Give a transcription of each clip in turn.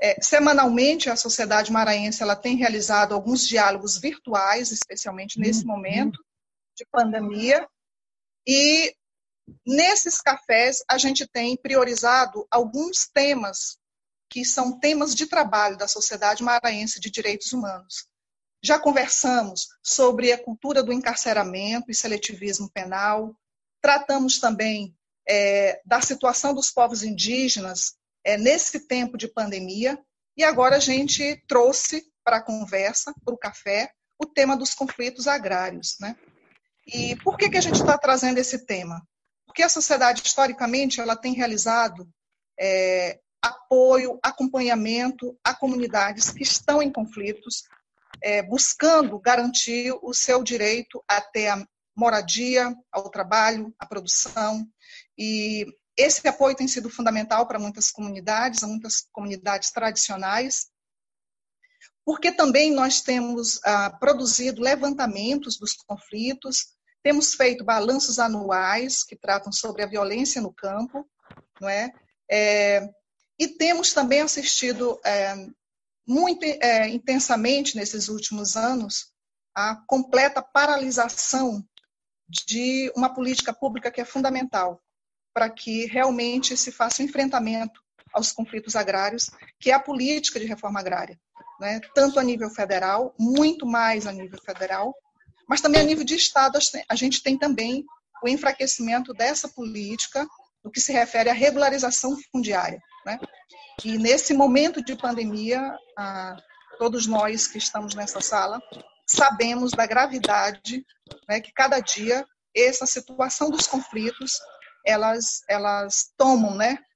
Semanalmente, a sociedade maranhense ela tem realizado alguns diálogos virtuais, especialmente nesse momento de pandemia, e nesses cafés a gente tem priorizado alguns temas que são temas de trabalho da Sociedade Maranhense de Direitos Humanos. Já conversamos sobre a cultura do encarceramento e seletivismo penal, tratamos também da situação dos povos indígenas nesse tempo de pandemia, e agora a gente trouxe para a conversa, para o café, o tema dos conflitos agrários, né? E por que a gente está trazendo esse tema? Porque a sociedade, historicamente, ela tem realizado apoio, acompanhamento a comunidades que estão em conflitos, buscando garantir o seu direito a ter a moradia, ao trabalho, à produção. E esse apoio tem sido fundamental para muitas comunidades tradicionais, porque também nós temos produzido levantamentos dos conflitos, temos feito balanços anuais que tratam sobre a violência no campo, não é? E temos também assistido muito intensamente nesses últimos anos a completa paralisação de uma política pública que é fundamental para que realmente se faça um enfrentamento aos conflitos agrários, que é a política de reforma agrária, né? Tanto a nível federal, muito mais a nível federal, mas também a nível de Estado a gente tem também o enfraquecimento dessa política no que se refere à regularização fundiária, né? E nesse momento de pandemia, todos nós que estamos nessa sala sabemos da gravidade, né, que cada dia essa situação dos conflitos elas tomam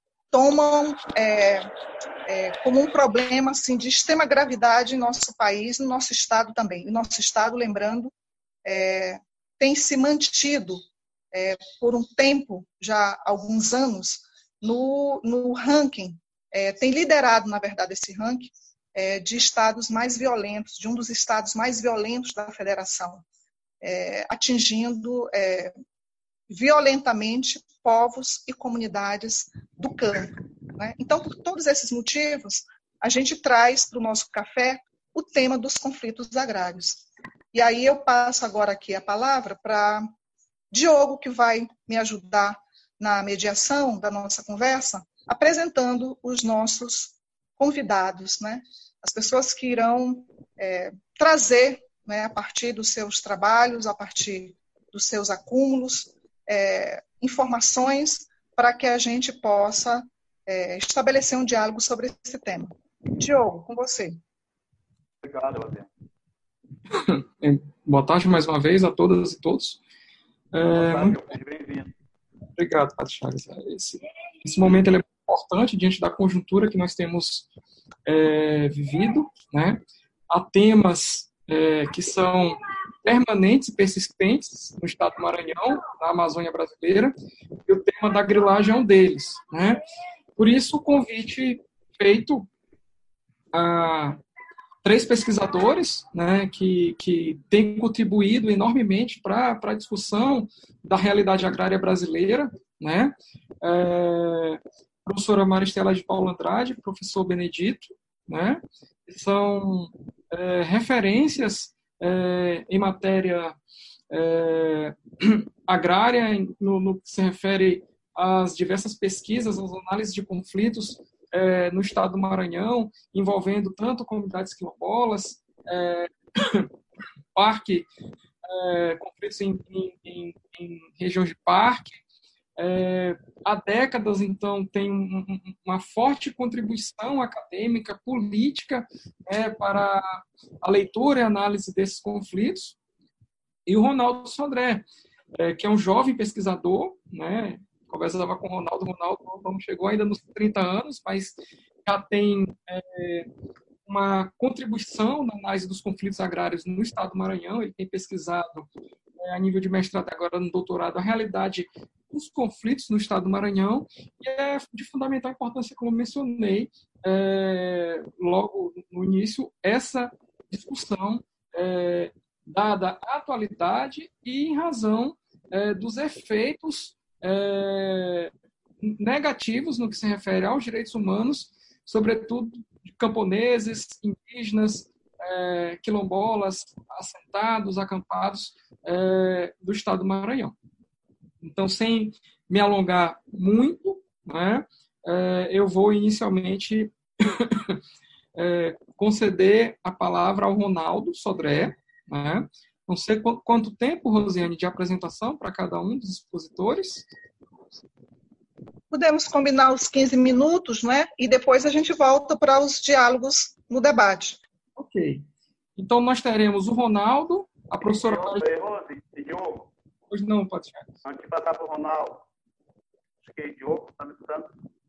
como um problema assim, de extrema gravidade em nosso país, no nosso estado também. E nosso estado, lembrando, tem se mantido por um tempo, já há alguns anos, no ranking, tem liderado, na verdade, esse ranking de estados mais violentos, de um dos estados mais violentos da federação, atingindo violentamente povos e comunidades do campo, né? Então, por todos esses motivos, a gente traz para o nosso café o tema dos conflitos agrários. E aí eu passo agora aqui a palavra para Diogo, que vai me ajudar na mediação da nossa conversa, apresentando os nossos convidados, né? As pessoas que irão trazer, né, a partir dos seus trabalhos, a partir dos seus acúmulos, informações para que a gente possa estabelecer um diálogo sobre esse tema. Diogo, com você. Obrigado, Adriana. Boa tarde mais uma vez a todas e todos. Boa tarde, bem-vindo. Obrigado, Padre Chagas. Esse momento ele é importante diante da conjuntura que nós temos vivido, né? Há temas que são permanentes e persistentes no estado do Maranhão, na Amazônia brasileira, e o tema da grilagem é um deles, né? Por isso, o convite feito a 3 pesquisadores, né, que têm contribuído enormemente para a discussão da realidade agrária brasileira, né? Professora Maristela de Paula Andrade, professor Benedito, né? São referências em matéria agrária, no que se refere às diversas pesquisas, às análises de conflitos no estado do Maranhão, envolvendo tanto comunidades quilombolas, conflitos em regiões de parque. Há décadas, então, tem uma forte contribuição acadêmica, política, para a leitura e análise desses conflitos. E o Ronaldo Sodré, que é um jovem pesquisador, né? Conversava com o Ronaldo não chegou ainda nos 30 anos, mas já tem uma contribuição na análise dos conflitos agrários no estado do Maranhão. Ele tem pesquisado, a nível de mestrado, agora no doutorado, a realidade dos conflitos no estado do Maranhão, e é de fundamental importância, como mencionei logo no início, essa discussão dada a atualidade e em razão dos efeitos negativos no que se refere aos direitos humanos, sobretudo camponeses, indígenas, quilombolas, assentados, acampados do estado do Maranhão. Então, sem me alongar muito, né, eu vou inicialmente conceder a palavra ao Ronaldo Sodré, né? Não sei quanto tempo, Rosiane, de apresentação para cada um dos expositores. Podemos combinar os 15 minutos, né? E depois a gente volta para os diálogos no debate. Ok. Então, nós teremos o Ronaldo, a professora... Rose e Diogo. Pois não, pode ser. Antes de passar para o Ronaldo, acho que Diogo, está me escutando?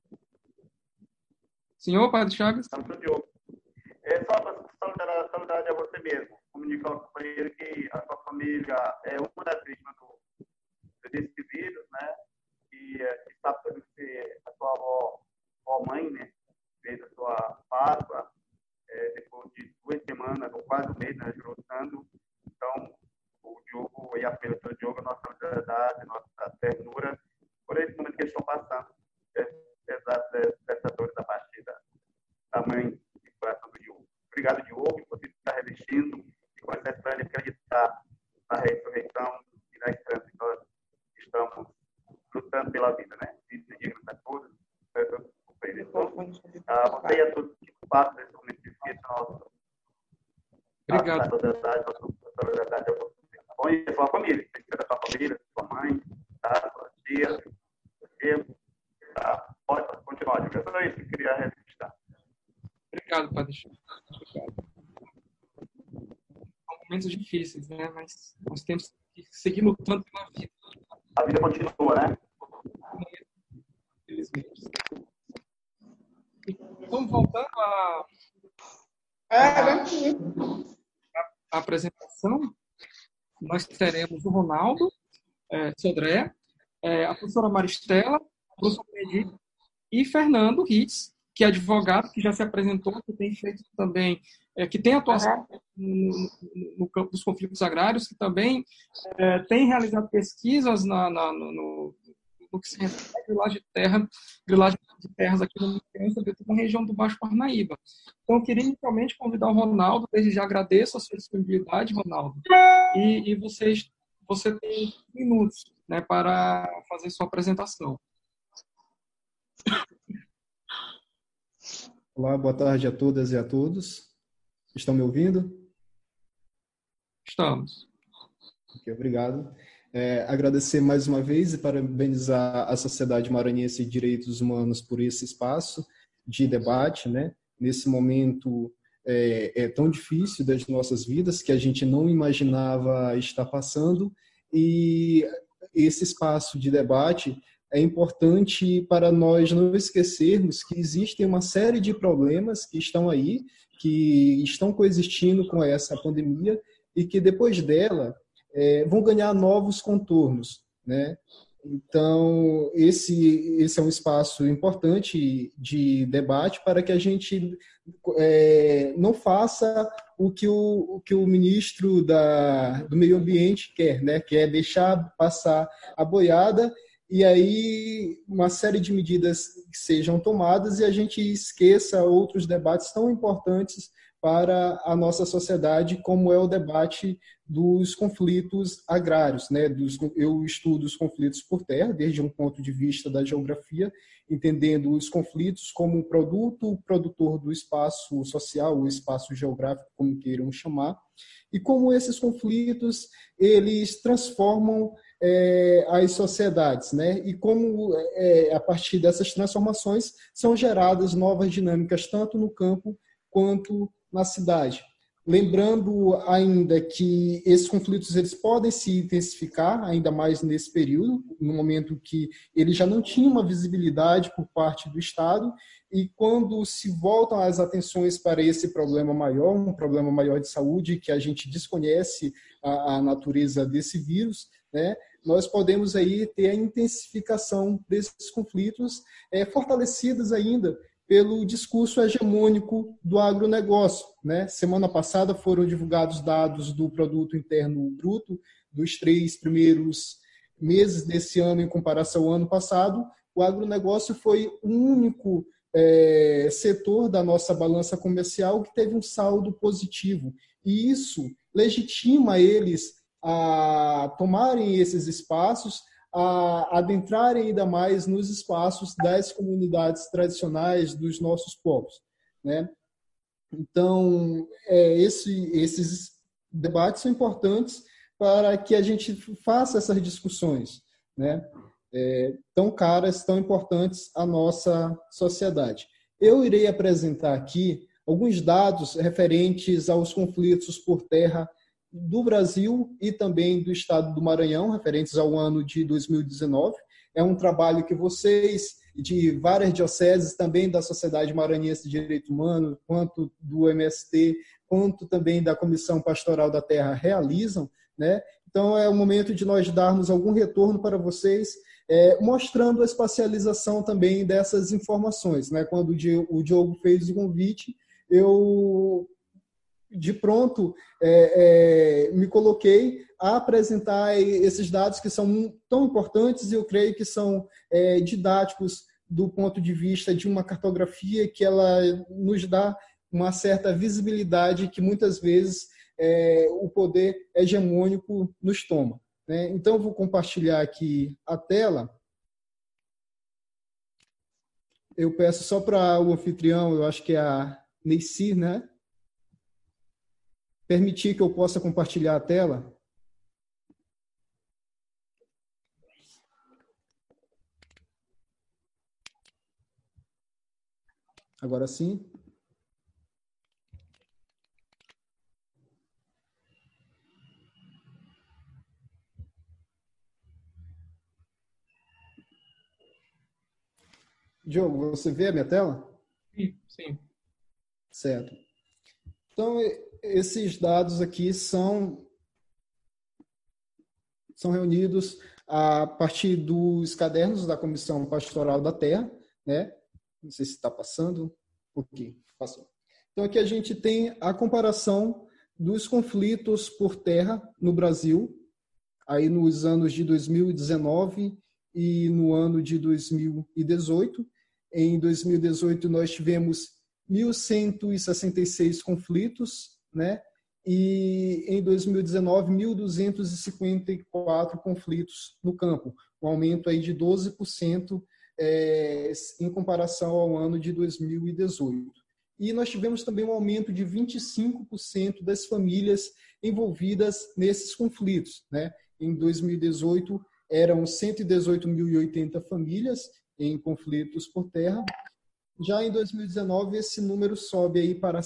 Senhor, Padre Chagas? Estamos com o Diogo. Só para solidariedade a você mesmo. Comunicar ao companheiro que a sua família é uma das vítimas desse vírus, né? E sabe também que a sua avó mãe, né? Fez a sua Páscoa depois de 2 semanas, ou quase um mês, né? Lutando. Então, o Diogo e a filha do Diogo, nossa solidariedade, nossa ternura, por esse momento que eles estão passando, dessa dor da partida da mãe e coração do Diogo. Obrigado, Diogo, por você estar resistindo e com essa esperança de acreditar na ressurreição e na esperança que nós estamos lutando pela vida, né? Isso é digno a todos. Então, você e a todos que passam desse momento difícil, nosso Obrigado. A solidariedade a você. Bom, e a sua família, a sua família, sua mãe, tá? Sua tia, seu, tá? Pode continuar, Diogo. É só isso que eu queria registrar. Obrigado, Padre Chagas. Obrigado. São momentos difíceis, né? Mas nós temos que seguir lutando pela vida. A vida continua, né? Infelizmente. Então, voltando à apresentação, nós teremos o Ronaldo Sodré, a professora Maristela, a professora Edith e Fernando Ritz, que é advogado, que já se apresentou, que tem feito também, que tem atuação no campo dos conflitos agrários, que também tem realizado pesquisas no que se refere à grilagem de terras aqui no na região do Baixo Parnaíba. Então, eu queria inicialmente convidar o Ronaldo, desde já agradeço a sua disponibilidade, Ronaldo, e você tem minutos, né, para fazer sua apresentação. Olá, boa tarde a todas e a todos. Estão me ouvindo? Estamos. Ok, obrigado. Agradecer mais uma vez e parabenizar a Sociedade Maranhense de Direitos Humanos por esse espaço de debate, né? Nesse momento tão difícil das nossas vidas, que a gente não imaginava estar passando, e esse espaço de debate é importante para nós não esquecermos que existem uma série de problemas que estão aí, que estão coexistindo com essa pandemia e que depois dela vão ganhar novos contornos, né? Então, esse é um espaço importante de debate para que a gente não faça o que o ministro do Meio Ambiente quer, né? Que é deixar passar a boiada e aí uma série de medidas que sejam tomadas e a gente esqueça outros debates tão importantes para a nossa sociedade, como é o debate dos conflitos agrários, né? Eu estudo os conflitos por terra, desde um ponto de vista da geografia, entendendo os conflitos como produtor do espaço social, o espaço geográfico, como queiram chamar, e como esses conflitos eles transformam as sociedades, né? E como a partir dessas transformações são geradas novas dinâmicas tanto no campo quanto na cidade. Lembrando ainda que esses conflitos eles podem se intensificar ainda mais nesse período, no momento que eles já não tinham uma visibilidade por parte do Estado, e quando se voltam as atenções para esse problema maior, um problema maior de saúde, que a gente desconhece a natureza desse vírus, né, nós podemos aí ter a intensificação desses conflitos fortalecidas ainda pelo discurso hegemônico do agronegócio, né? Semana passada foram divulgados dados do Produto Interno Bruto dos 3 primeiros meses desse ano em comparação ao ano passado. O agronegócio foi o único setor da nossa balança comercial que teve um saldo positivo. E isso legitima eles a tomarem esses espaços, a adentrarem ainda mais nos espaços das comunidades tradicionais dos nossos povos, né? Então, esses debates são importantes para que a gente faça essas discussões, né? Tão caras, tão importantes à nossa sociedade. Eu irei apresentar aqui alguns dados referentes aos conflitos por terra do Brasil e também do estado do Maranhão, referentes ao ano de 2019. É um trabalho que vocês, de várias dioceses, também da Sociedade Maranhense de Direito Humano, quanto do MST, quanto também da Comissão Pastoral da Terra realizam, né? Então, é o momento de nós darmos algum retorno para vocês, mostrando a espacialização também dessas informações, né? Quando o Diogo fez o convite, eu, de pronto, me coloquei a apresentar esses dados que são tão importantes e eu creio que são didáticos do ponto de vista de uma cartografia que ela nos dá uma certa visibilidade que muitas vezes o poder hegemônico nos toma, né? Então, eu vou compartilhar aqui a tela. Eu peço só para o anfitrião, eu acho que é a Neyci, né? Permitir que eu possa compartilhar a tela. Agora sim. Diogo, você vê a minha tela? Sim. Certo. Então, esses dados aqui são reunidos a partir dos cadernos da Comissão Pastoral da Terra, né? Não sei se está passando. Ok, passou. Então, aqui a gente tem a comparação dos conflitos por terra no Brasil, aí nos anos de 2019 e no ano de 2018. Em 2018, nós tivemos 1.166 conflitos, né? E em 2019, 1.254 conflitos no campo, um aumento aí de 12% em comparação ao ano de 2018. E nós tivemos também um aumento de 25% das famílias envolvidas nesses conflitos, né? Em 2018, eram 118.080 famílias em conflitos por terra. Já em 2019, esse número sobe aí para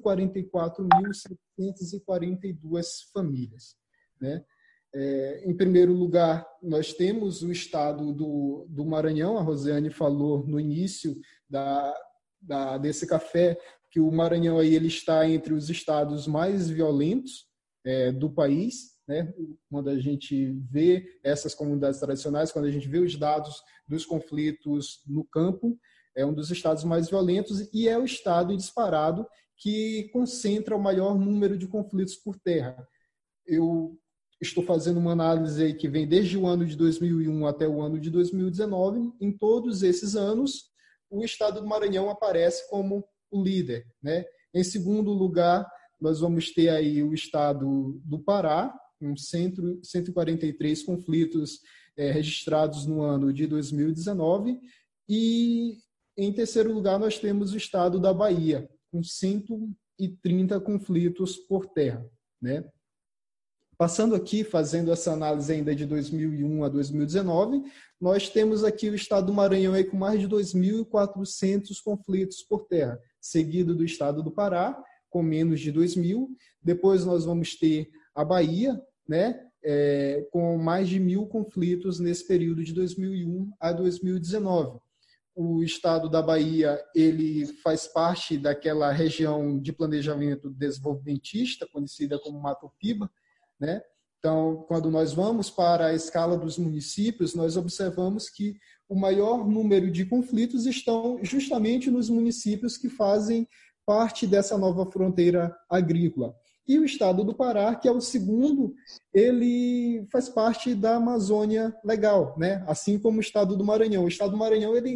144.742 famílias, né? Em primeiro lugar, nós temos o estado do Maranhão. A Rosiane falou no início desse café que o Maranhão aí, ele está entre os estados mais violentos do país, né? Quando a gente vê essas comunidades tradicionais, quando a gente vê os dados dos conflitos no campo, é um dos estados mais violentos e é o estado disparado que concentra o maior número de conflitos por terra. Eu estou fazendo uma análise aí que vem desde o ano de 2001 até o ano de 2019. Em todos esses anos, o estado do Maranhão aparece como o líder, né? Em segundo lugar, nós vamos ter aí o estado do Pará, com 143 conflitos registrados no ano de 2019. E, em terceiro lugar, nós temos o estado da Bahia, com 130 conflitos por terra, né? Passando aqui, fazendo essa análise ainda de 2001 a 2019, nós temos aqui o estado do Maranhão aí com mais de 2.400 conflitos por terra, seguido do estado do Pará, com menos de 2.000. Depois nós vamos ter a Bahia, né, com mais de 1.000 conflitos nesse período de 2001 a 2019. O estado da Bahia, ele faz parte daquela região de planejamento desenvolvimentista, conhecida como Mato Piba, né? Então, quando nós vamos para a escala dos municípios, nós observamos que o maior número de conflitos estão justamente nos municípios que fazem parte dessa nova fronteira agrícola. E o estado do Pará, que é o segundo, ele faz parte da Amazônia Legal, né? Assim como o estado do Maranhão. O estado do Maranhão, ele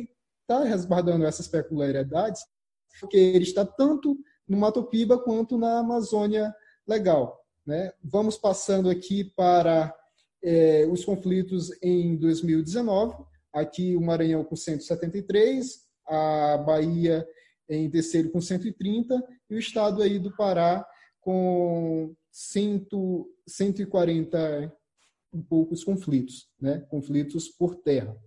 está resguardando essas peculiaridades, porque ele está tanto no Mato Piba quanto na Amazônia Legal, né? Vamos passando aqui para os conflitos em 2019. Aqui o Maranhão com 173, a Bahia em terceiro com 130 e o estado aí do Pará com 140 e poucos conflitos, né? Conflitos por terra.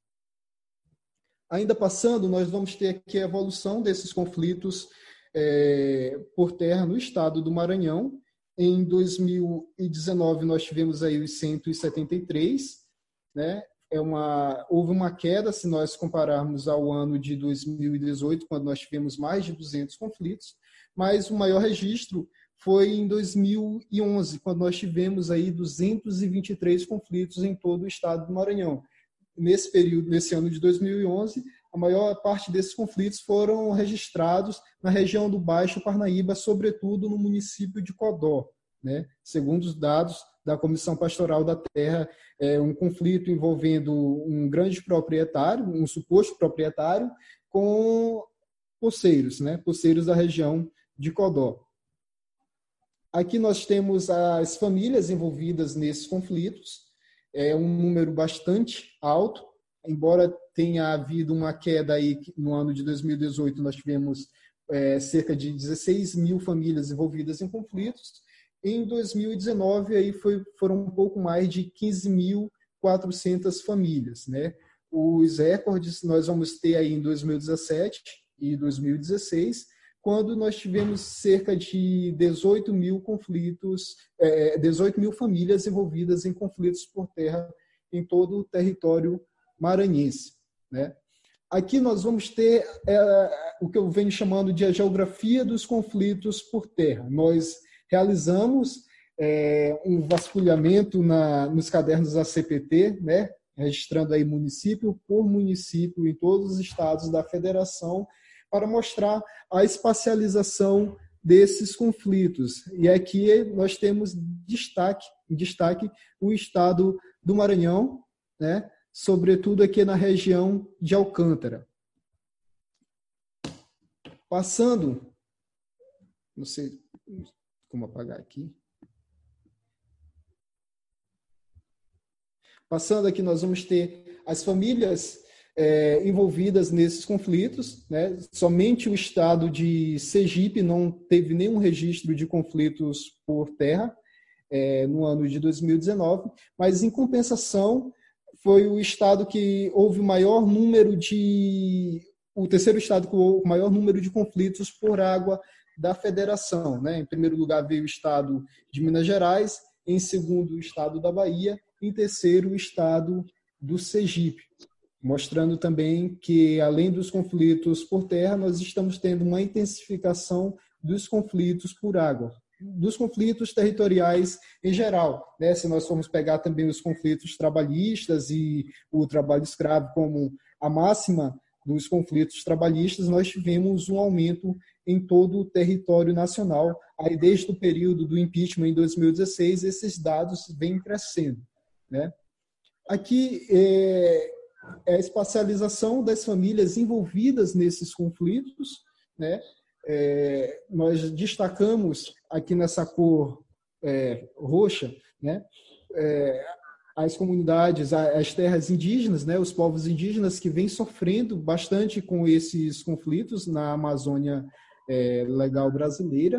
Ainda passando, nós vamos ter aqui a evolução desses conflitos por terra no estado do Maranhão. Em 2019, nós tivemos aí os 173, né? Houve uma queda, se nós compararmos ao ano de 2018, quando nós tivemos mais de 200 conflitos, mas o maior registro foi em 2011, quando nós tivemos aí 223 conflitos em todo o estado do Maranhão. Nesse período, nesse ano de 2011, a maior parte desses conflitos foram registrados na região do Baixo Parnaíba, sobretudo no município de Codó, né? Segundo os dados da Comissão Pastoral da Terra, um conflito envolvendo um grande proprietário, um suposto proprietário, com poceiros, né? Poceiros da região de Codó. Aqui nós temos as famílias envolvidas nesses conflitos, um número bastante alto, embora tenha havido uma queda aí no ano de 2018, nós tivemos cerca de 16 mil famílias envolvidas em conflitos. Em 2019, aí foram um pouco mais de 15.400 famílias, né? Os recordes nós vamos ter aí em 2017 e 2016, quando nós tivemos cerca de 18 mil conflitos, 18 mil famílias envolvidas em conflitos por terra em todo o território maranhense, né? Aqui nós vamos ter o que eu venho chamando de a geografia dos conflitos por terra. Nós realizamos um vasculhamento nos cadernos da CPT, né? Registrando aí município por município em todos os estados da federação, para mostrar a espacialização desses conflitos. E aqui nós temos destaque o estado do Maranhão, né? Sobretudo aqui na região de Alcântara. Passando, não sei como apagar aqui. Passando aqui, nós vamos ter as famílias envolvidas nesses conflitos, né? Somente o estado de Sergipe não teve nenhum registro de conflitos por terra no ano de 2019, mas, em compensação, foi o estado que houve o terceiro estado com o maior número de conflitos por água da federação, né? Em primeiro lugar veio o estado de Minas Gerais, em segundo o estado da Bahia, em terceiro o estado do Sergipe, mostrando também que, além dos conflitos por terra, nós estamos tendo uma intensificação dos conflitos por água, dos conflitos territoriais em geral, né? Se nós formos pegar também os conflitos trabalhistas e o trabalho escravo como a máxima dos conflitos trabalhistas, nós tivemos um aumento em todo o território nacional. Aí, desde o período do impeachment em 2016, esses dados vêm crescendo, né? Aqui a espacialização das famílias envolvidas nesses conflitos, né? Nós destacamos aqui nessa cor roxa, né? As comunidades, as terras indígenas, né? Os povos indígenas que vêm sofrendo bastante com esses conflitos na Amazônia Legal brasileira.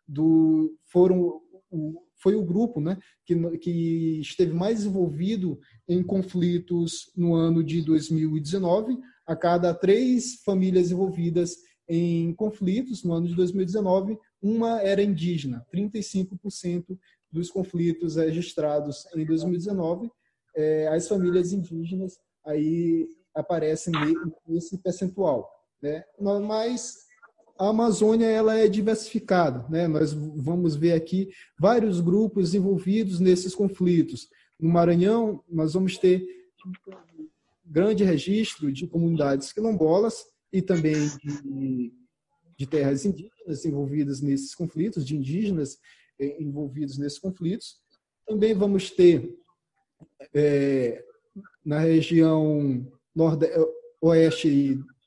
Foi o grupo, né, que esteve mais envolvido em conflitos no ano de 2019. A cada 3 famílias envolvidas em conflitos no ano de 2019, uma era indígena. 35% dos conflitos registrados em 2019, as famílias indígenas aí aparecem nesse percentual, né? Mas a Amazônia ela é diversificada, né? Nós vamos ver aqui vários grupos envolvidos nesses conflitos. No Maranhão, nós vamos ter grande registro de comunidades quilombolas e também de terras indígenas envolvidas nesses conflitos, de indígenas envolvidos nesses conflitos. Também vamos ter, na região oeste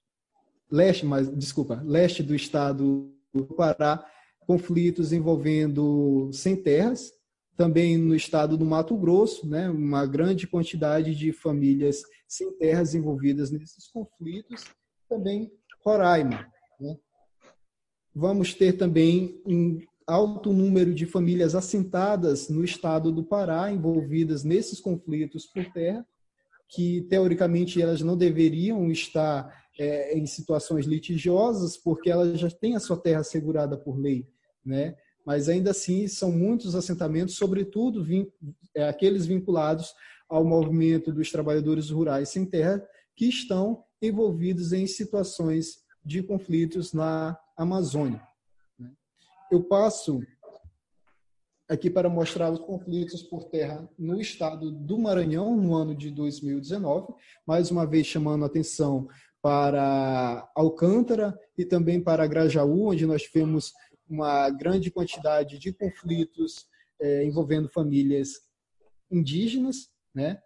leste do estado do Pará, conflitos envolvendo sem terras, também no estado do Mato Grosso, né, uma grande quantidade de famílias sem terras envolvidas nesses conflitos, também Roraima, né. Vamos ter também um alto número de famílias assentadas no estado do Pará, envolvidas nesses conflitos por terra, que teoricamente elas não deveriam estar em situações litigiosas, porque elas já têm a sua terra assegurada por lei, né? Mas ainda assim são muitos assentamentos, sobretudo aqueles vinculados ao movimento dos trabalhadores rurais sem terra, que estão envolvidos em situações de conflitos na Amazônia. Eu passo aqui para mostrar os conflitos por terra no estado do Maranhão no ano de 2019, mais uma vez chamando a atenção para Alcântara e também para Grajaú, onde nós tivemos uma grande quantidade de conflitos envolvendo famílias indígenas, né?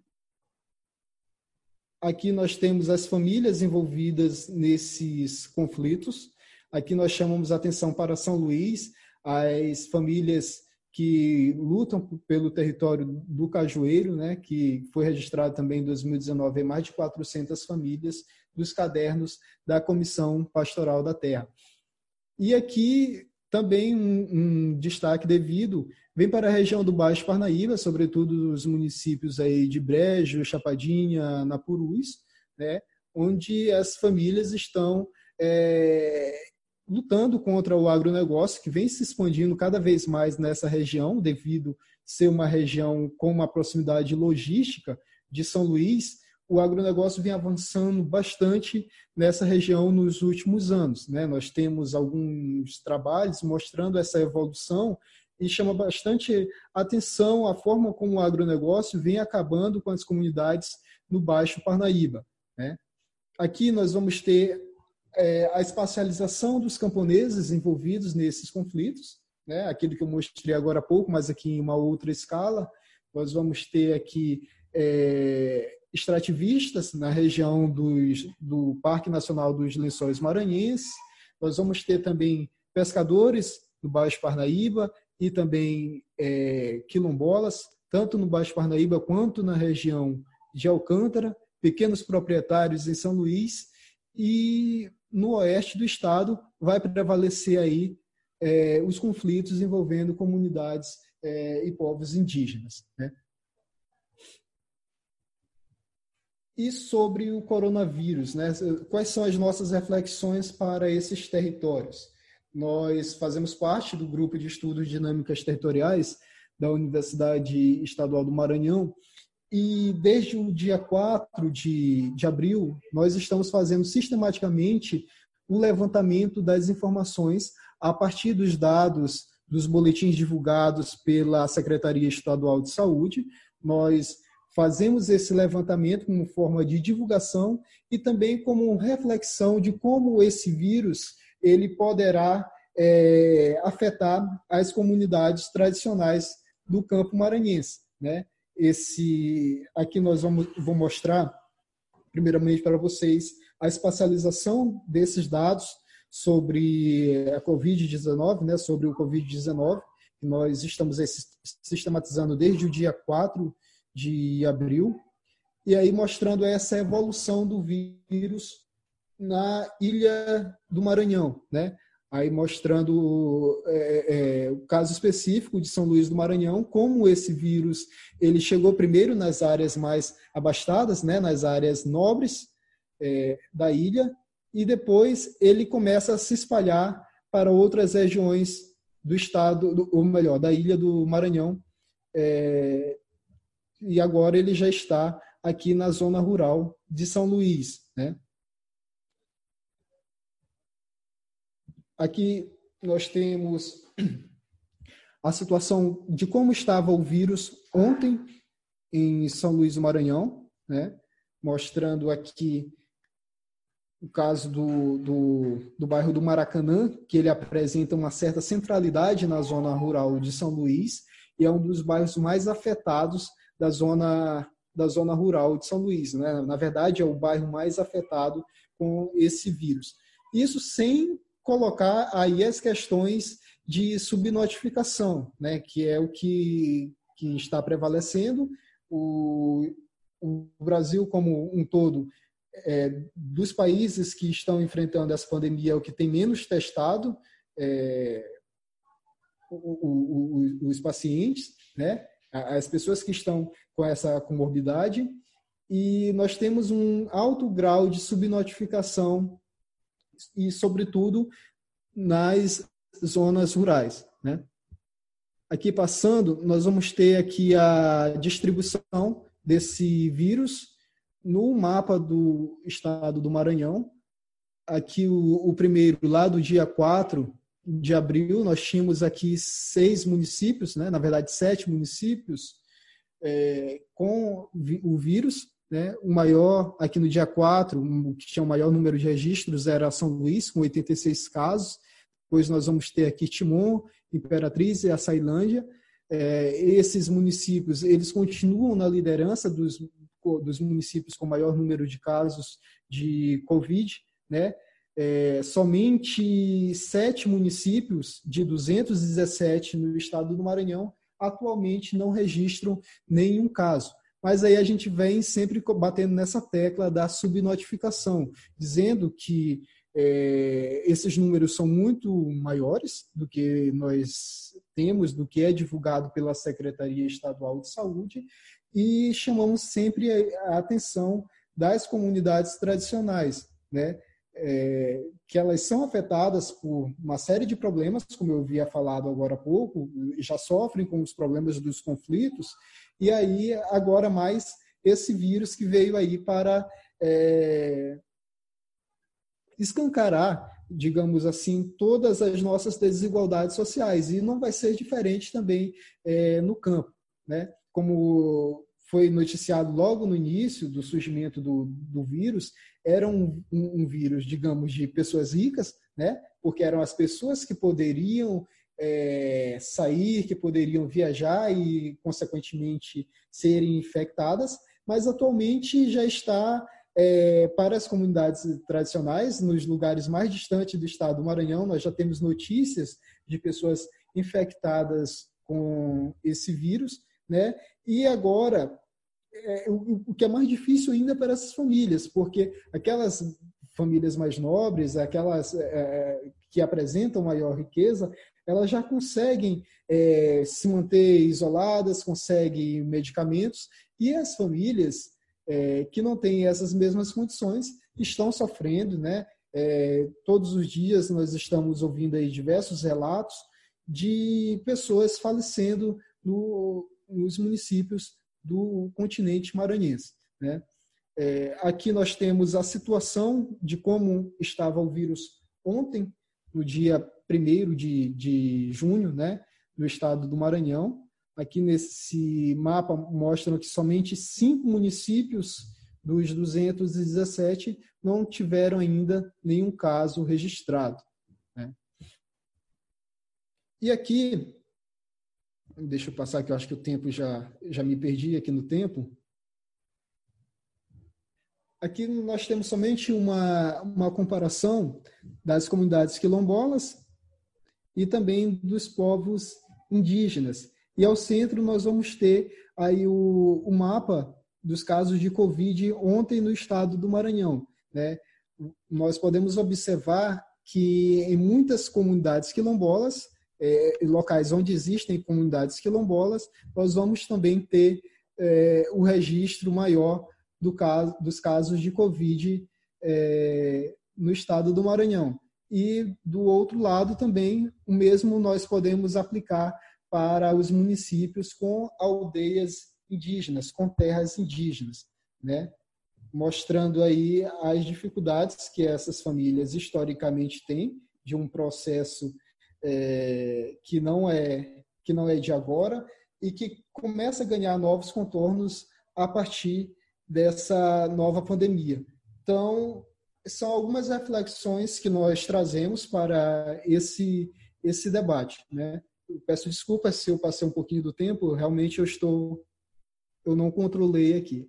Aqui nós temos as famílias envolvidas nesses conflitos. Aqui nós chamamos a atenção para São Luís, as famílias que lutam pelo território do Cajueiro, né, que foi registrado também em 2019 em mais de 400 famílias dos cadernos da Comissão Pastoral da Terra. E aqui também um destaque devido vem para a região do Baixo Parnaíba, sobretudo os municípios aí de Brejo, Chapadinha, Napurus, né, onde as famílias estão lutando contra o agronegócio, que vem se expandindo cada vez mais nessa região, devido ser uma região com uma proximidade logística de São Luís. O agronegócio vem avançando bastante nessa região nos últimos anos, né? Nós temos alguns trabalhos mostrando essa evolução e chama bastante atenção a forma como o agronegócio vem acabando com as comunidades no Baixo Parnaíba, né? Aqui nós vamos ter a espacialização dos camponeses envolvidos nesses conflitos, né? Aquilo que eu mostrei agora há pouco, mas aqui em uma outra escala. Nós vamos ter aqui extrativistas na região do Parque Nacional dos Lençóis Maranhenses. Nós vamos ter também pescadores no Baixo Parnaíba e também quilombolas, tanto no Baixo Parnaíba quanto na região de Alcântara, pequenos proprietários em São Luís, e no oeste do estado vai prevalecer aí os conflitos envolvendo comunidades e povos indígenas, né? E sobre o coronavírus, né? Quais são as nossas reflexões para esses territórios? Nós fazemos parte do grupo de estudos de dinâmicas territoriais da Universidade Estadual do Maranhão, e desde o dia 4 de abril, nós estamos fazendo sistematicamente o levantamento das informações a partir dos dados dos boletins divulgados pela Secretaria Estadual de Saúde. Nós fazemos esse levantamento como forma de divulgação e também como reflexão de como esse vírus ele poderá afetar as comunidades tradicionais do campo maranhense, né? Aqui nós vou mostrar, primeiramente para vocês, a espacialização desses dados sobre a Covid-19, né, sobre o Covid-19, que nós estamos sistematizando desde o dia 4 de abril, e aí mostrando essa evolução do vírus na Ilha do Maranhão, né? Aí mostrando o caso específico de São Luís do Maranhão, como esse vírus ele chegou primeiro nas áreas mais abastadas, né, nas áreas nobres da ilha, e depois ele começa a se espalhar para outras regiões do estado, ou melhor, da Ilha do Maranhão, e agora ele já está aqui na zona rural de São Luís, né? Aqui nós temos a situação de como estava o vírus ontem em São Luís do Maranhão, né? Mostrando aqui o caso do bairro do Maracanã, que ele apresenta uma certa centralidade na zona rural de São Luís e é um dos bairros mais afetados da zona da zona rural de São Luís, né? Na verdade, é o bairro mais afetado com esse vírus. Isso sem colocar aí as questões de subnotificação, né? Que é o que está prevalecendo. O Brasil, como um todo, dos países que estão enfrentando essa pandemia, é o que tem menos testado os pacientes, né? As pessoas que estão com essa comorbidade, e nós temos um alto grau de subnotificação e, sobretudo, nas zonas rurais, né? Aqui passando, nós vamos ter aqui a distribuição desse vírus no mapa do estado do Maranhão. Aqui o primeiro, lá do dia 4 de abril, nós tínhamos aqui 6 municípios, né? Na verdade 7 municípios com o vírus, né? O maior, aqui no dia 4, o que tinha o maior número de registros era São Luís, com 86 casos. Depois nós vamos ter aqui Timon, Imperatriz e Açailândia. Esses municípios, eles continuam na liderança dos municípios com maior número de casos de Covid, né? Somente 7 municípios de 217 no estado do Maranhão atualmente não registram nenhum caso. Mas aí a gente vem sempre batendo nessa tecla da subnotificação, dizendo que esses números são muito maiores do que nós temos, do que é divulgado pela Secretaria Estadual de Saúde, e chamamos sempre a atenção das comunidades tradicionais, né? Que elas são afetadas por uma série de problemas, como eu havia falado agora há pouco, já sofrem com os problemas dos conflitos, e aí agora mais esse vírus que veio aí para escancarar, digamos assim, todas as nossas desigualdades sociais, e não vai ser diferente também no campo, né? Como foi noticiado logo no início do surgimento do vírus, era um vírus, digamos, de pessoas ricas, né? Porque eram as pessoas que poderiam sair, que poderiam viajar e, consequentemente, serem infectadas, mas atualmente já está para as comunidades tradicionais, nos lugares mais distantes do estado do Maranhão. Nós já temos notícias de pessoas infectadas com esse vírus, né? E agora, o que é mais difícil ainda para essas famílias, porque aquelas famílias mais nobres, aquelas que apresentam maior riqueza, elas já conseguem se manter isoladas, conseguem medicamentos, e as famílias que não têm essas mesmas condições estão sofrendo, né? Todos os dias nós estamos ouvindo aí diversos relatos de pessoas falecendo nos municípios do continente maranhense, né? Aqui nós temos a situação de como estava o vírus ontem, no dia 1º de junho, né, no estado do Maranhão. Aqui nesse mapa mostram que somente 5 municípios dos 217 não tiveram ainda nenhum caso registrado, né? E aqui, deixa eu passar que eu acho que o tempo já me perdi aqui no tempo. Aqui nós temos somente uma comparação das comunidades quilombolas e também dos povos indígenas. E ao centro nós vamos ter aí o mapa dos casos de Covid ontem no estado do Maranhão, né? Nós podemos observar que em muitas comunidades quilombolas, locais onde existem comunidades quilombolas, nós vamos também ter o registro maior dos casos de Covid no estado do Maranhão. E, do outro lado, também, o mesmo nós podemos aplicar para os municípios com aldeias indígenas, com terras indígenas, né? Mostrando aí as dificuldades que essas famílias historicamente têm de um processo que não é de agora e que começa a ganhar novos contornos a partir dessa nova pandemia. Então, são algumas reflexões que nós trazemos para esse debate, né? Eu peço desculpas se eu passei um pouquinho do tempo, realmente eu estou eu não controlei aqui.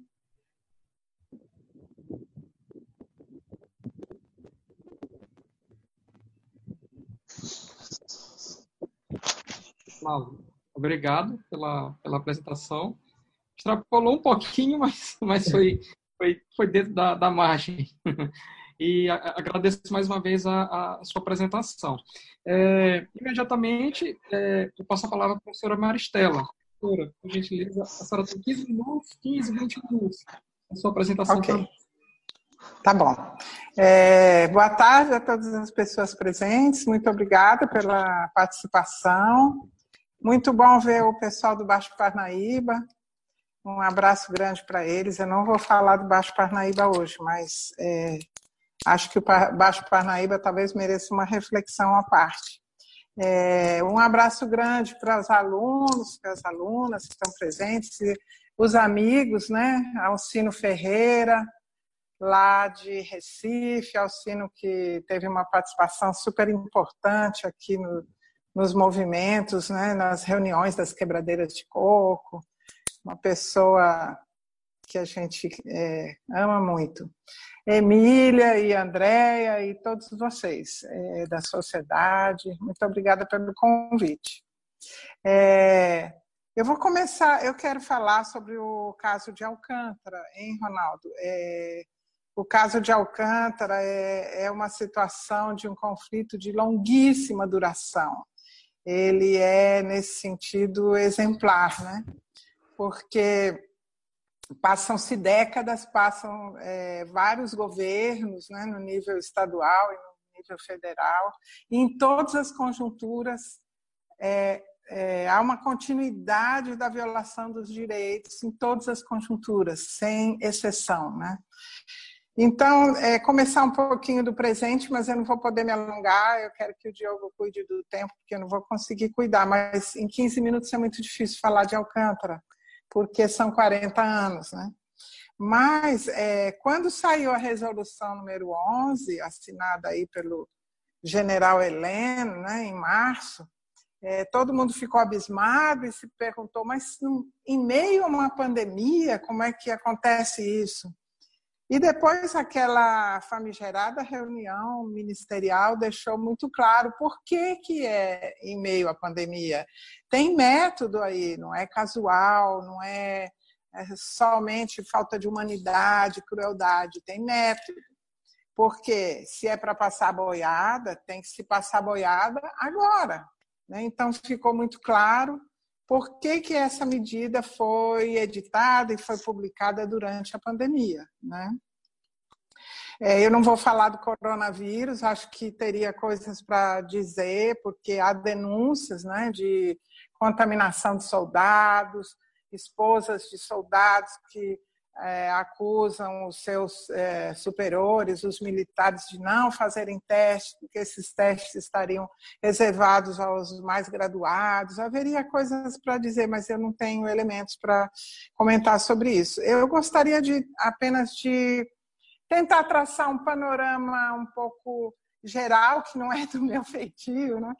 Malu, obrigado pela apresentação. Extrapolou um pouquinho, mas foi dentro da margem. E agradeço mais uma vez a sua apresentação. Imediatamente, eu passo a palavra para a professora Maristela. Professora, por gentileza, a senhora tem 15 minutos, 15, 20 minutos. A sua apresentação Ok. Tá bom. Boa tarde a todas as pessoas presentes. Muito obrigada pela participação. Muito bom ver o pessoal do Baixo Parnaíba. Um abraço grande para eles. Eu não vou falar do Baixo Parnaíba hoje, mas acho que o Baixo Parnaíba talvez mereça uma reflexão à parte. Um abraço grande para os alunos, para as alunas que estão presentes, os amigos, né? Alcino Ferreira, lá de Recife, Alcino que teve uma participação super importante aqui nos movimentos, né? Nas reuniões das quebradeiras de coco, uma pessoa que a gente ama muito. Emília e Andréia e todos vocês da sociedade, muito obrigada pelo convite. Eu vou começar, eu quero falar sobre o caso de Alcântara, hein, Ronaldo? O caso de Alcântara é uma situação de um conflito de longuíssima duração. Ele é, nesse sentido, exemplar, né? Porque passam-se décadas, passam vários governos, né, no nível estadual e no nível federal, e em todas as conjunturas há uma continuidade da violação dos direitos, em todas as conjunturas, sem exceção, né? Então, começar um pouquinho do presente, mas eu não vou poder me alongar, eu quero que o Diogo cuide do tempo, porque eu não vou conseguir cuidar, mas em 15 minutos é muito difícil falar de Alcântara, porque são 40 anos, né? Mas, quando saiu a resolução número 11, assinada aí pelo general Heleno, né, em março, todo mundo ficou abismado e se perguntou, mas em meio a uma pandemia, como é que acontece isso? E depois aquela famigerada reunião ministerial deixou muito claro por que é em meio à pandemia. Tem método aí, não é casual, não é somente falta de humanidade, crueldade, tem método. Porque se é para passar boiada, tem que se passar boiada agora, né? Então ficou muito claro por que essa medida foi editada e foi publicada durante a pandemia, né? Eu não vou falar do coronavírus, acho que teria coisas para dizer, porque há denúncias, né, de contaminação de soldados, esposas de soldados que acusam os seus superiores, os militares, de não fazerem testes, porque esses testes estariam reservados aos mais graduados. Haveria coisas para dizer, mas eu não tenho elementos para comentar sobre isso. Eu gostaria apenas de tentar traçar um panorama um pouco geral, que não é do meu feitio, né?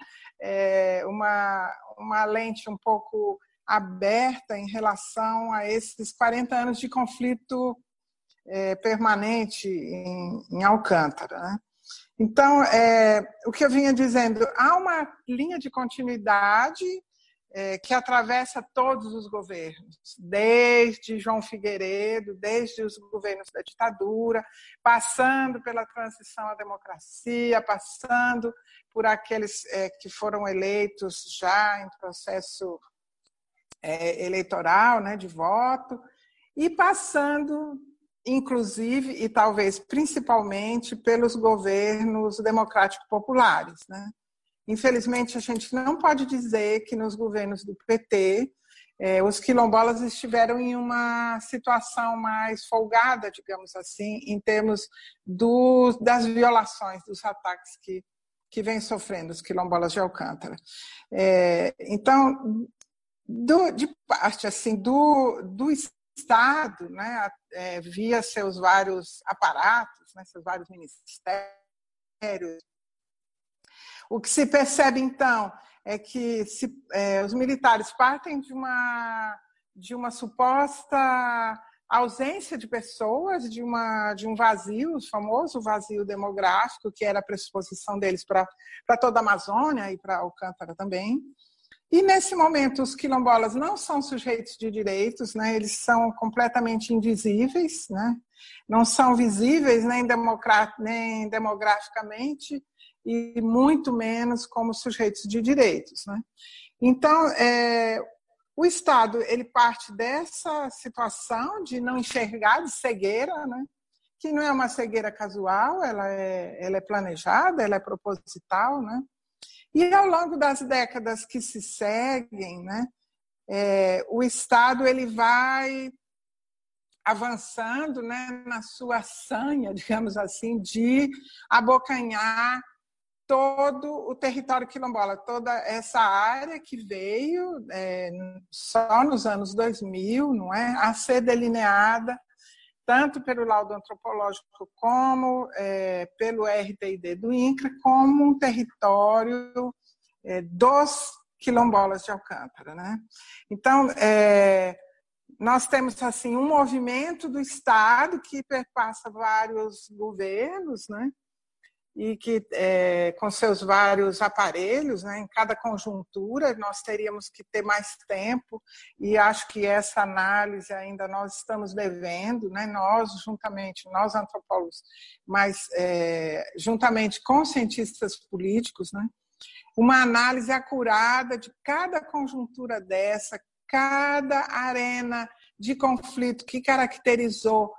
Uma lente um pouco aberta em relação a esses 40 anos de conflito permanente em Alcântara, né? Então, o que eu vinha dizendo, há uma linha de continuidade que atravessa todos os governos, desde João Figueiredo, desde os governos da ditadura, passando pela transição à democracia, passando por aqueles que foram eleitos já em processo eleitoral, né, de voto, e passando, inclusive, e talvez principalmente, pelos governos democrático-populares, né? Infelizmente, a gente não pode dizer que nos governos do PT os quilombolas estiveram em uma situação mais folgada, digamos assim, em termos das violações, dos ataques que vêm sofrendo os quilombolas de Alcântara. Então, de parte assim, do Estado, né, via seus vários aparatos, né, seus vários ministérios, o que se percebe, então, é que os militares partem de uma de uma suposta ausência de pessoas, de um vazio, o famoso vazio demográfico, que era a pressuposição deles para toda a Amazônia e para Alcântara também. E, nesse momento, os quilombolas não são sujeitos de direitos, né? Eles são completamente invisíveis, né? Não são visíveis nem demograficamente e muito menos como sujeitos de direitos, né? Então, o Estado ele parte dessa situação de não enxergar, de cegueira, né? Que não é uma cegueira casual, ela é planejada, ela é proposital, né? E ao longo das décadas que se seguem, né, o Estado ele vai avançando, né, na sua sanha, digamos assim, de abocanhar todo o território quilombola, toda essa área que veio só nos anos 2000, não é, a ser delineada tanto pelo laudo antropológico como pelo RTID do INCRA, como um território dos quilombolas de Alcântara, né? Então, nós temos assim um movimento do Estado que perpassa vários governos, né? E que, com seus vários aparelhos, né, em cada conjuntura, nós teríamos que ter mais tempo, e acho que essa análise ainda nós estamos devendo, né, nós antropólogos, mas juntamente com cientistas políticos, né, uma análise acurada de cada conjuntura dessa, cada arena de conflito que caracterizou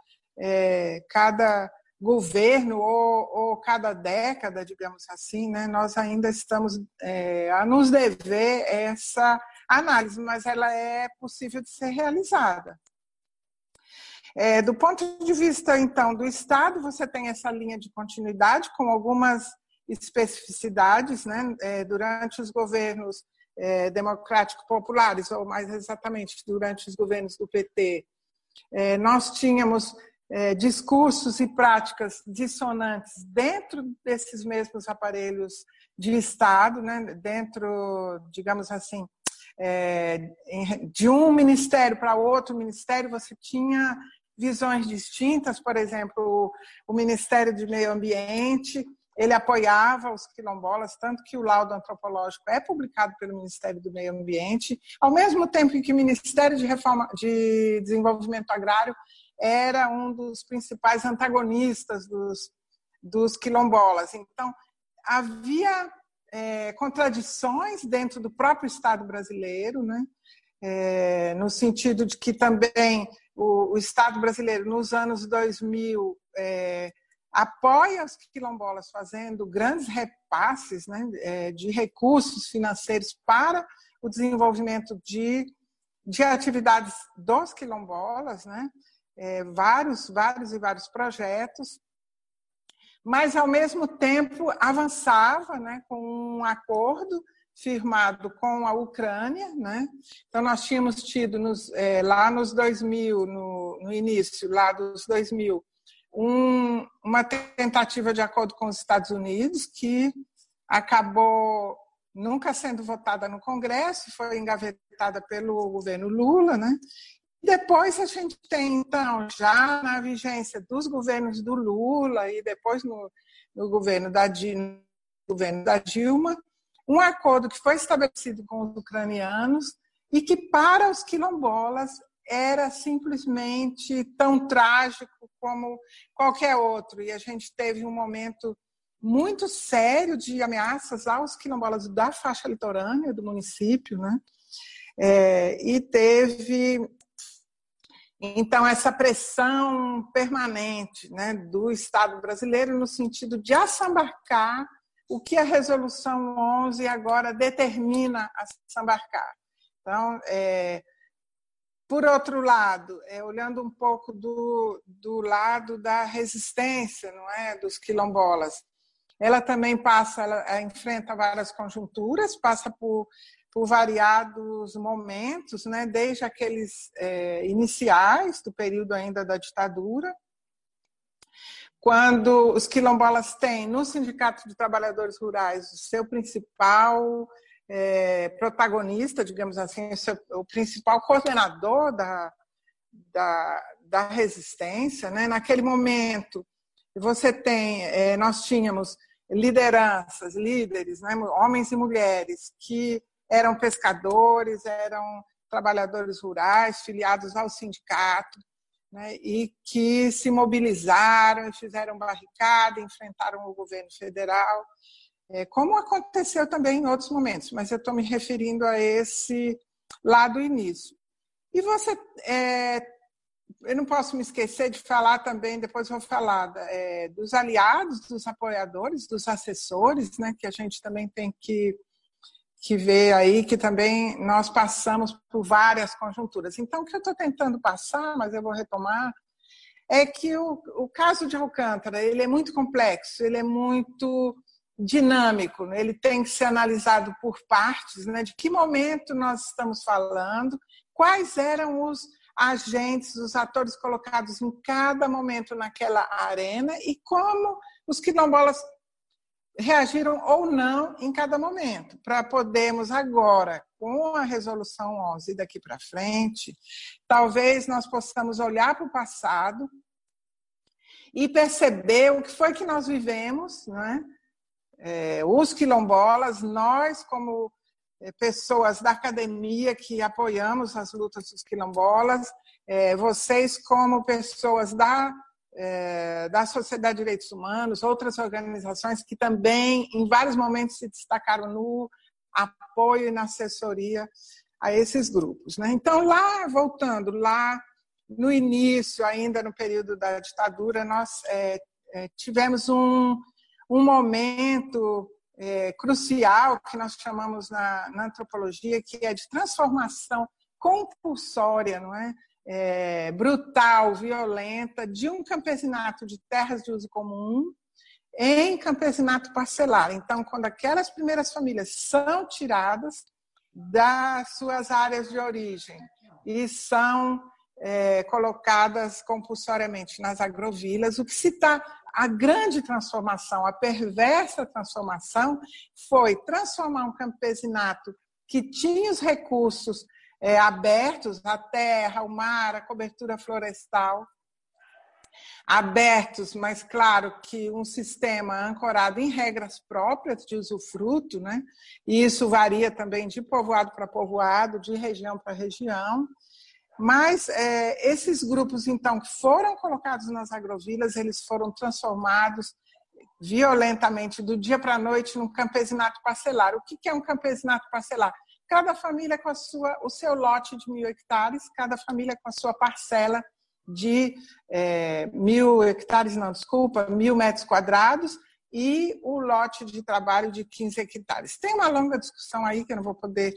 cada governo ou cada década, digamos assim, né, nós ainda estamos a nos dever essa análise, mas ela é possível de ser realizada. Do ponto de vista, então, do Estado, você tem essa linha de continuidade com algumas especificidades, né, durante os governos democráticos populares, ou mais exatamente, durante os governos do PT, nós tínhamos discursos e práticas dissonantes dentro desses mesmos aparelhos de Estado, né? Dentro, digamos assim, de um ministério para outro ministério, você tinha visões distintas. Por exemplo, o Ministério do Meio Ambiente, ele apoiava os quilombolas, tanto que o laudo antropológico é publicado pelo Ministério do Meio Ambiente, ao mesmo tempo em que o Ministério de Desenvolvimento Agrário era um dos principais antagonistas dos quilombolas. Então, havia contradições dentro do próprio Estado brasileiro, né? No sentido de que também o Estado brasileiro, nos anos 2000, apoia os quilombolas fazendo grandes repasses, né, de recursos financeiros para o desenvolvimento de atividades dos quilombolas, né? Vários projetos, mas ao mesmo tempo avançava, né, com um acordo firmado com a Ucrânia, né? Então nós tínhamos tido lá nos 2000, no início lá dos 2000, uma tentativa de acordo com os Estados Unidos que acabou nunca sendo votada no Congresso, foi engavetada pelo governo Lula, né? Depois a gente tem, então, já na vigência dos governos do Lula e depois no governo da Dilma, um acordo que foi estabelecido com os ucranianos e que, para os quilombolas, era simplesmente tão trágico como qualquer outro. E a gente teve um momento muito sério de ameaças aos quilombolas da faixa litorânea do município, né? E teve, então, essa pressão permanente, né, do Estado brasileiro no sentido de assambarcar o que a Resolução 11 agora determina assambarcar. Então, por outro lado, olhando um pouco do lado da resistência, não é, dos quilombolas, ela também ela enfrenta várias conjunturas, passa por variados momentos, né, desde aqueles iniciais do período ainda da ditadura, quando os quilombolas têm no Sindicato de Trabalhadores Rurais o seu principal protagonista, digamos assim, o principal coordenador da resistência, né? Naquele momento, nós tínhamos lideranças, líderes, né? Homens e mulheres que eram pescadores, eram trabalhadores rurais, filiados ao sindicato, né? E que se mobilizaram e fizeram barricada, enfrentaram o governo federal, como aconteceu também em outros momentos, mas eu estou me referindo a esse lá do início. E eu não posso me esquecer de falar também, depois vou falar dos aliados, dos apoiadores, dos assessores, né, que a gente também tem que ver aí, que também nós passamos por várias conjunturas. Então, o que eu estou tentando passar, mas eu vou retomar, é que o caso de Alcântara, ele é muito complexo, ele é muito dinâmico, né? Ele tem que ser analisado por partes, né? De que momento nós estamos falando, quais eram os agentes, os atores colocados em cada momento naquela arena e como os quilombolas reagiram ou não em cada momento, para podermos agora, com a Resolução 11 daqui para frente, talvez nós possamos olhar para o passado e perceber o que foi que nós vivemos, né? Os quilombolas, nós como pessoas da academia que apoiamos as lutas dos quilombolas, vocês como pessoas da Sociedade de Direitos Humanos, outras organizações que também em vários momentos se destacaram no apoio e na assessoria a esses grupos, né? Então, voltando lá no início, ainda no período da ditadura, nós tivemos um momento crucial que nós chamamos na antropologia, que é de transformação compulsória, não é? Brutal, violenta, de um campesinato de terras de uso comum em campesinato parcelar. Então, quando aquelas primeiras famílias são tiradas das suas áreas de origem e são colocadas compulsoriamente nas agrovilas, a grande transformação, a perversa transformação, foi transformar um campesinato que tinha os recursos abertos, a terra, o mar, a cobertura florestal, abertos, mas claro que um sistema ancorado em regras próprias de usufruto, né? E isso varia também de povoado para povoado, de região para região. Mas esses grupos, então, que foram colocados nas agrovilas, eles foram transformados violentamente do dia para a noite num campesinato parcelar. O que é um campesinato parcelar? Cada família com o seu lote de 1.000 hectares, cada família com a sua parcela de 1.000 hectares, não, desculpa, 1.000 metros quadrados e o lote de trabalho de 15 hectares. Tem uma longa discussão aí que eu não vou poder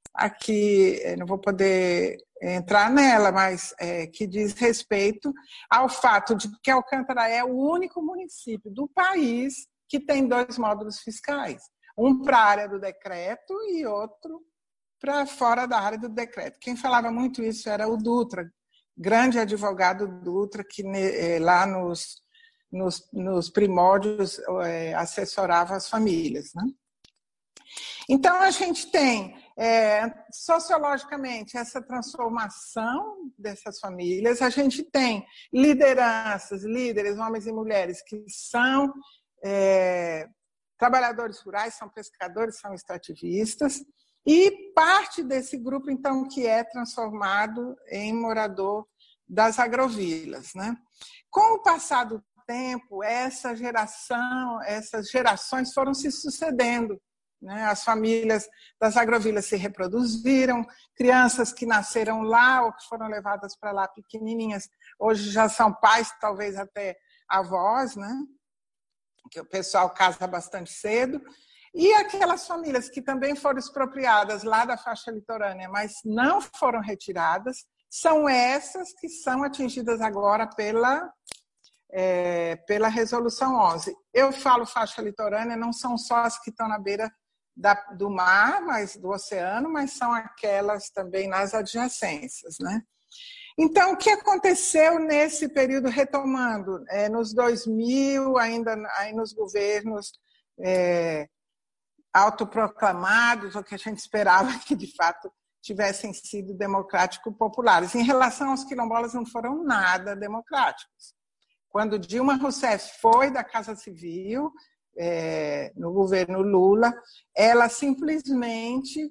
entrar nela, mas que diz respeito ao fato de que Alcântara é o único município do país que tem 2 módulos fiscais, um para a área do decreto e outro para fora da área do decreto. Quem falava muito isso era o Dutra, grande advogado Dutra, que lá nos primórdios assessorava as famílias, né? Então, a gente tem, sociologicamente, essa transformação dessas famílias, a gente tem líderes, homens e mulheres, que são trabalhadores rurais, são pescadores, são extrativistas, e parte desse grupo, então, que é transformado em morador das agrovilas, né? Com o passar do tempo, essas gerações foram se sucedendo, né? As famílias das agrovilas se reproduziram, crianças que nasceram lá ou que foram levadas para lá pequenininhas, hoje já são pais, talvez até avós, né? Que o pessoal casa bastante cedo. E aquelas famílias que também foram expropriadas lá da faixa litorânea, mas não foram retiradas, são essas que são atingidas agora pela Resolução 11. Eu falo faixa litorânea, não são só as que estão na beira do mar, do oceano, mas são aquelas também nas adjacências, né? Então, o que aconteceu nesse período, retomando, nos 2000, ainda aí nos governos autoproclamados, ou que a gente esperava que, de fato, tivessem sido democrático-populares. Em relação aos quilombolas, não foram nada democráticos. Quando Dilma Rousseff foi da Casa Civil, no governo Lula, ela simplesmente,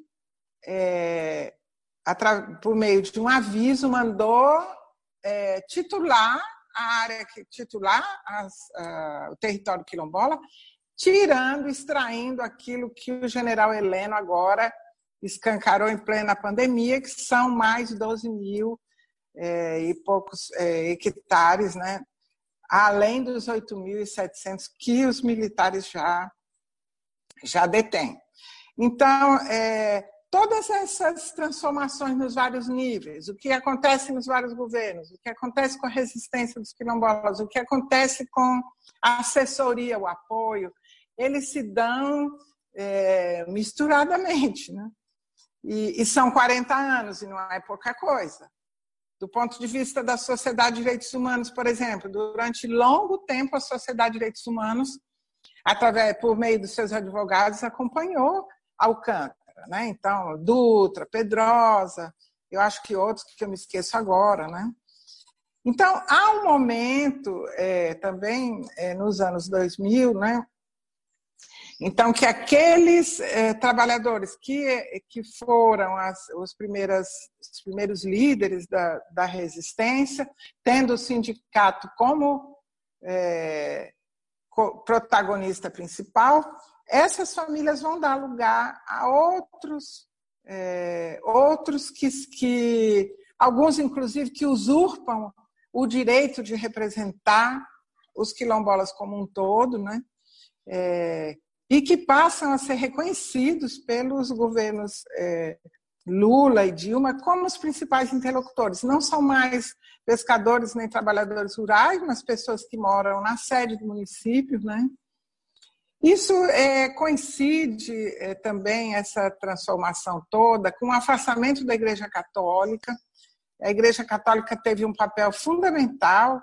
por meio de um aviso, mandou titular a área, o território quilombola, extraindo aquilo que o general Heleno agora escancarou em plena pandemia, que são mais de 12 mil e poucos hectares, né? Além dos 8.700 que os militares já detêm. Então, todas essas transformações nos vários níveis, o que acontece nos vários governos, o que acontece com a resistência dos quilombolas, o que acontece com a assessoria, o apoio, eles se dão misturadamente, né? E são 40 anos, e não é pouca coisa. Do ponto de vista da Sociedade de Direitos Humanos, por exemplo, durante longo tempo a Sociedade de Direitos Humanos, por meio dos seus advogados, acompanhou Alcântara, né? Então, Dutra, Pedrosa, eu acho que outros que eu me esqueço agora, né? Então, há um momento também nos anos 2000, né? Então, que aqueles trabalhadores que foram os primeiros líderes da resistência, tendo o sindicato como protagonista principal, essas famílias vão dar lugar a outros que alguns, inclusive, que usurpam o direito de representar os quilombolas como um todo, né? E que passam a ser reconhecidos pelos governos Lula e Dilma como os principais interlocutores. Não são mais pescadores nem trabalhadores rurais, mas pessoas que moram na sede do município, né? Isso coincide também, essa transformação toda, com o afastamento da Igreja Católica. A Igreja Católica teve um papel fundamental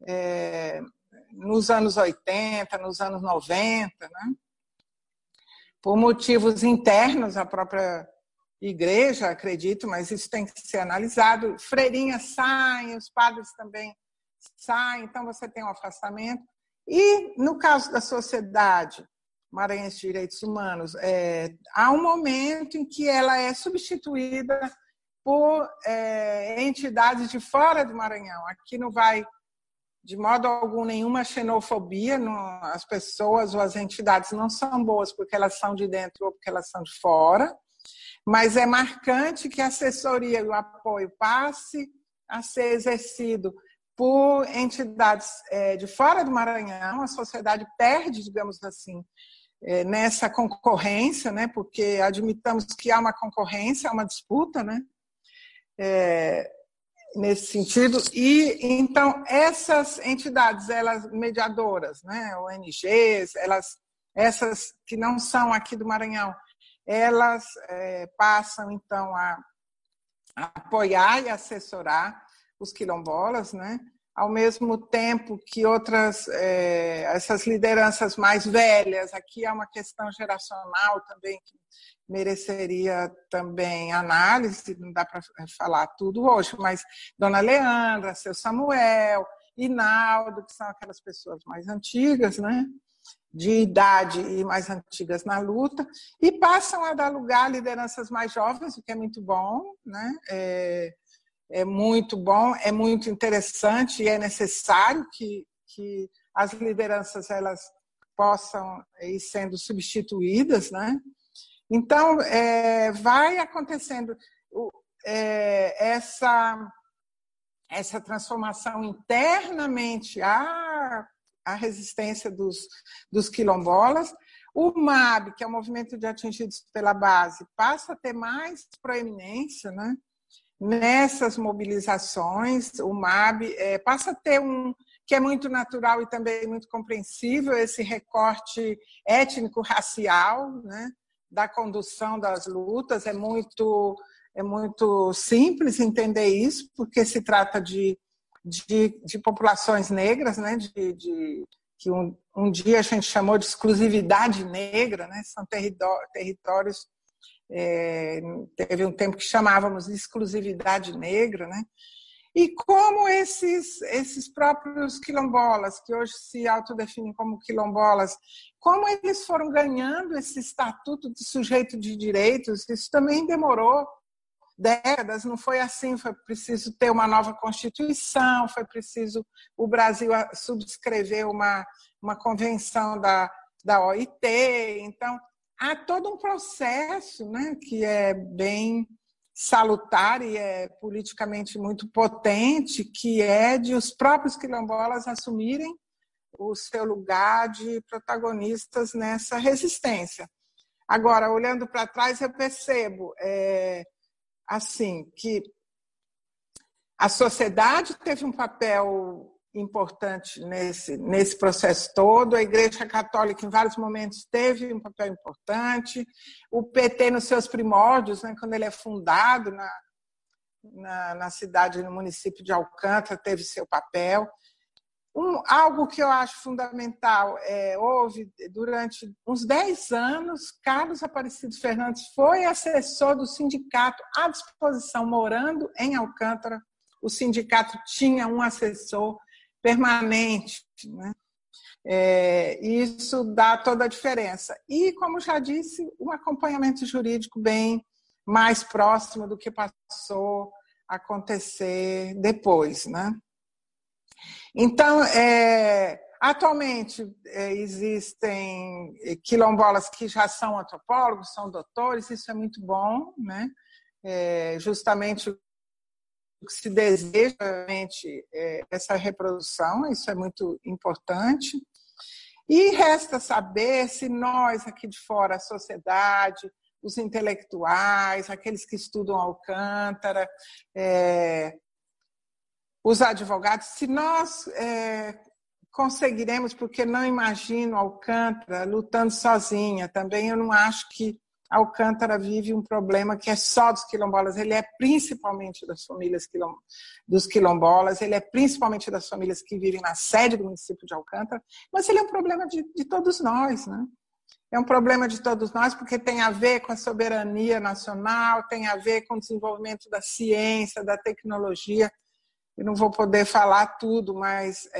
nos anos 80, nos anos 90, né? Por motivos internos à própria igreja, acredito, mas isso tem que ser analisado. Freirinhas saem, os padres também saem, então você tem um afastamento. E, no caso da Sociedade Maranhense de Direitos Humanos, há um momento em que ela é substituída por entidades de fora do Maranhão. Aqui não vai, de modo algum, nenhuma xenofobia, as pessoas ou as entidades não são boas porque elas são de dentro ou porque elas são de fora, mas é marcante que a assessoria e o apoio passe a ser exercido por entidades de fora do Maranhão. A sociedade perde, digamos assim, nessa concorrência, né? Porque admitamos que há uma concorrência, há uma disputa, né? Nesse sentido. E então essas entidades, elas mediadoras, né, ONGs, essas que não são aqui do Maranhão, elas passam então a apoiar e assessorar os quilombolas, né, ao mesmo tempo que essas lideranças mais velhas, aqui há uma questão geracional também que mereceria também análise, não dá para falar tudo hoje, mas Dona Leandra, seu Samuel, Inaldo, que são aquelas pessoas mais antigas, né, de idade e mais antigas na luta, e passam a dar lugar a lideranças mais jovens, o que é muito bom, né? É muito bom, é muito interessante e é necessário que as lideranças elas possam ir sendo substituídas, né? Então, vai acontecendo essa transformação internamente à resistência dos quilombolas. O MAB, que é o Movimento de Atingidos pela Base, passa a ter mais proeminência, né? Nessas mobilizações. O MAB passa a ter que é muito natural e também muito compreensível, esse recorte étnico-racial, né, da condução das lutas. É muito simples entender isso, porque se trata de populações negras, né, de que um dia a gente chamou de exclusividade negra, né? São territórios, teve um tempo que chamávamos de exclusividade negra, né? E como esses próprios quilombolas, que hoje se autodefinem como quilombolas, como eles foram ganhando esse estatuto de sujeito de direitos, isso também demorou décadas, não foi assim, foi preciso ter uma nova Constituição, foi preciso o Brasil subscrever uma convenção da OIT, então há todo um processo, né, que é bem salutar e é politicamente muito potente, que é de os próprios quilombolas assumirem o seu lugar de protagonistas nessa resistência. Agora, olhando para trás, eu percebo assim que a sociedade teve um papel importante nesse processo todo, a Igreja Católica em vários momentos teve um papel importante, o PT nos seus primórdios, né, quando ele é fundado na cidade, no município de Alcântara, teve seu papel. Algo que eu acho fundamental, houve durante uns 10 anos, Carlos Aparecido Fernandes foi assessor do sindicato à disposição, morando em Alcântara, o sindicato tinha um assessor permanente, né? Isso dá toda a diferença. E, como já disse, um acompanhamento jurídico bem mais próximo do que passou a acontecer depois, né? Então, atualmente existem quilombolas que já são antropólogos, são doutores, isso é muito bom, né? Justamente o que se deseja essa reprodução, isso é muito importante. E resta saber se nós aqui de fora, a sociedade, os intelectuais, aqueles que estudam Alcântara, os advogados, se nós conseguiremos, porque não imagino Alcântara lutando sozinha, também eu não acho que Alcântara vive um problema que é só dos quilombolas, ele é principalmente das famílias dos quilombolas, ele é principalmente das famílias que vivem na sede do município de Alcântara, mas ele é um problema de todos nós, né? É um problema de todos nós porque tem a ver com a soberania nacional, tem a ver com o desenvolvimento da ciência, da tecnologia. Eu não vou poder falar tudo, mas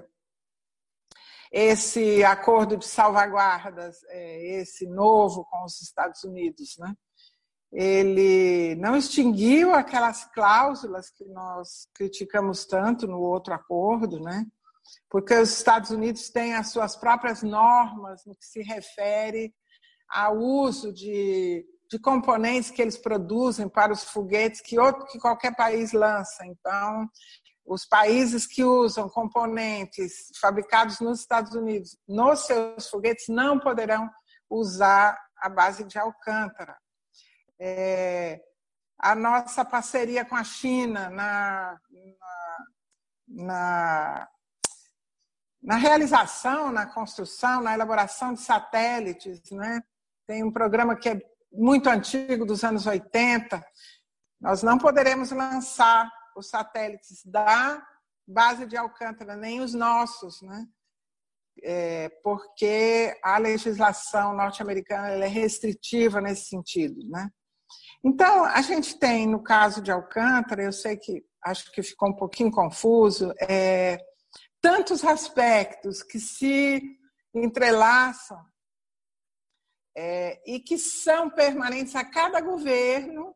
esse acordo de salvaguardas, esse novo com os Estados Unidos, né? Ele não extinguiu aquelas cláusulas que nós criticamos tanto no outro acordo, né? Porque os Estados Unidos têm as suas próprias normas no que se refere ao uso de componentes que eles produzem para os foguetes que qualquer país lança. Então, os países que usam componentes fabricados nos Estados Unidos nos seus foguetes não poderão usar a base de Alcântara. A nossa parceria com a China na realização, na construção, na elaboração de satélites, né? Tem um programa que é muito antigo, dos anos 80. Nós não poderemos lançar os satélites da base de Alcântara, nem os nossos, né? Porque a legislação norte-americana é restritiva nesse sentido, né? Então, a gente tem, no caso de Alcântara, eu sei que acho que ficou um pouquinho confuso, tantos aspectos que se entrelaçam e que são permanentes a cada governo.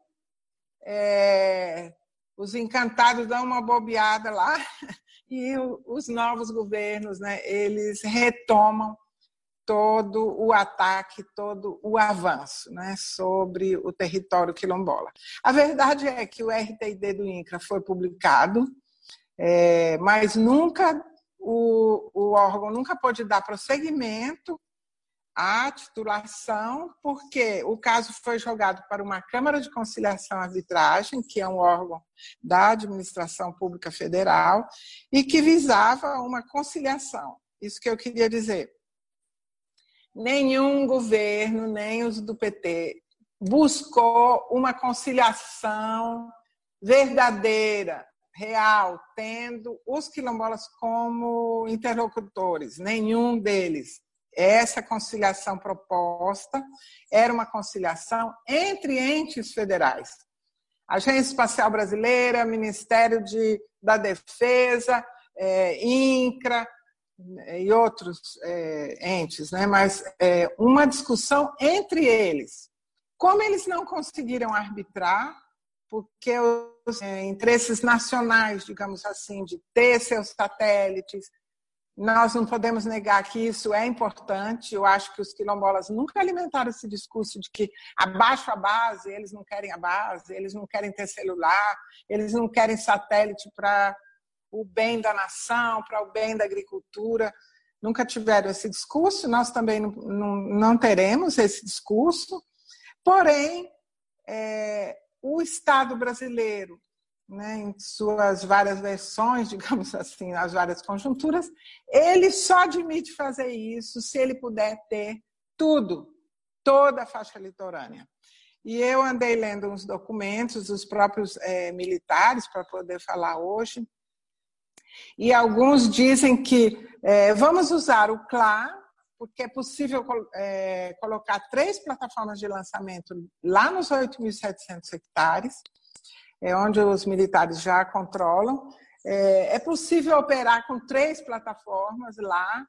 Os encantados dão uma bobeada lá e os novos governos, né, eles retomam todo o ataque, todo o avanço, né, sobre o território quilombola. A verdade é que o RTID do INCRA foi publicado, mas nunca o órgão nunca pôde dar prosseguimento à titulação, porque o caso foi jogado para uma Câmara de Conciliação e Arbitragem, que é um órgão da Administração Pública Federal, e que visava uma conciliação. Isso que eu queria dizer. Nenhum governo, nem os do PT, buscou uma conciliação verdadeira, real, tendo os quilombolas como interlocutores, nenhum deles. Essa conciliação proposta era uma conciliação entre entes federais. Agência Espacial Brasileira, Ministério da Defesa, INCRA e outros entes, né? Mas uma discussão entre eles. Como eles não conseguiram arbitrar, porque os interesses nacionais, digamos assim, de ter seus satélites, nós não podemos negar que isso é importante. Eu acho que os quilombolas nunca alimentaram esse discurso de que abaixo a base, eles não querem a base, eles não querem ter celular, eles não querem satélite para o bem da nação, para o bem da agricultura. Nunca tiveram esse discurso, nós também não teremos esse discurso. Porém, o Estado brasileiro, né, em suas várias versões, digamos assim, nas várias conjunturas, ele só admite fazer isso se ele puder ter tudo, toda a faixa litorânea. E eu andei lendo uns documentos dos próprios militares para poder falar hoje, e alguns dizem que vamos usar o CLA, porque é possível colocar 3 plataformas de lançamento lá nos 8.700 hectares, onde os militares já controlam. É possível operar com 3 plataformas lá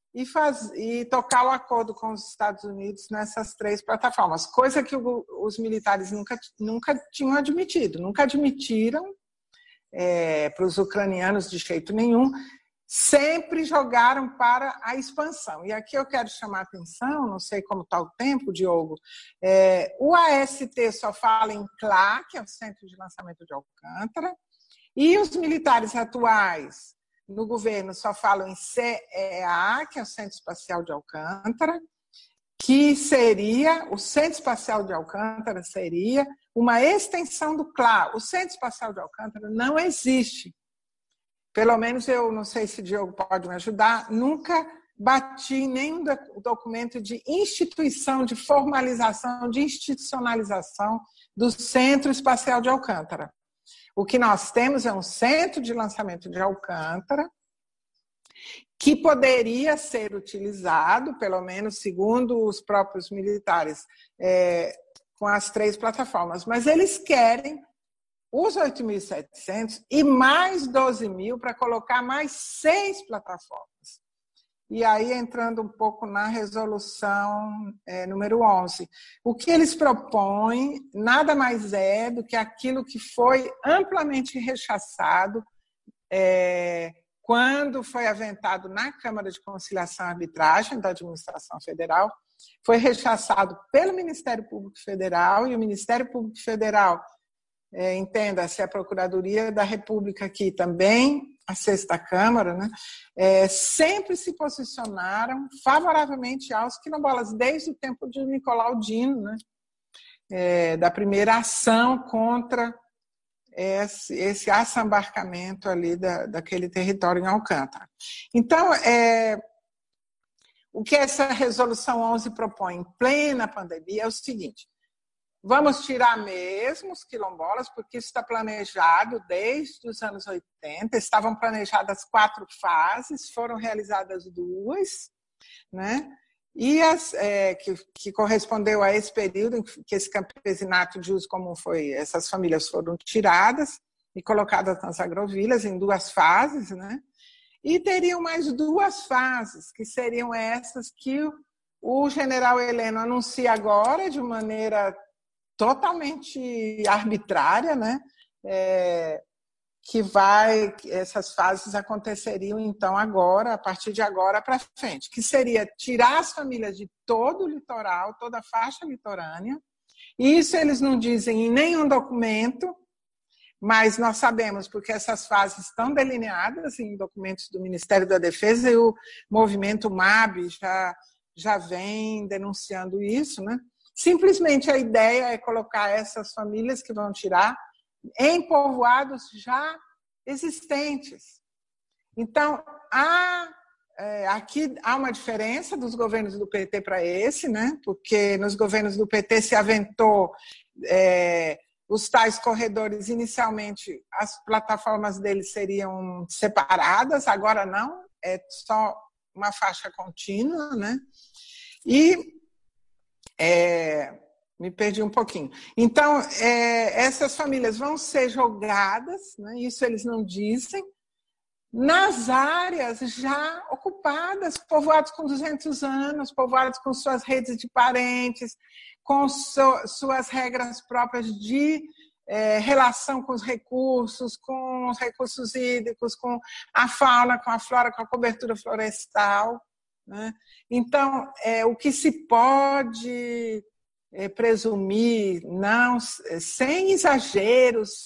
e tocar o acordo com os Estados Unidos nessas 3 plataformas, coisa que os militares nunca tinham admitido, nunca admitiram para os ucranianos de jeito nenhum, sempre jogaram para a expansão. E aqui eu quero chamar a atenção, não sei como está o tempo, Diogo, o AST só fala em CLA, que é o Centro de Lançamento de Alcântara, e os militares atuais no governo só falam em CEA, que é o Centro Espacial de Alcântara, que seria, o Centro Espacial de Alcântara seria uma extensão do CLA. O Centro Espacial de Alcântara não existe. Pelo menos eu não sei se o Diogo pode me ajudar, nunca bati em nenhum documento de instituição, de formalização, de institucionalização do Centro Espacial de Alcântara. O que nós temos é um centro de lançamento de Alcântara que poderia ser utilizado, pelo menos segundo os próprios militares, com as 3 plataformas. Mas eles querem os 8.700 e mais 12.000 para colocar mais 6 plataformas. E aí, entrando um pouco na resolução número 11, o que eles propõem nada mais é do que aquilo que foi amplamente rechaçado quando foi aventado na Câmara de Conciliação e Arbitragem da Administração Federal, foi rechaçado pelo Ministério Público Federal, e o Ministério Público Federal, entenda-se a Procuradoria da República aqui também, a 6ª Câmara, né, sempre se posicionaram favoravelmente aos quilombolas, desde o tempo de Nicolau Dino, né, da primeira ação contra esse assambarcamento ali daquele território em Alcântara. Então, o que essa resolução 11 propõe em plena pandemia é o seguinte: vamos tirar mesmo os quilombolas, porque isso está planejado desde os anos 80, estavam planejadas 4 fases, foram realizadas 2, né? E que correspondeu a esse período em que esse campesinato de uso comum essas famílias foram tiradas e colocadas nas agrovilas em 2 fases, né? E teriam mais 2 fases, que seriam essas que o general Heleno anuncia agora de maneira totalmente arbitrária, né? Essas fases aconteceriam então agora, a partir de agora para frente, que seria tirar as famílias de todo o litoral, toda a faixa litorânea. Isso eles não dizem em nenhum documento, mas nós sabemos porque essas fases estão delineadas em documentos do Ministério da Defesa e o movimento MAB já vem denunciando isso, né? Simplesmente a ideia é colocar essas famílias que vão tirar em povoados já existentes. Então, aqui há uma diferença dos governos do PT para esse, né? Porque nos governos do PT se aventou os tais corredores, inicialmente, as plataformas deles seriam separadas, agora não, é só uma faixa contínua, né? E me perdi um pouquinho. Então, essas famílias vão ser jogadas, né? Isso eles não dizem, nas áreas já ocupadas, povoados com 200 anos, povoados com suas redes de parentes, com suas regras próprias de relação com os recursos hídricos, com a fauna, com a flora, com a cobertura florestal, né? Então, o que se pode presumir, não, sem exageros,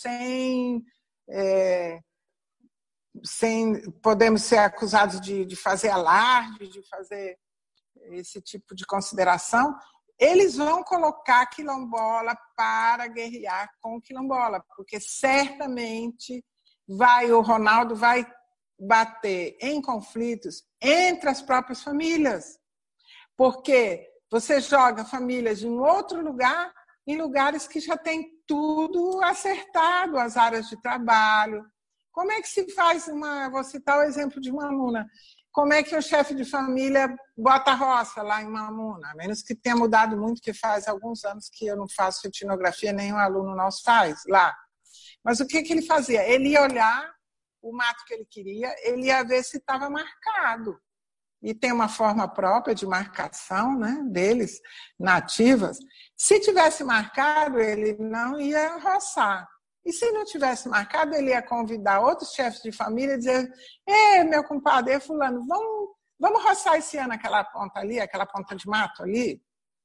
podemos ser acusados de fazer alarde, de fazer esse tipo de consideração, eles vão colocar quilombola para guerrear com quilombola, porque certamente o Ronaldo vai bater em conflitos entre as próprias famílias, porque você joga famílias de um outro lugar em lugares que já tem tudo acertado, as áreas de trabalho. Como é que se faz vou citar o exemplo de Mamuna, como é que o chefe de família bota roça lá em Mamuna? A menos que tenha mudado muito, que faz alguns anos que eu não faço etnografia, nenhum aluno nosso faz lá. Mas o que ele fazia? Ele ia olhar o mato que ele queria, ele ia ver se estava marcado. E tem uma forma própria de marcação, né, deles, nativas. Se tivesse marcado, ele não ia roçar. E se não tivesse marcado, ele ia convidar outros chefes de família e dizer: meu compadre, fulano, vamos roçar esse ano aquela ponta ali, aquela ponta de mato ali?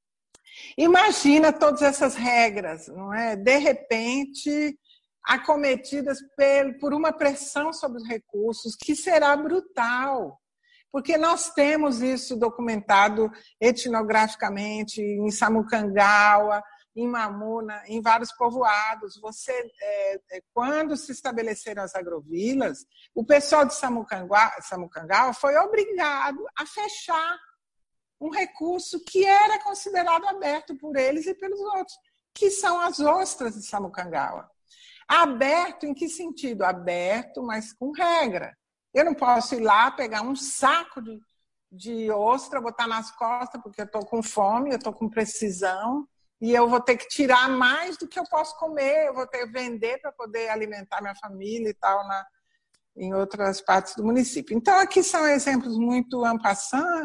Imagina todas essas regras, não é? De repente, acometidas por uma pressão sobre os recursos que será brutal. Porque nós temos isso documentado etnograficamente em Samucangaua, em Mamuna, em vários povoados. Quando se estabeleceram as agrovilas, o pessoal de Samucangaua foi obrigado a fechar um recurso que era considerado aberto por eles e pelos outros, que são as ostras de Samucangaua. Aberto em que sentido? Aberto, mas com regra. Eu não posso ir lá pegar um saco de ostra, botar nas costas, porque eu estou com fome, eu estou com precisão, e eu vou ter que tirar mais do que eu posso comer, eu vou ter que vender para poder alimentar minha família e tal, em outras partes do município. Então, aqui são exemplos muito en passant,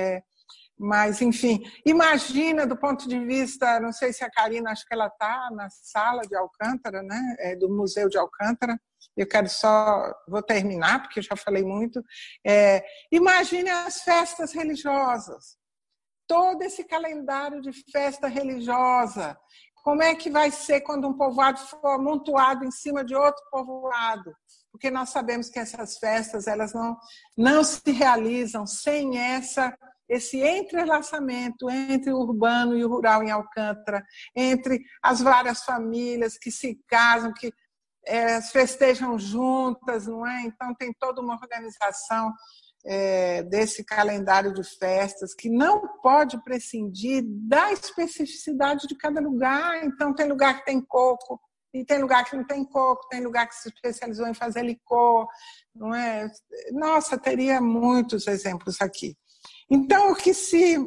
mas, enfim, imagina do ponto de vista, não sei se a Karina, acho que ela está na sala de Alcântara, né, do Museu de Alcântara. Eu vou terminar, porque eu já falei muito. Imagine as festas religiosas, todo esse calendário de festa religiosa. Como é que vai ser quando um povoado for amontoado em cima de outro povoado? Porque nós sabemos que essas festas elas não se realizam sem esse entrelaçamento entre o urbano e o rural em Alcântara, entre as várias famílias que se casam, que festejam juntas, não é? Então tem toda uma organização desse calendário de festas que não pode prescindir da especificidade de cada lugar. Então tem lugar que tem coco e tem lugar que não tem coco, tem lugar que se especializou em fazer licor, não é? Nossa, teria muitos exemplos aqui. Então o que se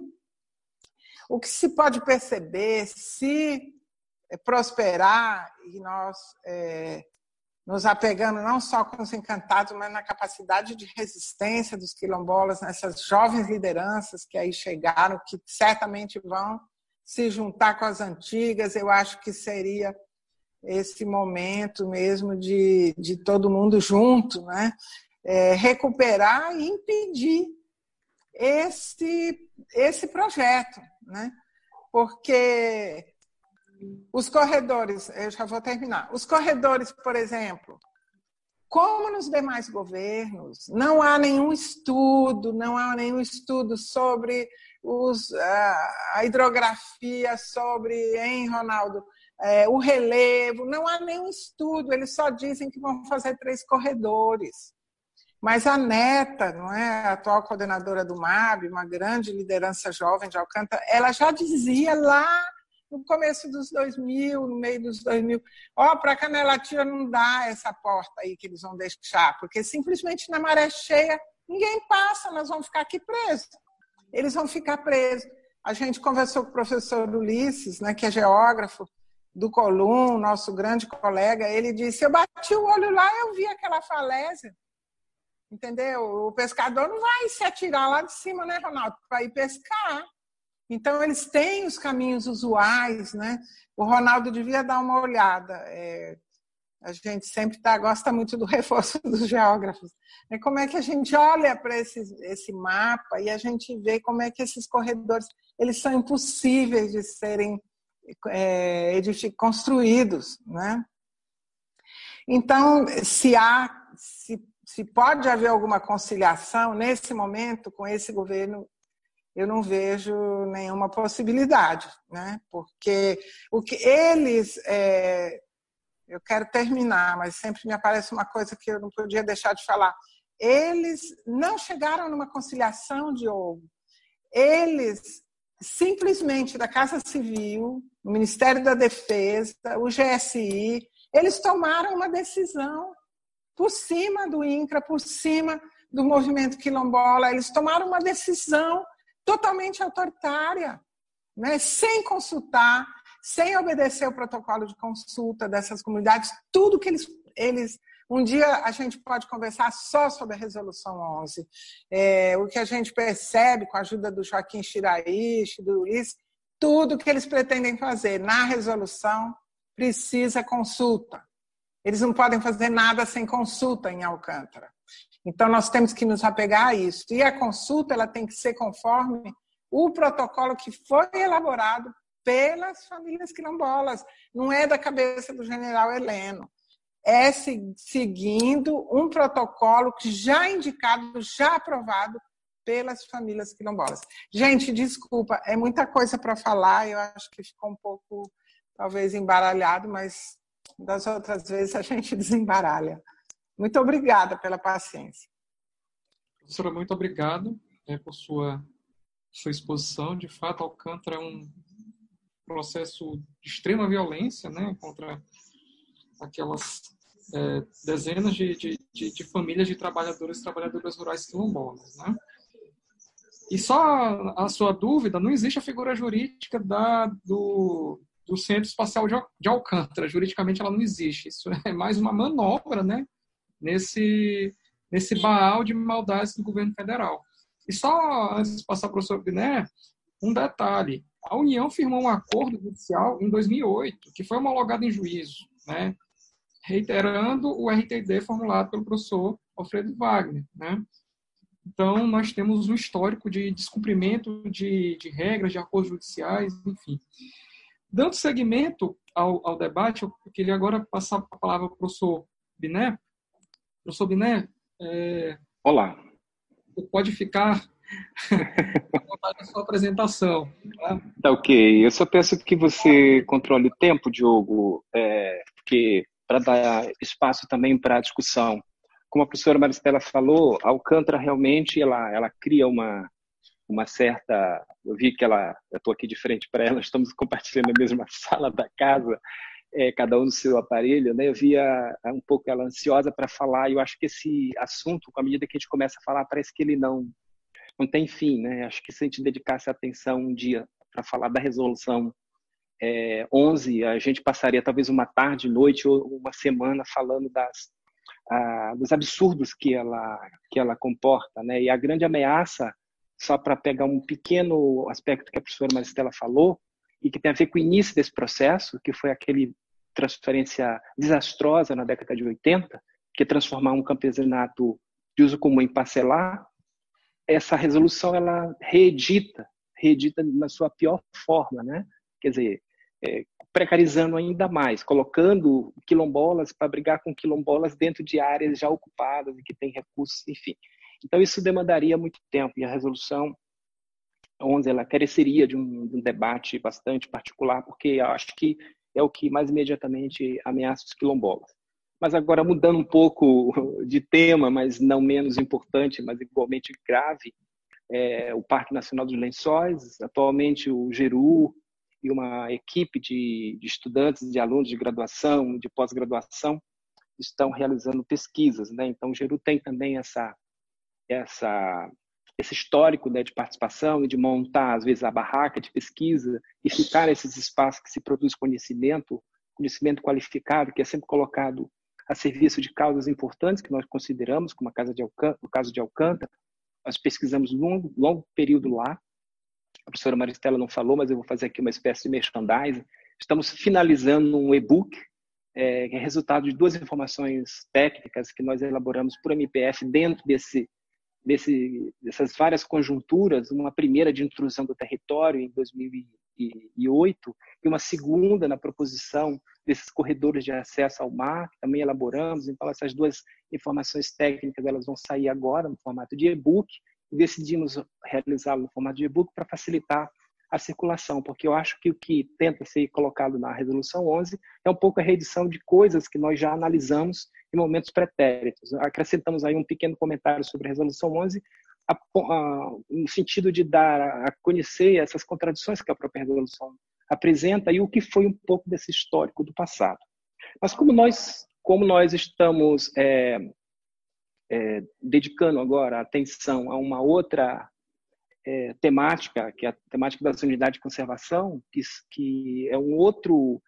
pode perceber, se prosperar, e nós nos apegando não só com os encantados, mas na capacidade de resistência dos quilombolas, nessas jovens lideranças que aí chegaram, que certamente vão se juntar com as antigas. Eu acho que seria esse momento mesmo de todo mundo junto, né? Recuperar e impedir esse projeto, né? Porque os corredores, eu já vou terminar. Os corredores, por exemplo, como nos demais governos, não há nenhum estudo sobre a hidrografia, Ronaldo, o relevo, não há nenhum estudo, eles só dizem que vão fazer 3 corredores. Mas a neta, não é, a atual coordenadora do MAB, uma grande liderança jovem de Alcântara, ela já dizia lá no começo dos 2000, no meio dos 2000. Ó, para Canelatia não dá essa porta aí que eles vão deixar, porque simplesmente na maré cheia ninguém passa, nós vamos ficar aqui presos. Eles vão ficar presos. A gente conversou com o professor Ulisses, né, que é geógrafo do Colum, nosso grande colega. Ele disse, eu bati o olho lá e eu vi aquela falésia. Entendeu? O pescador não vai se atirar lá de cima, né, Ronaldo, para ir pescar. Então, eles têm os caminhos usuais, né? O Ronaldo devia dar uma olhada. A gente sempre gosta muito do reforço dos geógrafos. Como é que a gente olha para esse mapa e a gente vê como é que esses corredores eles são impossíveis de serem construídos, né? Então, se pode haver alguma conciliação nesse momento com esse governo, eu não vejo nenhuma possibilidade, né? Porque o que eles... eu quero terminar, mas sempre me aparece uma coisa que eu não podia deixar de falar. Eles não chegaram numa conciliação, Diogo. Eles, simplesmente, da Casa Civil, o Ministério da Defesa, o GSI, eles tomaram uma decisão por cima do INCRA, por cima do movimento quilombola. Eles tomaram uma decisão totalmente autoritária, né? Sem consultar, sem obedecer o protocolo de consulta dessas comunidades, tudo que eles... Um dia a gente pode conversar só sobre a Resolução 11. O que a gente percebe com a ajuda do Joaquim Shiraishi, do Ulisses, tudo que eles pretendem fazer na resolução precisa consulta. Eles não podem fazer nada sem consulta em Alcântara. Então, nós temos que nos apegar a isso. E a consulta ela tem que ser conforme o protocolo que foi elaborado pelas famílias quilombolas. Não é da cabeça do general Heleno. É seguindo um protocolo que já indicado, já aprovado pelas famílias quilombolas. Gente, desculpa, é muita coisa para falar. Eu acho que ficou um pouco, talvez, embaralhado, mas das outras vezes a gente desembaralha. Muito obrigada pela paciência. Professora, muito obrigado por sua exposição. De fato, Alcântara é um processo de extrema violência, né, contra aquelas dezenas de famílias de trabalhadores e trabalhadoras rurais quilombolas, né? E só a sua dúvida, não existe a figura jurídica do Centro Espacial de Alcântara. Juridicamente ela não existe. Isso é mais uma manobra, né, nesse baal de maldades do governo federal. E só antes de passar para o professor Biné, um detalhe. A União firmou um acordo judicial em 2008, que foi homologado em juízo, né, reiterando o RTD formulado pelo professor Alfredo Wagner, né? Então, nós temos um histórico de descumprimento de regras, de acordos judiciais, enfim. Dando seguimento ao debate, eu queria agora passar a palavra para o professor Biné. Professor Biné, olá. Pode ficar à vontade da sua apresentação. Tá ok. Eu só peço que você controle o tempo, Diogo, porque para dar espaço também para a discussão. Como a professora Maristela falou, a Alcântara realmente ela cria uma certa... Eu vi que eu estou aqui de frente para ela, estamos compartilhando a mesma sala da casa, cada um no seu aparelho, né? Eu via um pouco ela ansiosa para falar, e eu acho que esse assunto, à medida que a gente começa a falar, parece que ele não tem fim, né? Acho que se a gente dedicasse atenção um dia para falar da resolução 11, a gente passaria talvez uma tarde, noite ou uma semana falando dos absurdos que ela comporta, né? E a grande ameaça, só para pegar um pequeno aspecto que a professora Maristela falou, e que tem a ver com o início desse processo, que foi aquele transferência desastrosa na década de 80, que é transformar um campesinato de uso comum em parcelar. Essa resolução ela reedita na sua pior forma, né? Quer dizer, precarizando ainda mais, colocando quilombolas para brigar com quilombolas dentro de áreas já ocupadas e que têm recursos, enfim. Então, isso demandaria muito tempo, e a resolução 11 ela careceria de um debate bastante particular, porque eu acho que é o que mais imediatamente ameaça os quilombolas. Mas agora, mudando um pouco de tema, mas não menos importante, mas igualmente grave, o Parque Nacional dos Lençóis, atualmente o Geru, e uma equipe de estudantes, de alunos de graduação, de pós-graduação, estão realizando pesquisas, né? Então, o Geru tem também esse histórico, né, de participação e de montar, às vezes, a barraca de pesquisa e ficar nesses espaços que se produz conhecimento qualificado, que é sempre colocado a serviço de causas importantes que nós consideramos, como o caso de Alcântara. Nós pesquisamos longo período lá. A professora Maristela não falou, mas eu vou fazer aqui uma espécie de merchandising. Estamos finalizando um e-book, que é resultado de 2 informações técnicas que nós elaboramos por MPF dentro dessas várias conjunturas, uma primeira de intrusão do território em 2008 e uma segunda na proposição desses corredores de acesso ao mar, que também elaboramos. Então, essas 2 informações técnicas elas vão sair agora no formato de e-book e decidimos realizá-lo no formato de e-book para facilitar a circulação, porque eu acho que o que tenta ser colocado na Resolução 11 é um pouco a reedição de coisas que nós já analisamos em momentos pretéritos. Acrescentamos aí um pequeno comentário sobre a Resolução 11, no sentido de dar a conhecer essas contradições que a própria Resolução apresenta e o que foi um pouco desse histórico do passado. Mas como nós estamos dedicando agora atenção a uma outra temática, que é a temática das unidades de conservação, que é um outro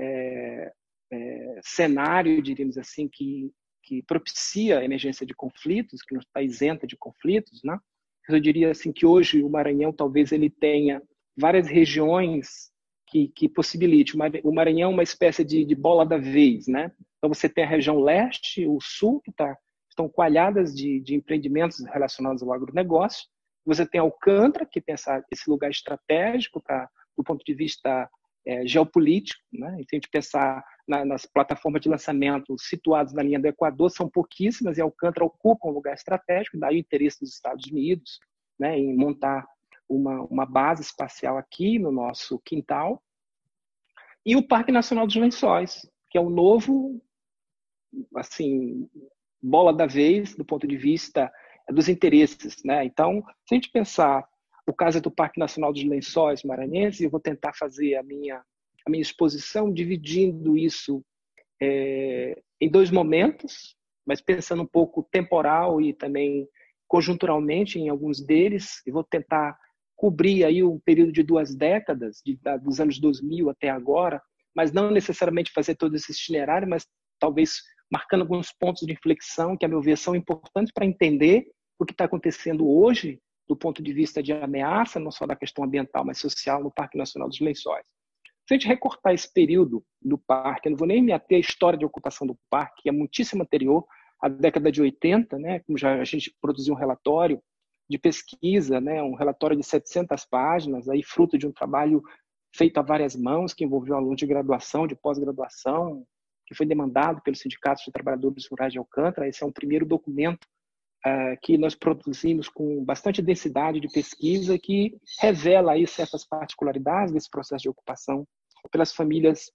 cenário, diríamos assim, que propicia a emergência de conflitos, que não está isenta de conflitos, né? Eu diria assim que hoje o Maranhão talvez ele tenha várias regiões que possibilite. O Maranhão é uma espécie de bola da vez, né? Então você tem a região leste, o sul, que estão coalhadas de empreendimentos relacionados ao agronegócio. Você tem Alcântara, que tem esse lugar estratégico do ponto de vista geopolítico, né? E se a gente pensar nas plataformas de lançamento situadas na linha do Equador, são pouquíssimas, e Alcântara ocupa um lugar estratégico, daí o interesse dos Estados Unidos, né, em montar uma base espacial aqui no nosso quintal. E o Parque Nacional dos Lençóis, que é o novo, assim, bola da vez do ponto de vista dos interesses, né? Então, se a gente pensar o caso do Parque Nacional dos Lençóis Maranhenses, eu vou tentar fazer a minha exposição dividindo isso em 2 momentos, mas pensando um pouco temporal e também conjunturalmente em alguns deles. Eu vou tentar cobrir aí um período de 2 décadas, dos anos 2000 até agora, mas não necessariamente fazer todo esse itinerário, mas talvez marcando alguns pontos de inflexão que, a meu ver, são importantes para entender o que está acontecendo hoje do ponto de vista de ameaça, não só da questão ambiental, mas social, no Parque Nacional dos Lençóis. Se a gente recortar esse período do parque, eu não vou nem me ater à história de ocupação do parque, que é muitíssimo anterior à década de 80, né? Como já a gente produziu um relatório de pesquisa, né? Um relatório de 700 páginas, aí fruto de um trabalho feito a várias mãos, que envolveu alunos de graduação, de pós-graduação, que foi demandado pelos sindicatos de trabalhadores rurais de Alcântara. Esse é um primeiro documento que nós produzimos com bastante densidade de pesquisa, que revela aí certas particularidades desse processo de ocupação pelas famílias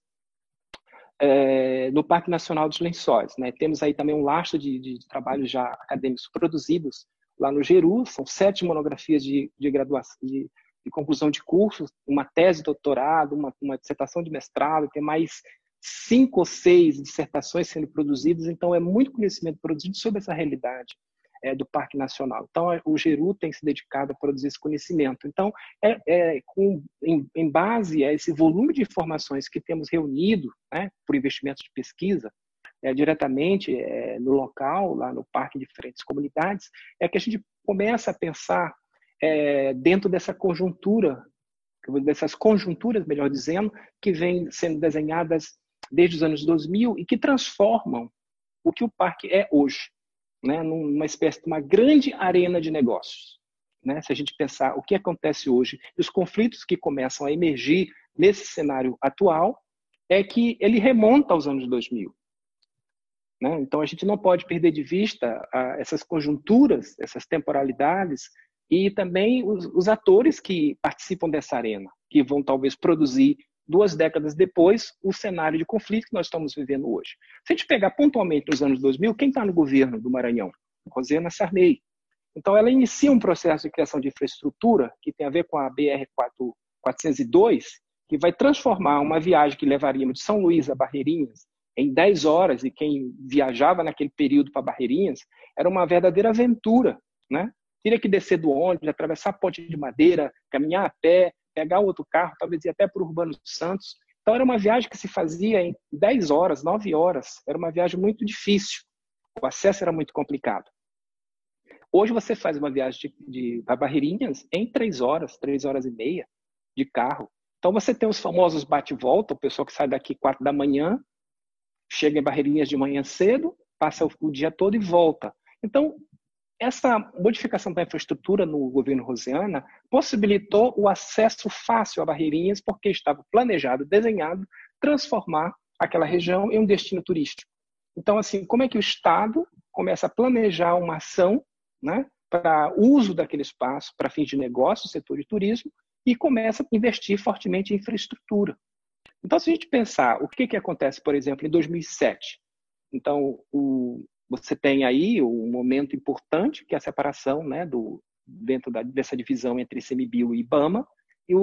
no Parque Nacional dos Lençóis, né? Temos aí também um lastro de trabalhos já acadêmicos produzidos lá no Geru. São 7 monografias de graduação, de conclusão de cursos, uma tese de doutorado, uma dissertação de mestrado, tem mais 5 ou 6 dissertações sendo produzidas. Então é muito conhecimento produzido sobre essa realidade do Parque Nacional. Então, o Geru tem se dedicado a produzir esse conhecimento. Então, em base a esse volume de informações que temos reunido, né, por investimentos de pesquisa, diretamente no local, lá no parque, em diferentes comunidades, é que a gente começa a pensar dentro dessa conjuntura, dessas conjunturas, melhor dizendo, que vêm sendo desenhadas desde os anos 2000 e que transformam o que o parque é hoje, né, numa espécie de uma grande arena de negócios, né? Se a gente pensar o que acontece hoje e os conflitos que começam a emergir nesse cenário atual, é que ele remonta aos anos 2000, né? Então a gente não pode perder de vista essas conjunturas, essas temporalidades e também os atores que participam dessa arena, que vão talvez produzir 2 décadas depois o cenário de conflito que nós estamos vivendo hoje. Se a gente pegar pontualmente nos anos 2000, quem está no governo do Maranhão? Rosena Sarney. Então, ela inicia um processo de criação de infraestrutura que tem a ver com a BR-402, que vai transformar uma viagem que levaríamos de São Luís a Barreirinhas em 10 horas, e quem viajava naquele período para Barreirinhas era uma verdadeira aventura, né? Teria que descer do ônibus, atravessar a ponte de madeira, caminhar a pé, pegar outro carro, talvez ir até para o Urbano Santos. Então era uma viagem que se fazia em 10 horas, 9 horas. Era uma viagem muito difícil. O acesso era muito complicado. Hoje você faz uma viagem para Barreirinhas em 3 horas e meia de carro. Então você tem os famosos bate-volta, o pessoal que sai daqui 4 da manhã, chega em Barreirinhas de manhã cedo, passa o dia todo e volta. Então, essa modificação da infraestrutura no governo Rosiana possibilitou o acesso fácil a Barreirinhas, porque estava planejado, desenhado, transformar aquela região em um destino turístico. Então, assim, como é que o Estado começa a planejar uma ação, né, para uso daquele espaço, para fins de negócio, setor de turismo, e começa a investir fortemente em infraestrutura. Então, se a gente pensar o que acontece, por exemplo, em 2007, então, você tem aí um momento importante, que é a separação, né, dentro dessa divisão entre ICMBio e IBAMA, e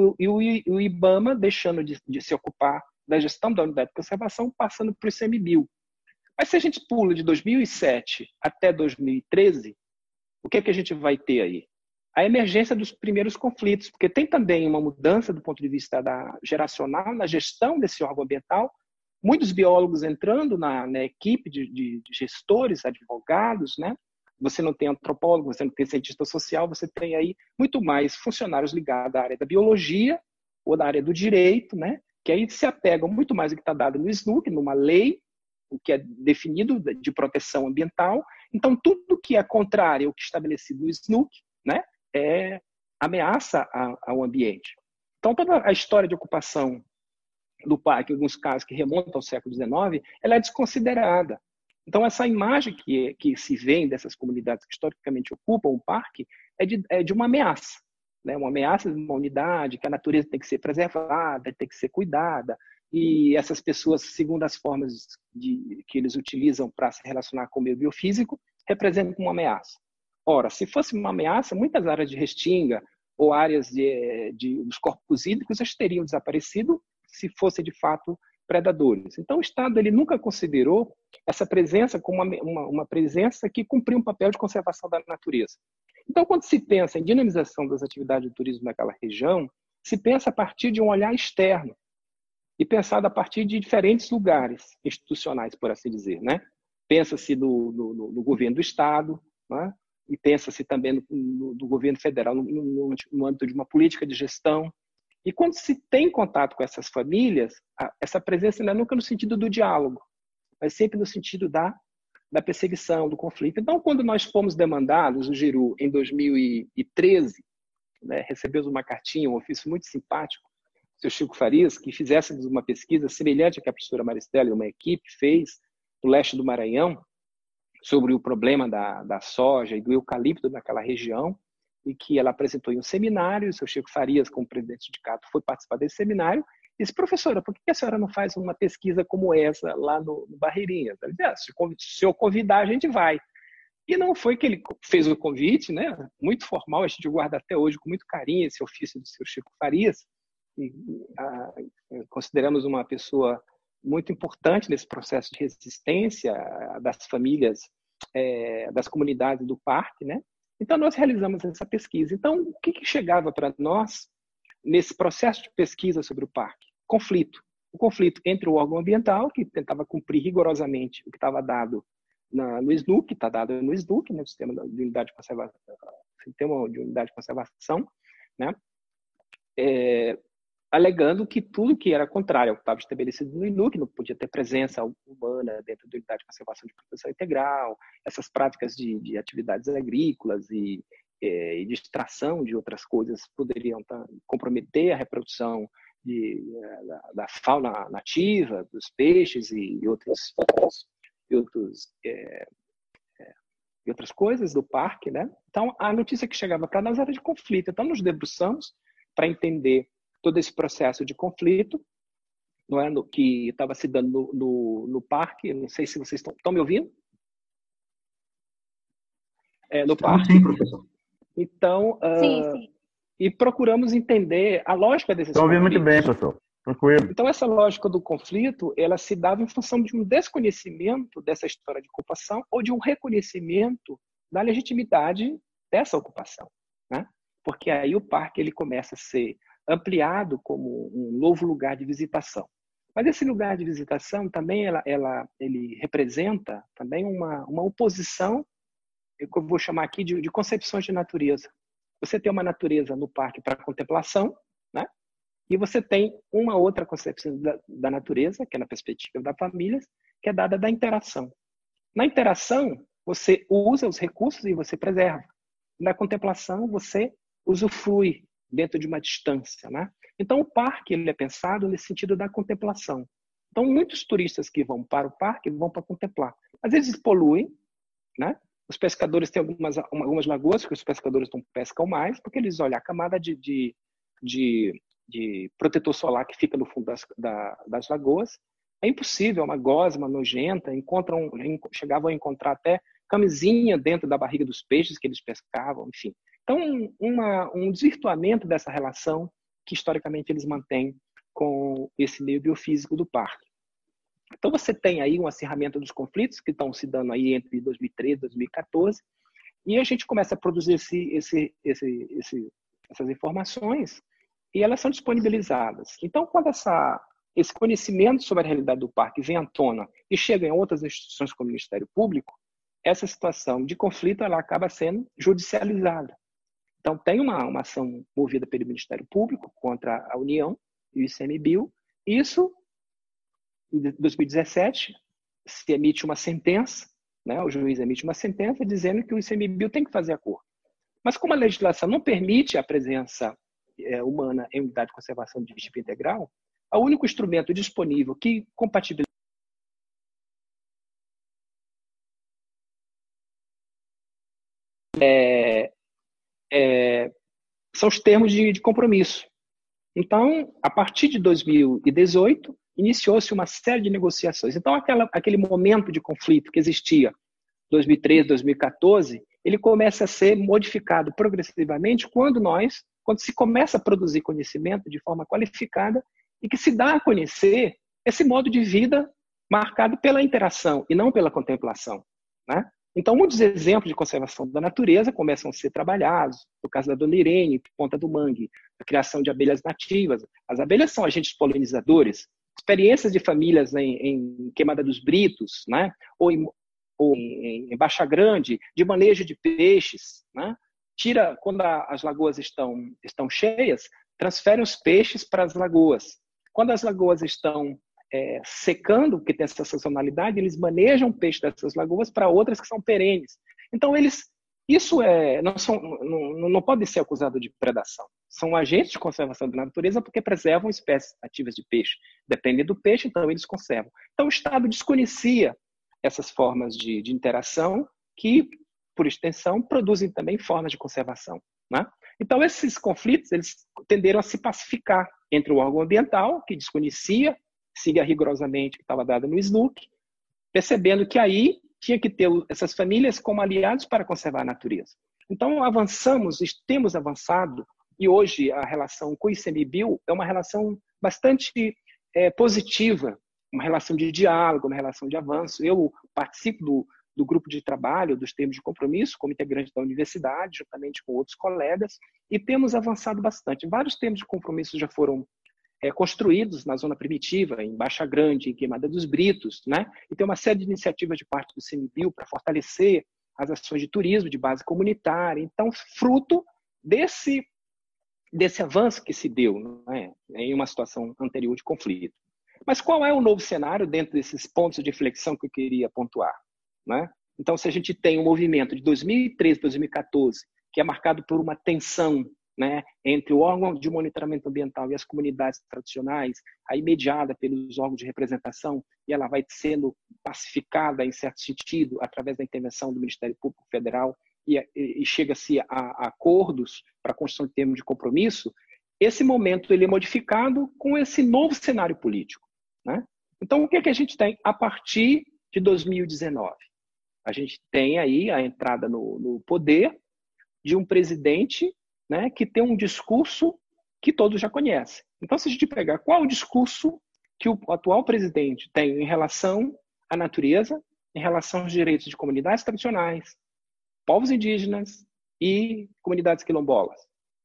o IBAMA deixando de se ocupar da gestão da unidade de conservação, passando para o ICMBio. Mas se a gente pula de 2007 até 2013, o que a gente vai ter aí? A emergência dos primeiros conflitos, porque tem também uma mudança do ponto de vista geracional na gestão desse órgão ambiental, muitos biólogos entrando na equipe de gestores, advogados, né? Você não tem antropólogo, você não tem cientista social, você tem aí muito mais funcionários ligados à área da biologia ou da área do direito, né? Que aí se apegam muito mais ao que está dado no SNUC, numa lei, o que é definido de proteção ambiental. Então, tudo que é contrário ao que é estabelecido no SNUC, né, é ameaça ao ambiente. Então, toda a história de ocupação do parque, em alguns casos que remontam ao século XIX, ela é desconsiderada. Então, essa imagem que se vê dessas comunidades que historicamente ocupam o parque é de uma ameaça, né? Uma ameaça de uma unidade, que a natureza tem que ser preservada, tem que ser cuidada, e essas pessoas, segundo as formas que eles utilizam para se relacionar com o meio biofísico, representam uma ameaça. Ora, se fosse uma ameaça, muitas áreas de restinga ou áreas dos corpos hídricos já teriam desaparecido se fossem de fato predadores. Então, o Estado ele nunca considerou essa presença como uma presença que cumpria um papel de conservação da natureza. Então, quando se pensa em dinamização das atividades de turismo naquela região, se pensa a partir de um olhar externo e pensado a partir de diferentes lugares institucionais, por assim dizer, né? Pensa-se no governo do Estado, né? E pensa-se também no governo federal, no âmbito de uma política de gestão. E quando se tem contato com essas famílias, essa presença não é nunca no sentido do diálogo, mas sempre no sentido da perseguição, do conflito. Então, quando nós fomos demandados, o Giru, em 2013, né, recebemos uma cartinha, um ofício muito simpático, do seu Chico Farias, que fizéssemos uma pesquisa semelhante à que a professora Maristela e uma equipe fez no leste do Maranhão, sobre o problema da soja e do eucalipto naquela região, e que ela apresentou em um seminário, o seu Chico Farias, como presidente do sindicato, foi participar desse seminário, e disse: professora, por que a senhora não faz uma pesquisa como essa lá no Barreirinhas? Ela disse: se o senhor convidar, a gente vai. E não foi que ele fez o convite, né? Muito formal, a gente guarda até hoje com muito carinho esse ofício do seu Chico Farias, e consideramos uma pessoa muito importante nesse processo de resistência das famílias, das comunidades do parque, né? Então, nós realizamos essa pesquisa. Então, o que chegava para nós nesse processo de pesquisa sobre o parque? Conflito. O conflito entre o órgão ambiental, que tentava cumprir rigorosamente o que estava dado no SNUC, está dado no SNUC, né, Sistema de Unidade de Conservação, né? Alegando que tudo que era contrário ao que estava estabelecido no INUC, não podia ter presença humana dentro da unidade de conservação de proteção integral, essas práticas de atividades agrícolas e de extração de outras coisas poderiam comprometer a reprodução da fauna nativa, dos peixes e outras coisas do parque, né? Então, a notícia que chegava para nós era de conflito. Então, nos debruçamos para entender todo esse processo de conflito, não é, que estava se dando no parque. Não sei se vocês estão me ouvindo. No parque. Sim, professor. Então, sim. E procuramos entender a lógica desses conflitos. Estão ouvindo muito bem, professor. Tranquilo. Então, essa lógica do conflito, ela se dava em função de um desconhecimento dessa história de ocupação ou de um reconhecimento da legitimidade dessa ocupação, né? Porque aí o parque ele começa a ser ampliado como um novo lugar de visitação. Mas esse lugar de visitação também ele representa também uma oposição, que eu vou chamar aqui de concepções de natureza. Você tem uma natureza no parque para contemplação, né? E você tem uma outra concepção da natureza, que é na perspectiva da família, que é dada da interação. Na interação, você usa os recursos e você preserva. Na contemplação, você usufrui dentro de uma distância, né? Então, o parque ele é pensado nesse sentido da contemplação. Então, muitos turistas que vão para o parque vão para contemplar. Às vezes poluem, né? Os pescadores têm algumas lagoas que os pescadores não pescam mais, porque eles olham a camada de protetor solar que fica no fundo das lagoas. É impossível, é uma gosma nojenta. Chegavam a encontrar até camisinha dentro da barriga dos peixes que eles pescavam, enfim. Então, um desvirtuamento dessa relação que historicamente eles mantêm com esse meio biofísico do parque. Então, você tem aí um acirramento dos conflitos que estão se dando aí entre 2013 e 2014, e a gente começa a produzir essas informações e elas são disponibilizadas. Então, quando esse conhecimento sobre a realidade do parque vem à tona e chega em outras instituições como o Ministério Público, essa situação de conflito ela acaba sendo judicializada. Então, tem uma ação movida pelo Ministério Público contra a União e o ICMBio. Isso, em 2017, se emite uma sentença, né? O juiz emite uma sentença dizendo que o ICMBio tem que fazer acordo. Mas como a legislação não permite a presença humana em unidade de conservação de tipo integral, o único instrumento disponível que compatibiliza são os termos de compromisso. Então, a partir de 2018, iniciou-se uma série de negociações. Então, aquele momento de conflito que existia em 2013, 2014, ele começa a ser modificado progressivamente quando se começa a produzir conhecimento de forma qualificada e que se dá a conhecer esse modo de vida marcado pela interação e não pela contemplação, né? Então, muitos exemplos de conservação da natureza começam a ser trabalhados. No caso da Dona Irene, Ponta do Mangue, a criação de abelhas nativas. As abelhas são agentes polinizadores. Experiências de famílias em Queimada dos Britos, né? ou em Baixa Grande, de manejo de peixes, né? Quando as lagoas estão cheias, transferem os peixes para as lagoas. Quando as lagoas estão secando, porque tem essa sazonalidade, eles manejam o peixe dessas lagoas para outras que são perenes. Então, não podem ser acusados de predação. São agentes de conservação da natureza porque preservam espécies ativas de peixe. Depende do peixe, então eles conservam. Então, o Estado desconhecia essas formas de interação que, por extensão, produzem também formas de conservação, né? Então, esses conflitos eles tenderam a se pacificar entre o órgão ambiental, que desconhecia, siga rigorosamente o que estava dado no SNUC, percebendo que aí tinha que ter essas famílias como aliados para conservar a natureza. Então, temos avançado, e hoje a relação com o ICMBio é uma relação bastante positiva, uma relação de diálogo, uma relação de avanço. Eu participo do grupo de trabalho, dos termos de compromisso, como integrante da universidade, juntamente com outros colegas, e temos avançado bastante. Vários termos de compromisso já foram construídos na zona primitiva, em Baixa Grande, em Queimada dos Britos, né? E tem uma série de iniciativas de parte do ICMBio para fortalecer as ações de turismo de base comunitária. Então, fruto desse avanço que se deu, né, em uma situação anterior de conflito. Mas qual é o novo cenário dentro desses pontos de reflexão que eu queria pontuar, né? Então, se a gente tem um movimento de 2013 a 2014, que é marcado por uma tensão, né, entre o órgão de monitoramento ambiental e as comunidades tradicionais, aí mediada pelos órgãos de representação, e ela vai sendo pacificada, em certo sentido, através da intervenção do Ministério Público Federal, e chega-se a acordos para a construção de termos de compromisso. Esse momento ele é modificado com esse novo cenário político, né? Então, o que a gente tem a partir de 2019? A gente tem aí a entrada no poder de um presidente, né, que tem um discurso que todos já conhecem. Então, se a gente pegar qual o discurso que o atual presidente tem em relação à natureza, em relação aos direitos de comunidades tradicionais, povos indígenas e comunidades quilombolas,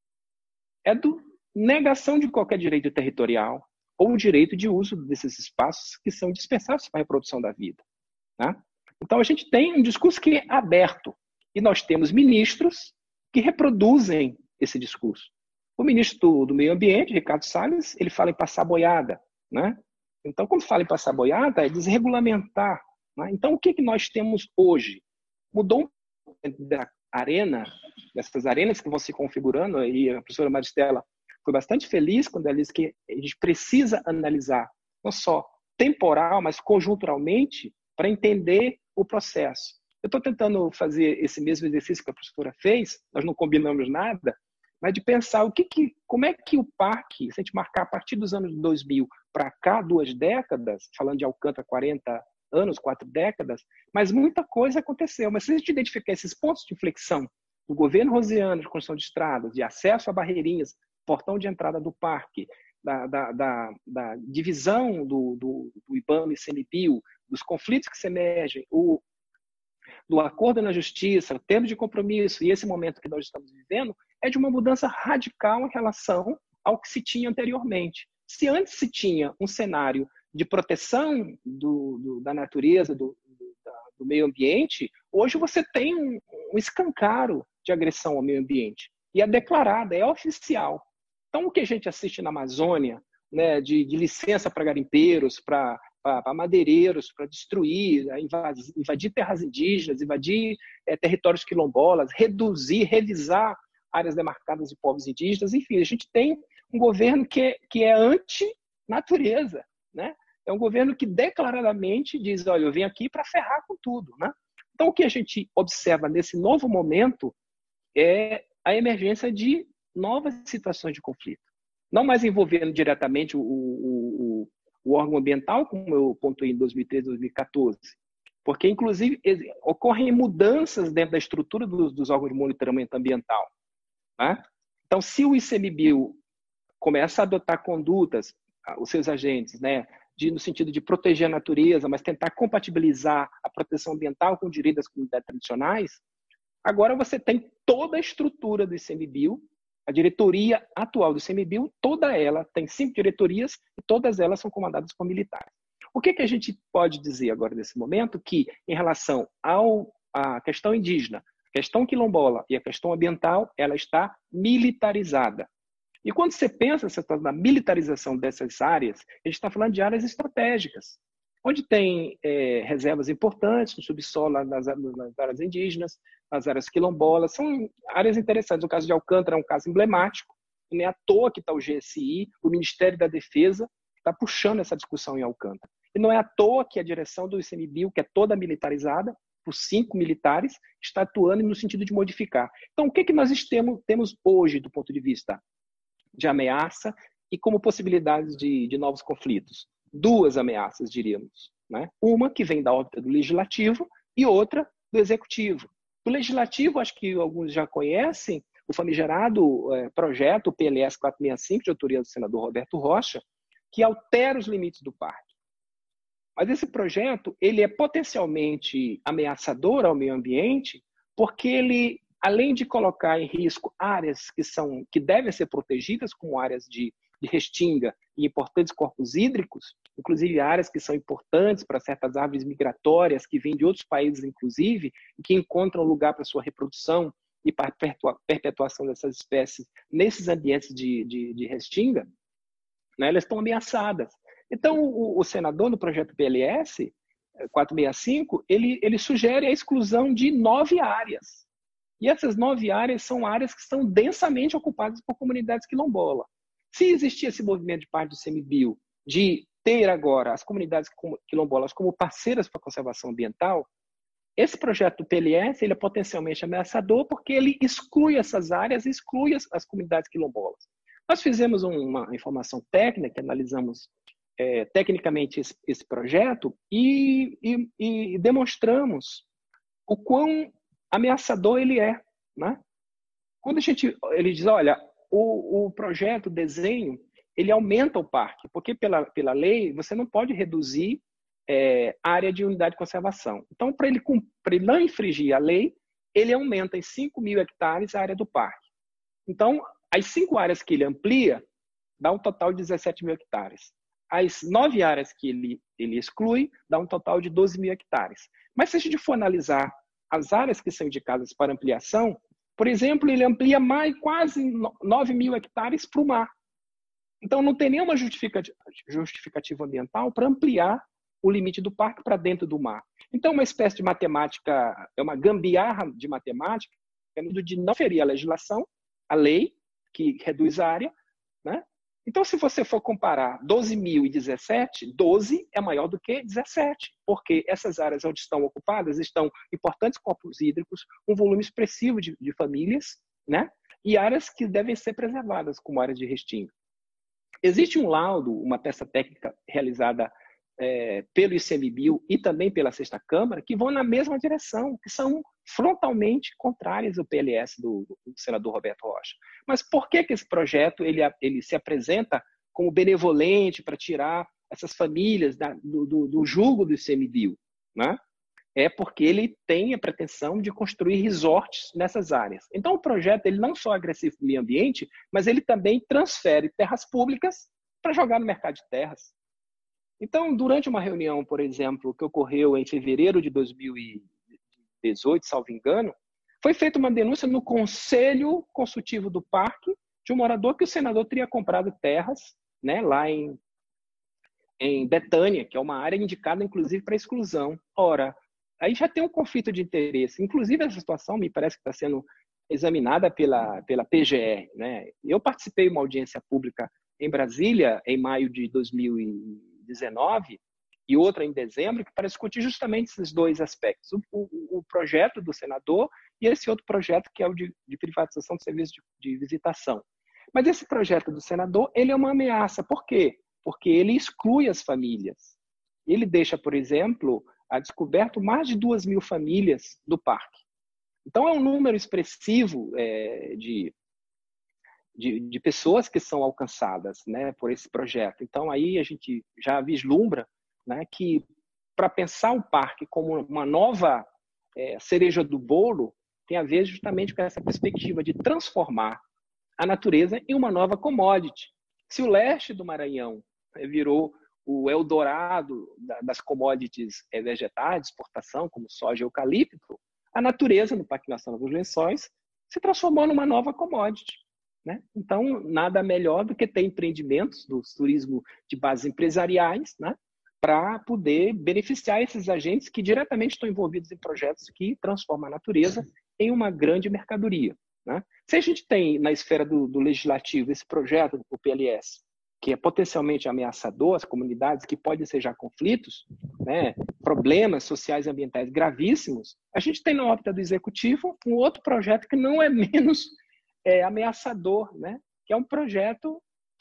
é do negação de qualquer direito territorial ou direito de uso desses espaços que são dispensáveis para a reprodução da vida. Né? Então, a gente tem um discurso que é aberto e nós temos ministros que reproduzem esse discurso. O ministro do Meio Ambiente, Ricardo Salles, ele fala em passar boiada. Né? Então, quando fala em passar boiada, é desregulamentar. Né? Então, o que nós temos hoje? Mudou um pouco da arena, dessas arenas que vão se configurando, e a professora Maristela foi bastante feliz quando ela disse que a gente precisa analisar, não só temporal, mas conjunturalmente, para entender o processo. Eu estou tentando fazer esse mesmo exercício que a professora fez, nós não combinamos nada, mas de pensar como é que o parque, se a gente marcar a partir dos anos 2000 para cá, 2 décadas, falando de Alcântara, 40 anos, 4 décadas, mas muita coisa aconteceu. Mas se a gente identificar esses pontos de inflexão do governo rosiano de construção de estradas, de acesso a barreirinhas, portão de entrada do parque, da divisão do IBAMA e ICMBio, dos conflitos que se emergem, do acordo na justiça, o termo de compromisso e esse momento que nós estamos vivendo é de uma mudança radical em relação ao que se tinha anteriormente. Se antes se tinha um cenário de proteção da natureza, do meio ambiente, hoje você tem um escancaro de agressão ao meio ambiente. E é declarada, é oficial. Então, o que a gente assiste na Amazônia, né, de licença para garimpeiros, para madeireiros, para destruir, invadir terras indígenas, invadir territórios quilombolas, reduzir, revisar áreas demarcadas de povos indígenas, enfim, a gente tem um governo que é anti-natureza, né? É um governo que declaradamente diz, olha, eu vim aqui para ferrar com tudo, né? Então, o que a gente observa nesse novo momento é a emergência de novas situações de conflito. Não mais envolvendo diretamente o órgão ambiental, como eu pontuei em 2013, 2014, porque, inclusive, ocorrem mudanças dentro da estrutura dos órgãos de monitoramento ambiental. Né? Então, se o ICMBio começa a adotar condutas, os seus agentes, né, no sentido de proteger a natureza, mas tentar compatibilizar a proteção ambiental com o direito das comunidades tradicionais, agora você tem toda a estrutura do ICMBio, a diretoria atual do ICMBio, toda ela tem 5 diretorias e todas elas são comandadas por militares. O que a gente pode dizer agora nesse momento? Que em relação à questão indígena, a questão quilombola e a questão ambiental, ela está militarizada. E quando você pensa na militarização dessas áreas, a gente está falando de áreas estratégicas, onde tem reservas importantes no subsolo, nas áreas indígenas, nas áreas quilombolas. São áreas interessantes. O caso de Alcântara é um caso emblemático. Não é à toa que está o GSI, o Ministério da Defesa, está puxando essa discussão em Alcântara. E não é à toa que a direção do ICMBio, que é toda militarizada, por 5 militares, está atuando no sentido de modificar. Então, o que nós temos hoje do ponto de vista de ameaça e como possibilidades de novos conflitos? 2 ameaças, diríamos. Né? Uma que vem da órbita do legislativo e outra do executivo. Do legislativo, acho que alguns já conhecem, o famigerado projeto, o PLS 465, de autoria do senador Roberto Rocha, que altera os limites do parque. Mas esse projeto ele é potencialmente ameaçador ao meio ambiente, porque ele, além de colocar em risco áreas que devem ser protegidas, como áreas de restinga e importantes corpos hídricos, inclusive áreas que são importantes para certas árvores migratórias que vêm de outros países, inclusive, e que encontram lugar para sua reprodução e para a perpetuação dessas espécies nesses ambientes de restinga, né, elas estão ameaçadas. Então, o senador, no projeto PLS 465, ele sugere a exclusão de 9 áreas. E essas 9 áreas são áreas que são densamente ocupadas por comunidades quilombolas. Se existir esse movimento de parte do ICMBio de ter agora as comunidades quilombolas como parceiras para a conservação ambiental, esse projeto do PLS ele é potencialmente ameaçador porque ele exclui essas áreas, exclui as comunidades quilombolas. Nós fizemos uma informação técnica, analisamos tecnicamente esse projeto e demonstramos o quão ameaçador ele é. Né? Quando ele diz, olha, o projeto, o desenho, ele aumenta o parque, porque pela lei você não pode reduzir área de unidade de conservação. Então, para ele não infringir a lei, ele aumenta em 5.000 hectares a área do parque. Então, as 5 áreas que ele amplia, dá um total de 17.000 hectares. As 9 áreas que ele exclui, dá um total de 12.000 hectares. Mas se a gente for analisar as áreas que são indicadas para ampliação, por exemplo, ele amplia mais quase 9.000 hectares para o mar. Então, não tem nenhuma justificativa ambiental para ampliar o limite do parque para dentro do mar. Então, uma espécie de matemática, é uma gambiarra de matemática, de não ferir a legislação, a lei, que reduz a área, né? Então, se você for comparar 12.000 e 17, 12 é maior do que 17, porque essas áreas onde estão ocupadas estão importantes corpos hídricos, um volume expressivo de famílias, né? E áreas que devem ser preservadas, como áreas de restinho. Existe um laudo, uma peça técnica realizada pelo ICMBio e também pela Sexta Câmara, que vão na mesma direção, que são frontalmente contrárias ao PLS do senador Roberto Rocha. Mas por que esse projeto ele se apresenta como benevolente para tirar essas famílias do jugo do ICMBio, né? É porque ele tem a pretensão de construir resorts nessas áreas. Então, o projeto ele não só é agressivo para o meio ambiente, mas ele também transfere terras públicas para jogar no mercado de terras. Então, durante uma reunião, por exemplo, que ocorreu em fevereiro de 2018, salvo engano, foi feita uma denúncia no Conselho Consultivo do Parque de um morador que o senador teria comprado terras, né, lá em Betânia, que é uma área indicada, inclusive, para exclusão. Ora, aí já tem um conflito de interesse. Inclusive, essa situação me parece que está sendo examinada pela PGR, né? Eu participei de uma audiência pública em Brasília, em maio de 2019, e outra em dezembro, para discutir justamente esses dois aspectos. O projeto do senador e esse outro projeto que é o de privatização de serviços de visitação. Mas esse projeto do senador, ele é uma ameaça. Por quê? Porque ele exclui as famílias. Ele deixa, por exemplo, a descoberto mais de 2.000 famílias do parque. Então, é um número expressivo de pessoas que são alcançadas, né, por esse projeto. Então, aí a gente já vislumbra, né, que para pensar o parque como uma nova cereja do bolo, tem a ver justamente com essa perspectiva de transformar a natureza em uma nova commodity. Se o leste do Maranhão virou o Eldorado das commodities vegetais de exportação, como soja e eucalipto, a natureza no Parque Nacional dos Lençóis se transformou numa nova commodity, né? Então, nada melhor do que ter empreendimentos do turismo de bases empresariais, né, para poder beneficiar esses agentes que diretamente estão envolvidos em projetos que transformam a natureza em uma grande mercadoria, né? Se a gente tem na esfera do legislativo esse projeto do PLS, que é potencialmente ameaçador às comunidades, que podem ser já conflitos, né, problemas sociais e ambientais gravíssimos, a gente tem na órbita do executivo um outro projeto que não é menos ameaçador, né, que é um projeto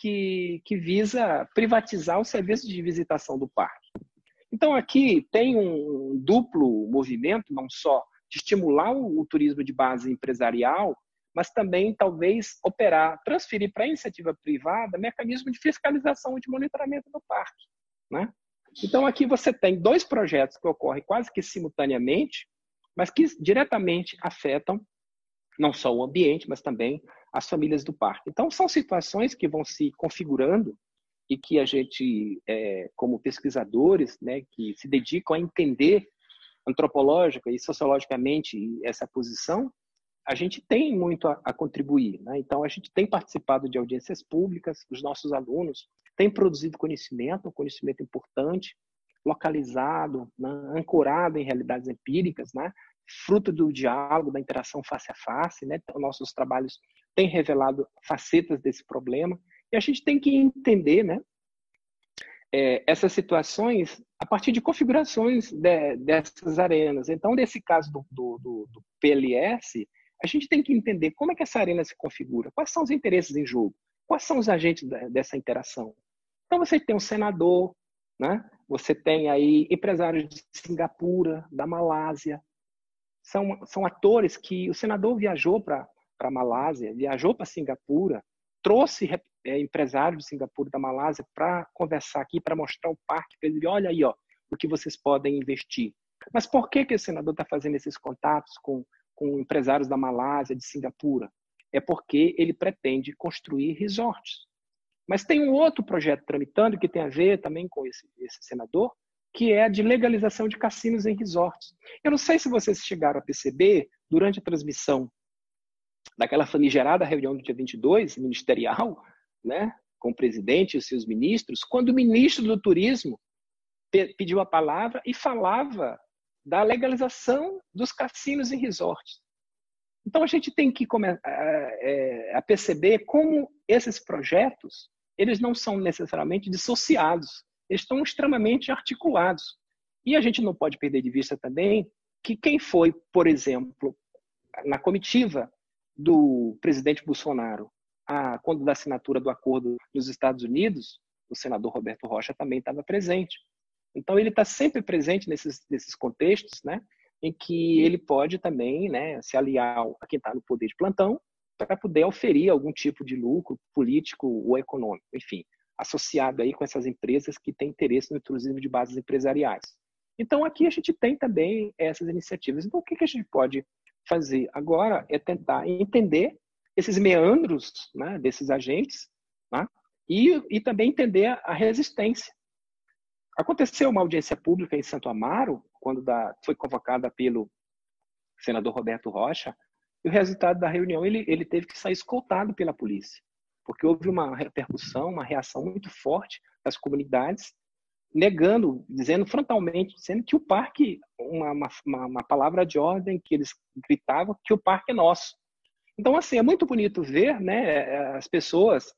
que visa privatizar o serviço de visitação do parque. Então, aqui tem um duplo movimento, não só de estimular o turismo de base empresarial, mas também, talvez, transferir para a iniciativa privada mecanismo de fiscalização e de monitoramento do parque, né? Então, aqui você tem 2 projetos que ocorrem quase que simultaneamente, mas que diretamente afetam não só o ambiente, mas também as famílias do parque. Então, são situações que vão se configurando e que a gente, como pesquisadores, né, que se dedicam a entender antropológica e sociologicamente essa posição, a gente tem muito a contribuir, né? Então, a gente tem participado de audiências públicas, os nossos alunos têm produzido conhecimento, um conhecimento importante, localizado, né, ancorado em realidades empíricas, né, fruto do diálogo, da interação face a face, né? Então, nossos trabalhos têm revelado facetas desse problema e a gente tem que entender, né, essas situações a partir de configurações dessas arenas. Então, nesse caso do PLS, a gente tem que entender como é que essa arena se configura, quais são os interesses em jogo, quais são os agentes dessa interação. Então, você tem um senador, né? Você tem aí empresários de Singapura, da Malásia. São atores que o senador viajou para a Malásia, viajou para Singapura, trouxe empresários de Singapura e da Malásia para conversar aqui, para mostrar o parque, para ele, olha aí, ó, o que vocês podem investir. Mas por que o senador está fazendo esses contatos com empresários da Malásia, de Singapura? É porque ele pretende construir resorts. Mas tem um outro projeto tramitando que tem a ver também com esse senador, que é a de legalização de cassinos em resorts. Eu não sei se vocês chegaram a perceber, durante a transmissão daquela famigerada reunião do dia 22, ministerial, né, com o presidente e os seus ministros, quando o ministro do Turismo pediu a palavra e falava da legalização dos cassinos em resorts. Então, a gente tem que começar a perceber como esses projetos, eles não são necessariamente dissociados, eles estão extremamente articulados. E a gente não pode perder de vista também que quem foi, por exemplo, na comitiva do presidente Bolsonaro, quando da assinatura do acordo nos Estados Unidos, o senador Roberto Rocha também estava presente. Então, ele está sempre presente nesses contextos, né, em que ele pode também, né, se aliar a quem está no poder de plantão para poder oferir algum tipo de lucro político ou econômico, enfim, associado aí com essas empresas que têm interesse no intrusivo de bases empresariais. Então, aqui a gente tem também essas iniciativas. Então, o que a gente pode fazer agora é tentar entender esses meandros, né, desses agentes, né, e também entender a resistência. Aconteceu uma audiência pública em Santo Amaro, quando foi convocada pelo senador Roberto Rocha, e o resultado da reunião, ele teve que sair escoltado pela polícia, porque houve uma repercussão, uma reação muito forte das comunidades, negando, dizendo frontalmente, dizendo que o parque, uma palavra de ordem que eles gritavam, que o parque é nosso. Então, assim, é muito bonito ver, né, as pessoas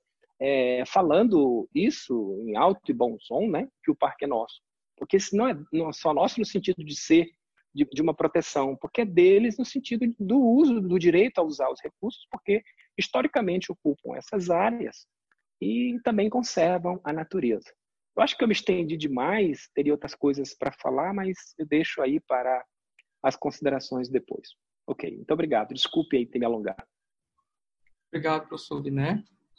falando isso em alto e bom som, né, que o parque é nosso. Porque isso não é só nosso no sentido de ser de uma proteção, porque é deles no sentido do uso, do direito a usar os recursos, porque historicamente ocupam essas áreas e também conservam a natureza. Eu acho que eu me estendi demais, teria outras coisas para falar, mas eu deixo aí para as considerações depois. Ok, muito obrigado. Desculpe aí ter me alongado. Obrigado, professor Viné.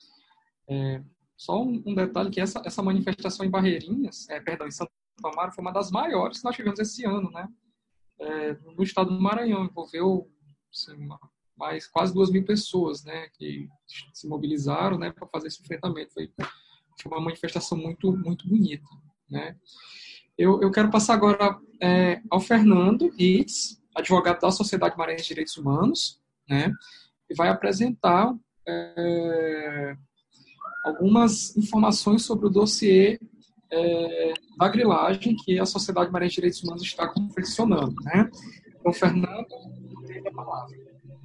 Só um detalhe, que essa manifestação em Barreirinhas, em Santo Amaro, foi uma das maiores que nós tivemos esse ano, né? No estado do Maranhão, envolveu assim, mais quase 2.000 pessoas, né, que se mobilizaram, né, para fazer esse enfrentamento. Foi uma manifestação muito, muito bonita, né? Eu quero passar agora ao Fernando Itz, advogado da Sociedade Maranhense de Direitos Humanos, né, e vai apresentar algumas informações sobre o dossiê da grilagem que a Sociedade Maranhense de Direitos Humanos está confeccionando, né? Então, Fernando, tem a palavra.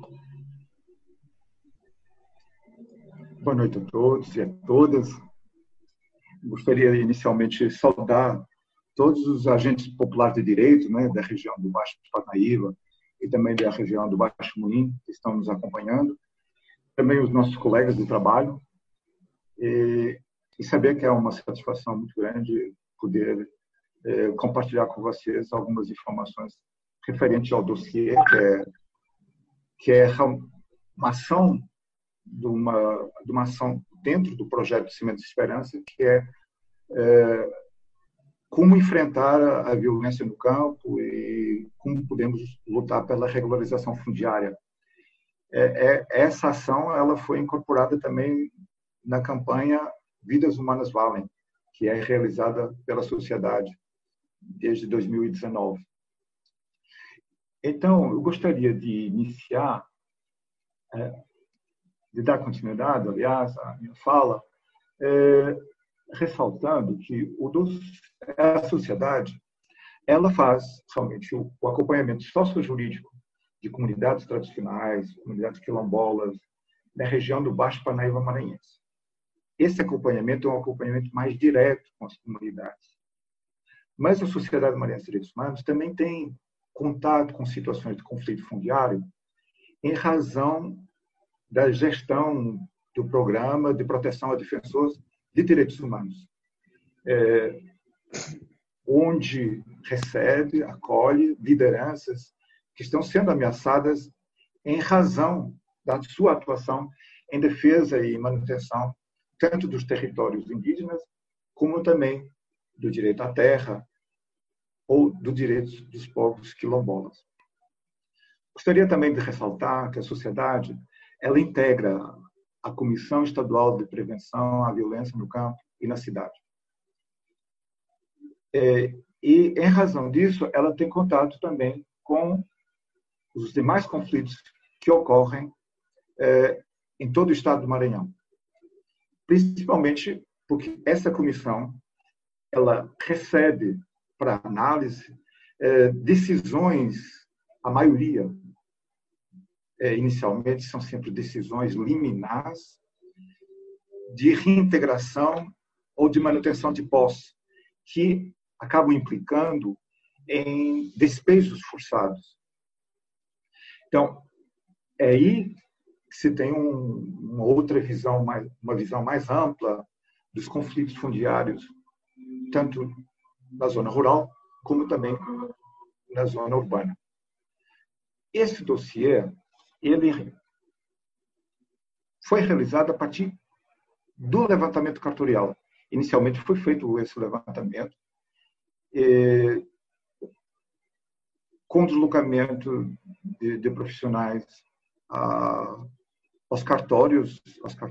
Boa noite a todos e a todas. Gostaria inicialmente de saudar todos os agentes populares de direito, né, da região do Baixo Parnaíba e também da região do Baixo Moinho, que estão nos acompanhando. Também os nossos colegas de trabalho. E saber que é uma satisfação muito grande poder compartilhar com vocês algumas informações referentes ao dossiê, que é uma ação de uma ação dentro do projeto de Cimento de Esperança, que é como enfrentar a violência no campo e como podemos lutar pela regularização fundiária. Essa ação ela foi incorporada também na campanha Vidas Humanas Valem, que é realizada pela sociedade desde 2019. Então, eu gostaria de iniciar, de dar continuidade, aliás, à minha fala, ressaltando que a sociedade ela faz somente o acompanhamento sociojurídico de comunidades tradicionais, comunidades quilombolas, na região do Baixo Parnaíba maranhense. Esse acompanhamento é um acompanhamento mais direto com as comunidades. Mas a Sociedade Maranhense de Direitos Humanos também tem contato com situações de conflito fundiário em razão da gestão do programa de proteção a defensores de direitos humanos, onde recebe, acolhe lideranças que estão sendo ameaçadas em razão da sua atuação em defesa e manutenção tanto dos territórios indígenas, como também do direito à terra ou do direito dos povos quilombolas. Gostaria também de ressaltar que a sociedade ela integra a Comissão Estadual de Prevenção à Violência no Campo e na Cidade. E, em razão disso, ela tem contato também com os demais conflitos que ocorrem em todo o estado do Maranhão. Principalmente porque essa comissão ela recebe para análise decisões, a maioria, inicialmente, são sempre decisões liminares de reintegração ou de manutenção de posse, que acabam implicando em despejos forçados. Então, é aí que se tem uma outra visão, uma visão mais ampla dos conflitos fundiários, tanto na zona rural, como também na zona urbana. Esse dossiê, ele foi realizado a partir do levantamento cartorial. Inicialmente foi feito esse levantamento com deslocamento de profissionais aos cartórios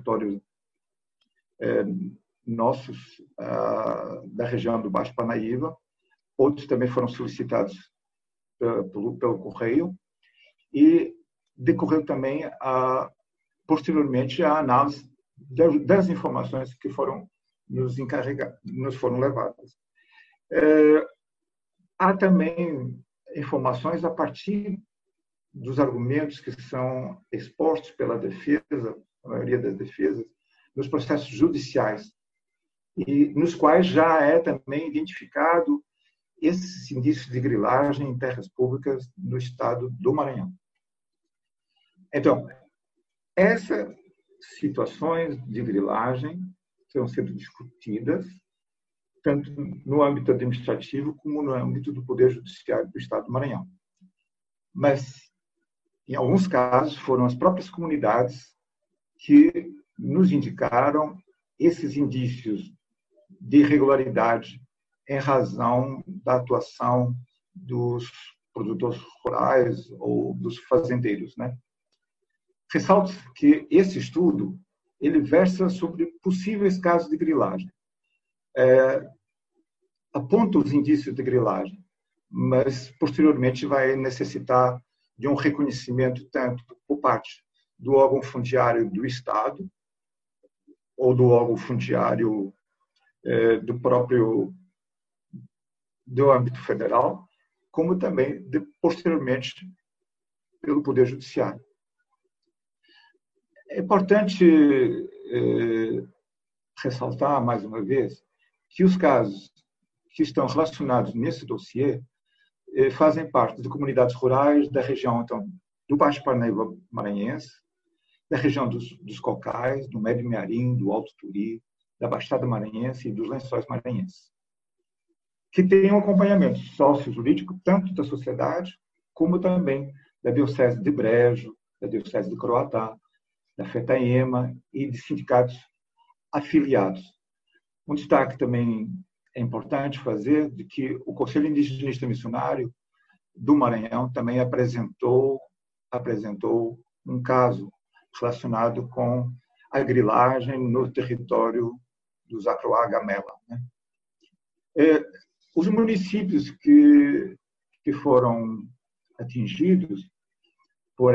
nossos da região do Baixo Parnaíba. Outros também foram solicitados pelo correio e decorreu também posteriormente a análise das informações que foram nos foram levadas. Há também informações a partir dos argumentos que são expostos pela defesa, a maioria das defesas, nos processos judiciais, e nos quais já é também identificado esses indícios de grilagem em terras públicas no estado do Maranhão. Então, essas situações de grilagem estão sendo discutidas tanto no âmbito administrativo como no âmbito do Poder Judiciário do Estado do Maranhão. Mas, em alguns casos, foram as próprias comunidades que nos indicaram esses indícios de irregularidade em razão da atuação dos produtores rurais ou dos fazendeiros, né? Ressalto que esse estudo ele versa sobre possíveis casos de grilagem. Aponta os indícios de grilagem, mas posteriormente vai necessitar de um reconhecimento tanto por parte do órgão fundiário do Estado ou do órgão fundiário do âmbito federal, como também posteriormente pelo Poder Judiciário. É importante ressaltar mais uma vez que os casos que estão relacionados nesse dossiê fazem parte de comunidades rurais da região então, do Baixo Parnaíba maranhense, da região dos Cocais, do Médio Mearim, do Alto Turi, da Baixada Maranhense e dos Lençóis Maranhenses, que têm um acompanhamento sócio-jurídico tanto da sociedade como também da Diocese de Brejo, da Diocese de Croatá, da FETAEMA e de sindicatos afiliados. Um destaque também é importante fazer de que o Conselho Indigenista Missionário do Maranhão também apresentou um caso relacionado com a grilagem no território dos Acroá-Gamela, né? Os municípios que foram atingidos por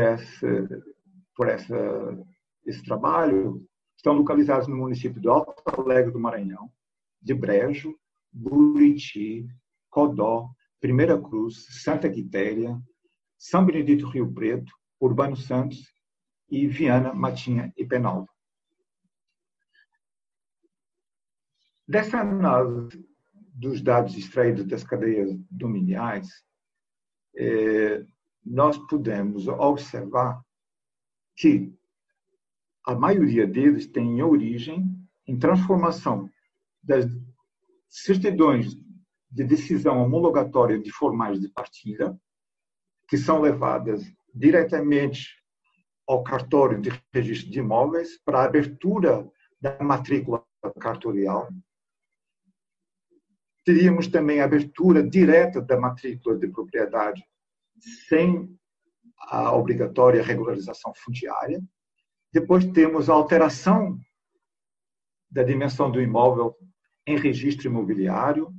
esse trabalho estão localizados no município de Alto Alegre do Maranhão, de Brejo, Buriti, Codó, Primeira Cruz, Santa Quitéria, São Benedito Rio Preto, Urbano Santos e Viana, Matinha e Penalva. Dessa análise dos dados extraídos das cadeias dominiais, nós pudemos observar que a maioria deles tem origem em transformação das certidões de decisão homologatória de formais de partilha, que são levadas diretamente ao cartório de registro de imóveis para a abertura da matrícula cartorial. Teríamos também a abertura direta da matrícula de propriedade sem a obrigatória regularização fundiária. Depois temos a alteração da dimensão do imóvel em registro imobiliário.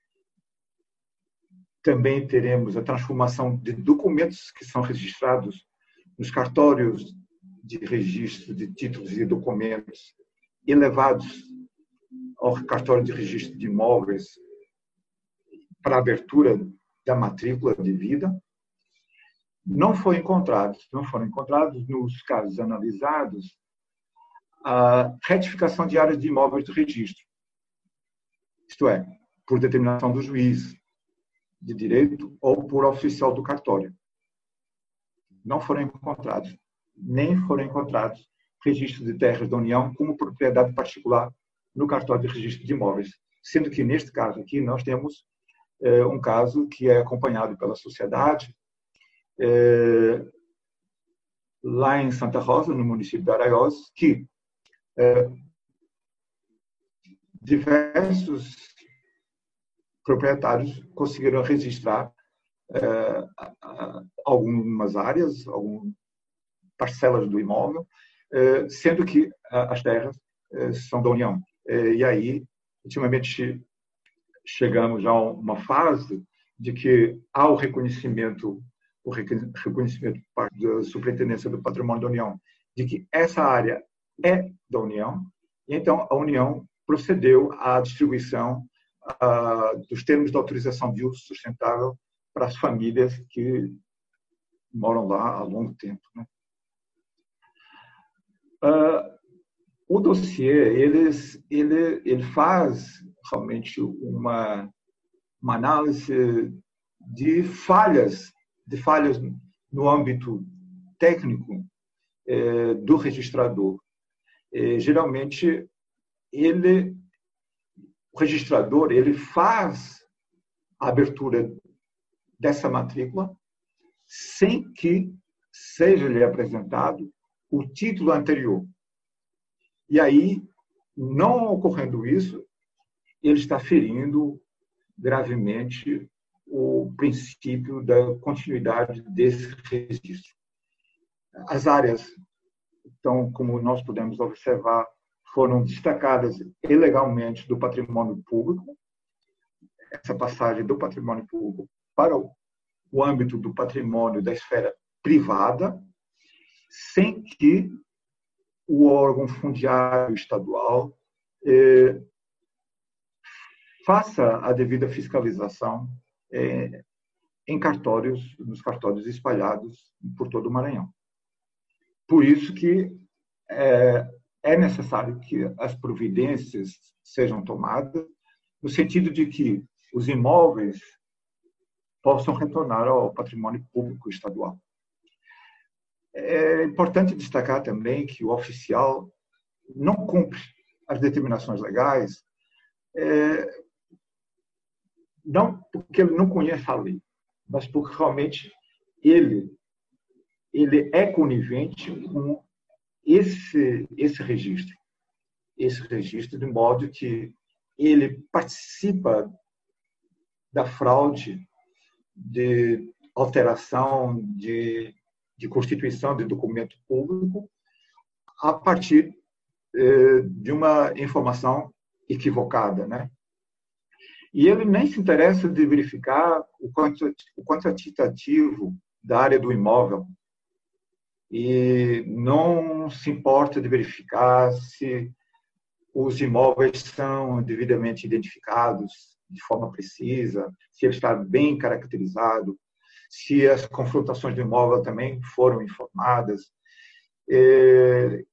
Também teremos a transformação de documentos que são registrados nos cartórios de registro de títulos e documentos e levados ao cartório de registro de imóveis para a abertura da matrícula de vida. Não foram encontrados nos casos analisados a retificação de áreas de imóveis de registro, isto é, por determinação do juiz de direito ou por oficial do cartório. Não foram encontrados, nem foram encontrados registros de terras da União como propriedade particular no cartório de registro de imóveis, sendo que, neste caso aqui, nós temos um caso que é acompanhado pela sociedade, lá em Santa Rosa, no município de Araiós, que diversos proprietários conseguiram registrar algumas áreas, algumas parcelas do imóvel, sendo que as terras são da União. E aí, ultimamente, chegamos já a uma fase de que há o reconhecimento por parte da Superintendência do Patrimônio da União de que essa área é da União, e então a União procedeu à distribuição dos termos de autorização de uso sustentável para as famílias que moram lá há longo tempo, né? O dossiê ele faz realmente uma análise de falhas no âmbito técnico do registrador. Geralmente o registrador ele faz a abertura dessa matrícula sem que seja-lhe apresentado o título anterior. E aí, não ocorrendo isso, ele está ferindo gravemente o princípio da continuidade desse registro. As áreas, então, como nós podemos observar, foram destacadas ilegalmente do patrimônio público. Essa passagem do patrimônio público para o âmbito do patrimônio da esfera privada, sem que o órgão fundiário estadual faça a devida fiscalização nos cartórios espalhados por todo o Maranhão. Por isso que é necessário que as providências sejam tomadas no sentido de que os imóveis possam retornar ao patrimônio público estadual. É importante destacar também que o oficial não cumpre as determinações legais, não porque ele não conhece a lei, mas porque realmente ele é conivente com esse registro, de modo que ele participa da fraude, de alteração, de constituição de documento público a partir de uma informação equivocada, né? E ele nem se interessa de verificar o quantitativo da área do imóvel e não se importa de verificar se os imóveis são devidamente identificados de forma precisa, se ele está bem caracterizado, se as confrontações do imóvel também foram informadas. Ele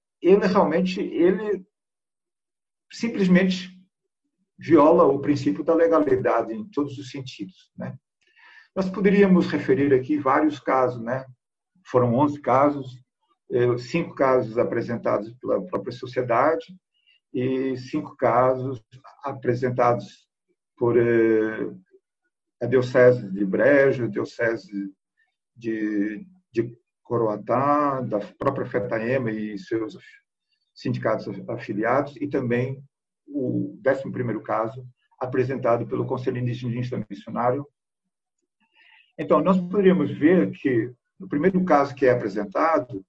simplesmente viola o princípio da legalidade em todos os sentidos, né? Nós poderíamos referir aqui vários casos, né? Foram 11 casos, 5 casos apresentados pela própria sociedade e 5 casos apresentados por a Diocese de Brejo, a Diocese de Coroatá, da própria FETAEMA e seus sindicatos afiliados, e também o 11º caso apresentado pelo Conselho Indigenista Missionário. Então, nós poderíamos ver que, no primeiro caso que é apresentado,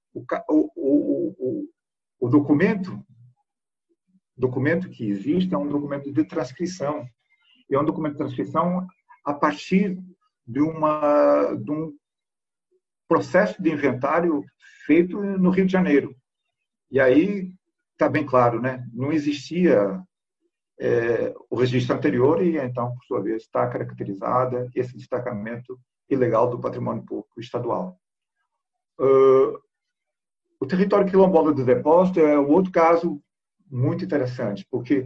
o documento que existe é um documento de transcrição. E é um documento de transcrição a partir de um processo de inventário feito no Rio de Janeiro. E aí está bem claro, né? Não existia o registro anterior e, então, por sua vez, está caracterizada esse destacamento ilegal do patrimônio público estadual. O território quilombola do depósito é um outro caso muito interessante, porque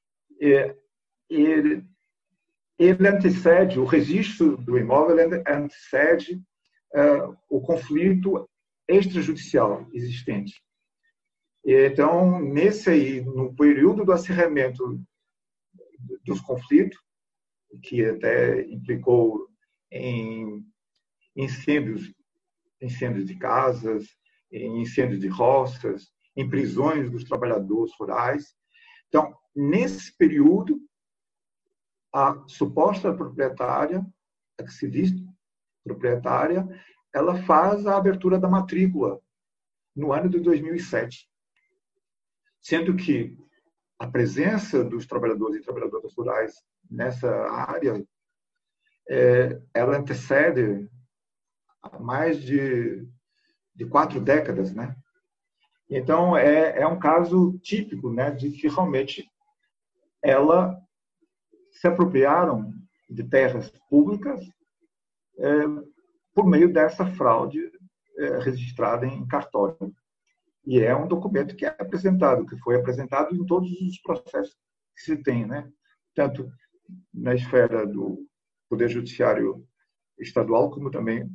ele antecede, o registro do imóvel antecede o conflito extrajudicial existente. Então, no período do acirramento dos conflitos, que até implicou em incêndios de casas, em incêndios de roças, em prisões dos trabalhadores rurais. Então, nesse período, a suposta proprietária, a que se diz proprietária, ela faz a abertura da matrícula no ano de 2007. Sendo que a presença dos trabalhadores e trabalhadoras rurais nessa área, ela antecede há mais de 4 décadas, né? Então, é um caso típico, né, de que realmente ela se apropriaram de terras públicas por meio dessa fraude registrada em cartório. E é um documento que é apresentado, que foi apresentado em todos os processos que se tem, né? Tanto na esfera do Poder Judiciário Estadual, como também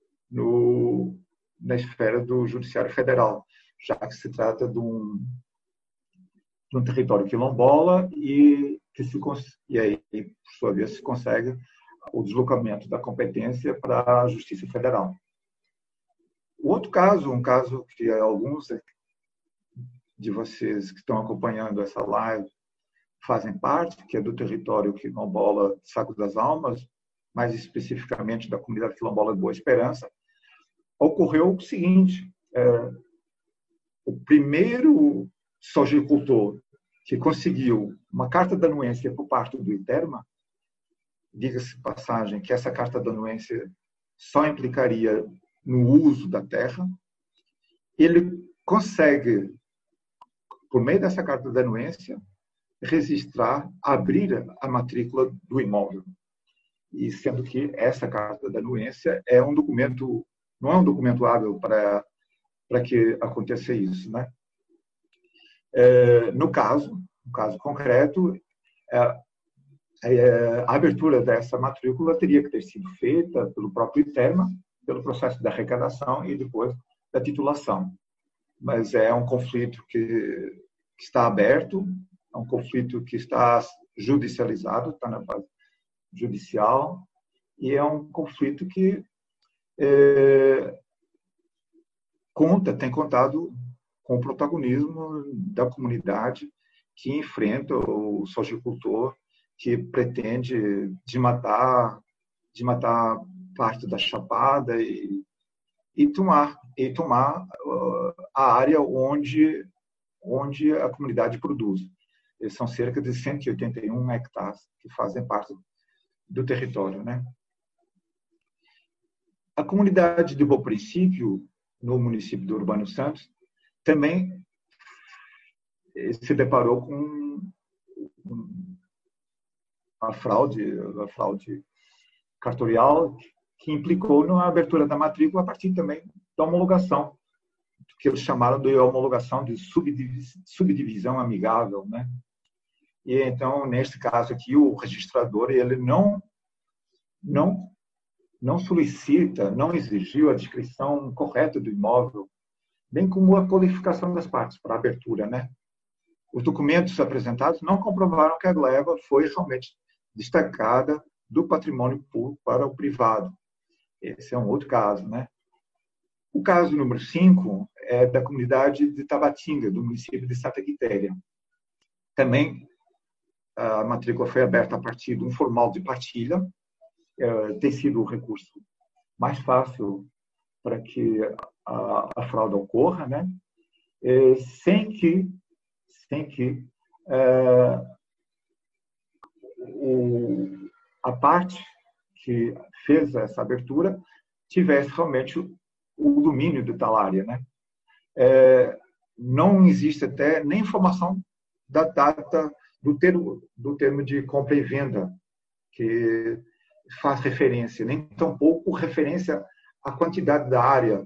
na esfera do Judiciário Federal, já que se trata de um território quilombola e aí, por sua vez, se consegue o deslocamento da competência para a Justiça Federal. O outro caso, um caso que alguns de vocês que estão acompanhando essa live fazem parte, que é do território quilombola Saco das Almas, mais especificamente da comunidade quilombola de Boa Esperança, ocorreu o seguinte: o primeiro sojicultor que conseguiu uma carta de anuência por parte do ITERMA, diga-se de passagem que essa carta de anuência só implicaria no uso da terra, ele consegue, por meio dessa carta de anuência, abrir a matrícula do imóvel. E sendo que essa carta de anuência não é um documento hábil para que aconteça isso, né? No caso concreto, a abertura dessa matrícula teria que ter sido feita pelo próprio ITERMA, pelo processo da arrecadação e depois da titulação. Mas é um conflito que está aberto, é um conflito que está judicializado, está na fase judicial, e é um conflito que tem contado com o protagonismo da comunidade que enfrenta o sojicultor que pretende desmatar parte da chapada e tomar a área onde a comunidade produz. São cerca de 181 hectares que fazem parte do território, né? A comunidade de Bom Princípio, no município de Urbano Santos, também se deparou com a fraude cartorial que implicou na abertura da matrícula a partir também da homologação, que eles chamaram de homologação de subdivisão amigável, né? E então, neste caso aqui, o registrador ele não solicita, não exigiu a descrição correta do imóvel, bem como a qualificação das partes para a abertura, né? Os documentos apresentados não comprovaram que a gleba foi realmente destacada do patrimônio público para o privado. Esse é um outro caso, né? O caso número 5 é da comunidade de Tabatinga, do município de Santa Quitéria. Também a matrícula foi aberta a partir de um formal de partilha. Tem sido o recurso mais fácil para que a fraude ocorra, né? Sem que a parte que fez essa abertura tivesse realmente o domínio de tal área, né? Não existe até nem informação da data do termo de compra e venda, que faz referência, nem tampouco referência à quantidade da área.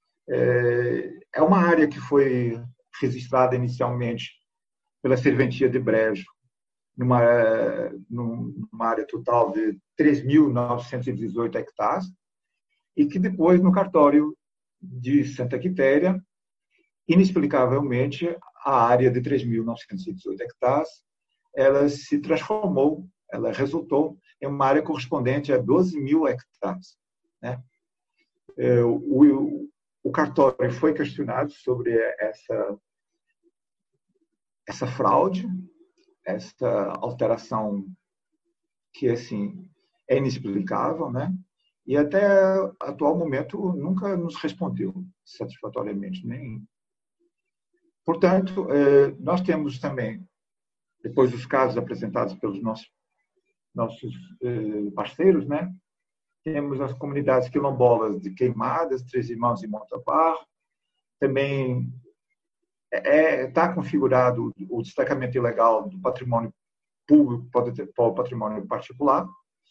É uma área que foi registrada inicialmente pela Serventia de Brejo, numa área total de 3.918 hectares, e que depois, no cartório de Santa Quitéria, inexplicavelmente, a área de 3.918 hectares, ela se transformou, ela resultou em uma área correspondente a 12.000 hectares, né? O cartório foi questionado sobre essa fraude, essa alteração que, assim, é inexplicável, né? E até atual momento nunca nos respondeu satisfatoriamente. Portanto, nós temos também, depois dos casos apresentados pelos nossos parceiros, né? Temos as comunidades quilombolas de Queimadas, Três Irmãos e Montabarro. Também está configurado o destacamento ilegal do patrimônio público para o patrimônio particular.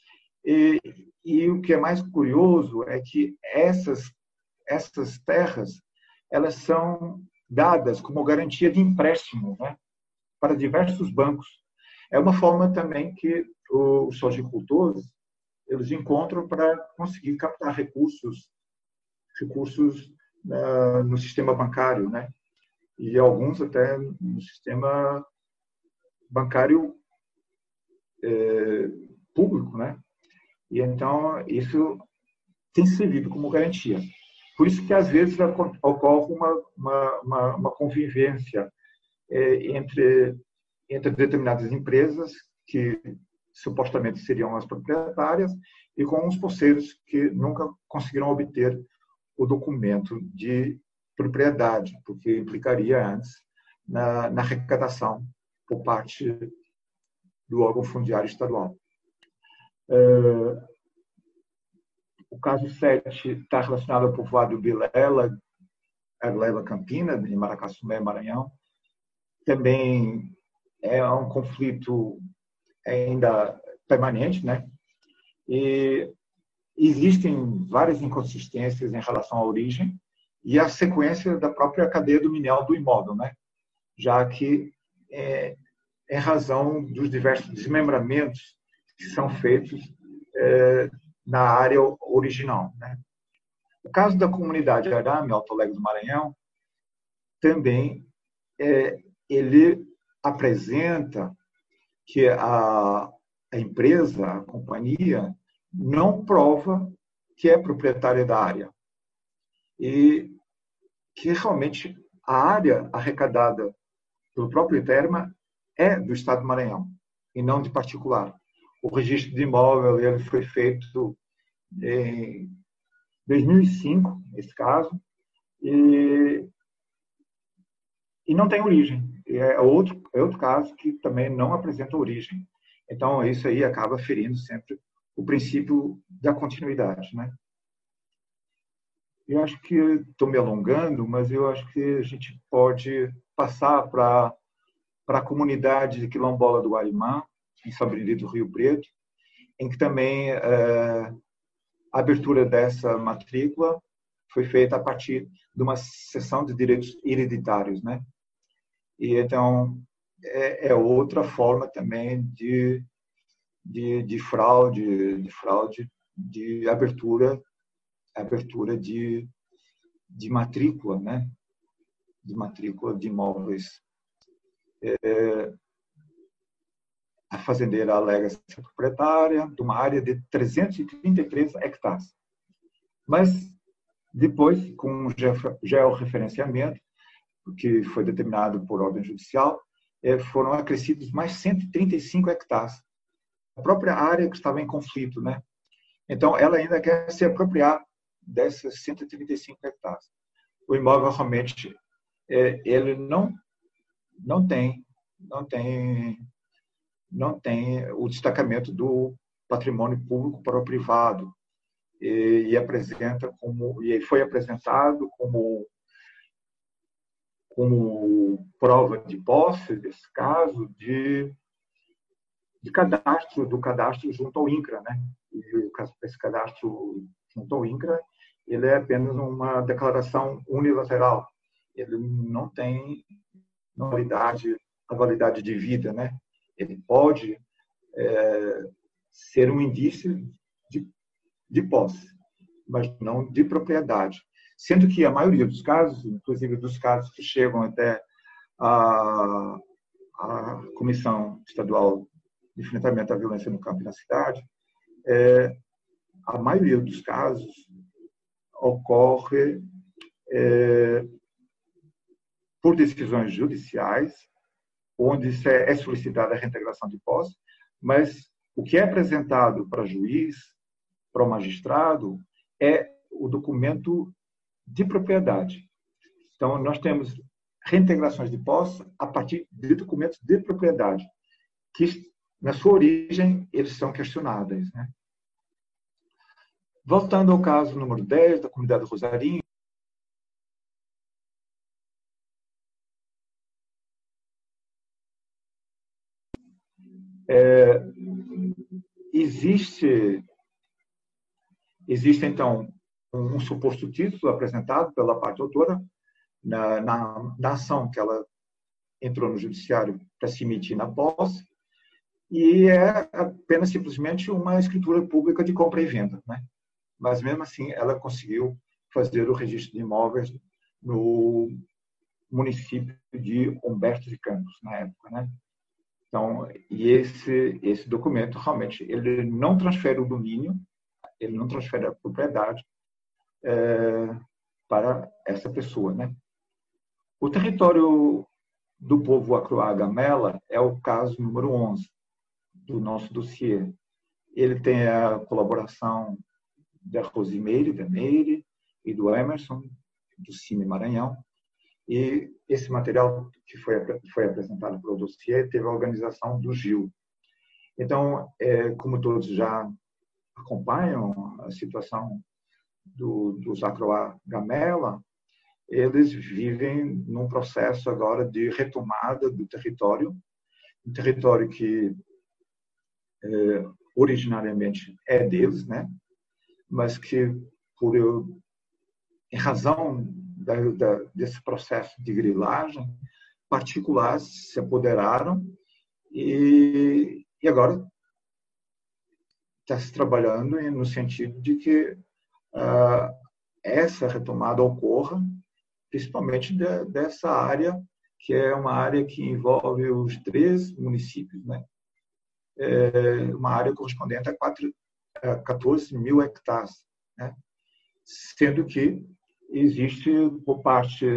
E o que é mais curioso é que essas terras, elas são dadas como garantia de empréstimo, né, para diversos bancos. É uma forma também que os sojicultores eles encontram para conseguir captar recursos no sistema bancário, né? E alguns até no sistema bancário público, né? E então isso tem servido como garantia. Por isso que às vezes ocorre uma convivência entre determinadas empresas que supostamente seriam as proprietárias e com os poceiros que nunca conseguiram obter o documento de propriedade, porque implicaria antes na arrecadação por parte do órgão fundiário estadual. O caso 7 está relacionado ao povoado Vilela Campina, em Maracaçumé, Maranhão. Também é um conflito ainda permanente, né? E existem várias inconsistências em relação à origem e à sequência da própria cadeia dominial do imóvel, né? Já que em razão dos diversos desmembramentos que são feitos na área original, né? O caso da comunidade Arame, Alto Alegre do Maranhão, também ele apresenta que a empresa, a companhia, não prova que é proprietária da área. E que realmente a área arrecadada pelo próprio Terma é do Estado do Maranhão, e não de particular. O registro de imóvel ele foi feito em 2005, nesse caso, e não tem origem. É outro caso que também não apresenta origem. Então, isso aí acaba ferindo sempre o princípio da continuidade, né? Eu acho que estou me alongando, mas eu acho que a gente pode passar para a comunidade de quilombola do Guarimã, em São Benedito do Rio Preto, em que também a abertura dessa matrícula foi feita a partir de uma cessão de direitos hereditários, né? E então é outra forma também de fraude, de abertura de matrícula, né? De matrícula de imóveis. A fazendeira alega ser proprietária de uma área de 333 hectares. Mas Depois, com o georreferenciamento, que foi determinado por ordem judicial, foram acrescidos mais 135 hectares. A própria área que estava em conflito, né? Então, ela ainda quer se apropriar dessas 135 hectares. O imóvel realmente ele não tem o destacamento do patrimônio público para o privado e foi apresentado como prova de posse desse caso do cadastro junto ao INCRA, né? E esse cadastro junto ao INCRA, ele é apenas uma declaração unilateral. Ele não tem a validade de vida, né? Ele pode ser um indício de posse, mas não de propriedade. Sendo que a maioria dos casos, inclusive dos casos que chegam até a Comissão Estadual de Enfrentamento à Violência no Campo e na Cidade, a maioria dos casos ocorre por decisões judiciais, onde é solicitada a reintegração de posse, mas o que é apresentado para juiz, para o magistrado, é o documento de propriedade. Então, nós temos reintegrações de posse a partir de documentos de propriedade, que, na sua origem, eles são questionáveis, né? Voltando ao caso número 10, da comunidade do Rosarinho, existe, então, um suposto título apresentado pela parte autora na ação que ela entrou no judiciário para se emitir na posse, e é apenas simplesmente uma escritura pública de compra e venda, né? Mas, mesmo assim, ela conseguiu fazer o registro de imóveis no município de Humberto de Campos, na época, né? Então, e esse documento, realmente, ele não transfere o domínio, ele não transfere a propriedade para essa pessoa, né? O território do povo Acroá-Gamela é o caso número 11 do nosso dossiê. Ele tem a colaboração da Rosimeire, da Meire e do Emerson, do Cine Maranhão. E esse material que foi apresentado pelo dossiê teve a organização do Gil. Então, como todos já acompanham a situação dos Acroá-Gamela, eles vivem num processo agora de retomada do território, um território que originariamente é deles, né? Mas que, em razão desse processo de grilagem, particulares se apoderaram e agora está se trabalhando no sentido de que essa retomada ocorra, principalmente dessa área, que é uma área que envolve os 3 municípios, né? Uma área correspondente a 14 mil hectares, né? Sendo que existe, por parte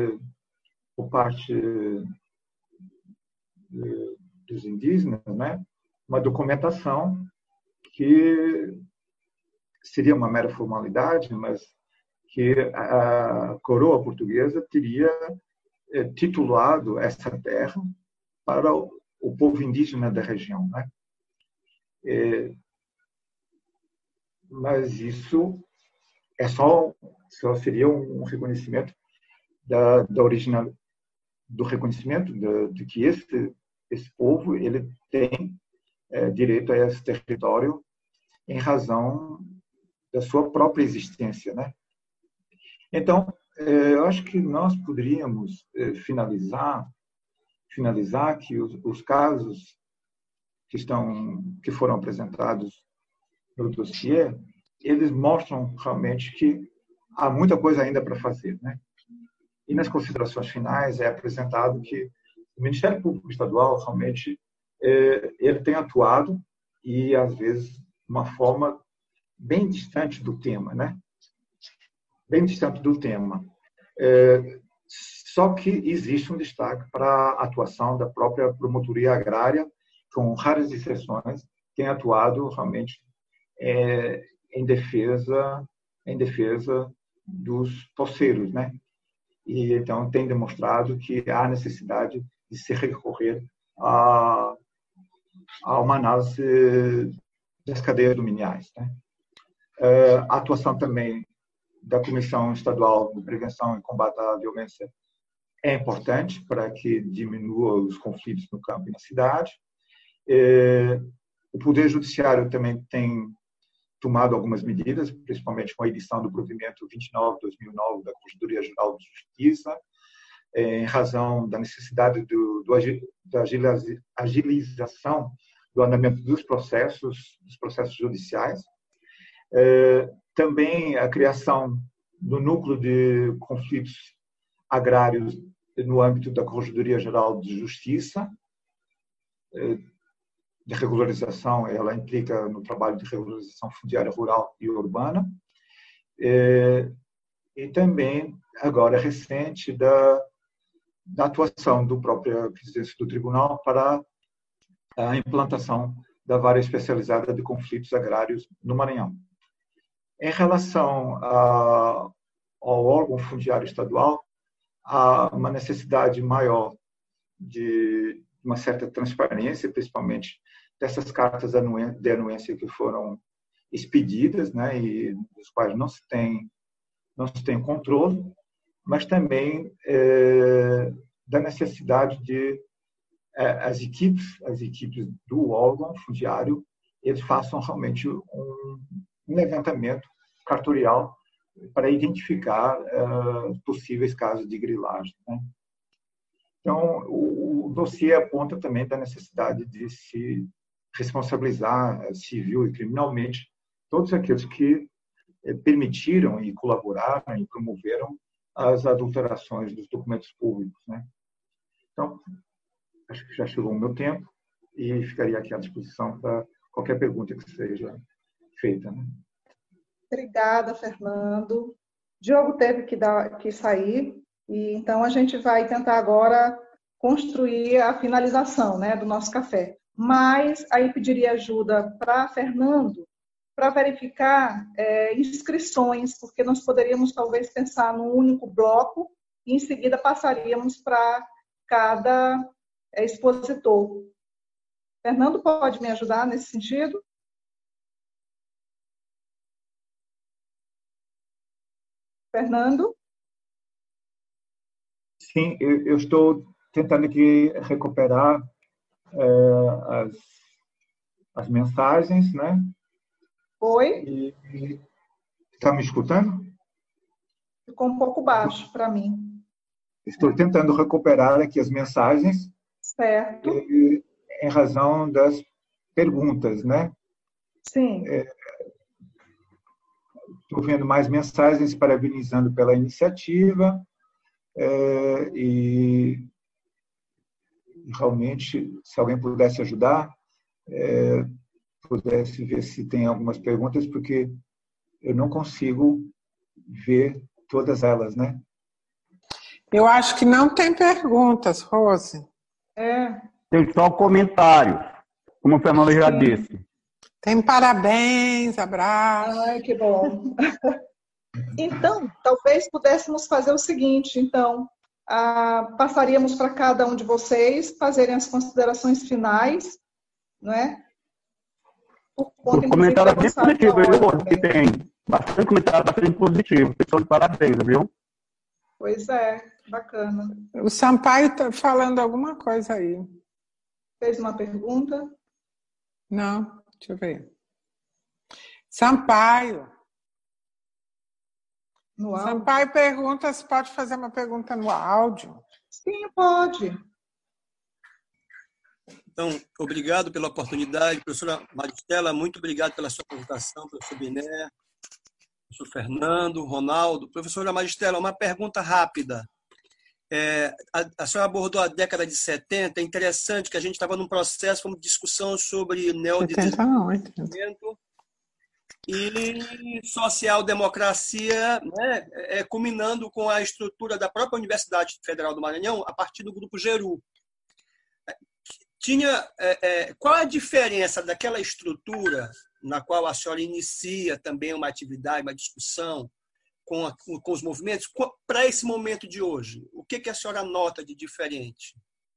dos indígenas, né, uma documentação que seria uma mera formalidade, mas que a coroa portuguesa teria titulado essa terra para o povo indígena da região, né? Mas isso só seria um reconhecimento do reconhecimento de que esse povo ele tem direito a esse território em razão da sua própria existência, né? Então, eu acho que nós poderíamos finalizar que os casos que foram apresentados no dossiê, eles mostram realmente que há muita coisa ainda para fazer, né? E nas considerações finais é apresentado que o Ministério Público Estadual realmente ele tem atuado e às vezes de uma forma bem distante do tema, né? bem distante do tema. Só que existe um destaque para a atuação da própria promotoria agrária, com raras exceções, tem atuado realmente em defesa dos poceiros, né? E então tem demonstrado que há necessidade de se recorrer a uma análise das cadeias dominiais, né? A atuação também da Comissão Estadual de Prevenção e Combate à Violência é importante para que diminua os conflitos no campo e na cidade. O Poder Judiciário também tem tomado algumas medidas, principalmente com a edição do provimento 29/2009 da Corregedoria Geral de Justiça, em razão da necessidade da agilização do andamento dos processos judiciais. Também a criação do núcleo de conflitos agrários no âmbito da Corregedoria Geral de Justiça, de regularização, ela implica no trabalho de regularização fundiária rural e urbana, e também, agora recente, da atuação do próprio presidente do tribunal para a implantação da vara especializada de conflitos agrários no Maranhão. Em relação ao órgão fundiário estadual, há uma necessidade maior de uma certa transparência, principalmente dessas cartas de anuência que foram expedidas, né, e dos quais não se tem controle, mas também da necessidade de as equipes do órgão fundiário eles façam realmente um levantamento cartorial para identificar possíveis casos de grilagem, né? Então, o dossiê aponta também da necessidade de se responsabilizar civil e criminalmente todos aqueles que permitiram e colaboraram e promoveram as adulterações dos documentos públicos, né? Então, acho que já chegou o meu tempo e ficaria aqui à disposição para qualquer pergunta que seja feita, né? Obrigada, Fernando. Diogo teve que sair, e então a gente vai tentar agora construir a finalização, né, do nosso café. Mas aí pediria ajuda para Fernando para verificar inscrições, porque nós poderíamos talvez pensar num único bloco e em seguida passaríamos para cada expositor. Fernando, pode me ajudar nesse sentido? Fernando? Sim, eu estou tentando aqui recuperar as mensagens, né? Oi? Está me escutando? Ficou um pouco baixo para mim. Estou tentando recuperar aqui as mensagens. Certo. Em razão das perguntas, né? Sim. Estou vendo mais mensagens parabenizando pela iniciativa e realmente, se alguém pudesse ajudar, pudesse ver se tem algumas perguntas, porque eu não consigo ver todas elas, né? Eu acho que não tem perguntas, Rose. Tem só comentário, como o Fernando já disse. Tem parabéns, abraço. Ai, que bom. Então, talvez pudéssemos fazer o seguinte, então, passaríamos para cada um de vocês fazerem as considerações finais, não é? Por comentário bem positivo, viu? Que tem bastante comentário, bastante positivo. Pessoal de parabéns, viu? Pois é, bacana. O Sampaio está falando alguma coisa aí. Fez uma pergunta? Não, deixa eu ver. Sampaio. No áudio? Sampaio pergunta se pode fazer uma pergunta no áudio. Sim, pode. Então, obrigado pela oportunidade. Professora Maristela, muito obrigado pela sua apresentação, professor Biné, professor Fernando, Ronaldo. Professora Maristela, uma pergunta rápida. A senhora abordou a década de 70, é interessante que a gente estava num processo de discussão sobre neodesenvolvimento e social-democracia, né, culminando com a estrutura da própria Universidade Federal do Maranhão a partir do Grupo Geru. Qual a diferença daquela estrutura na qual a senhora inicia também uma atividade, uma discussão com os movimentos, para esse momento de hoje? O que a senhora nota de diferente?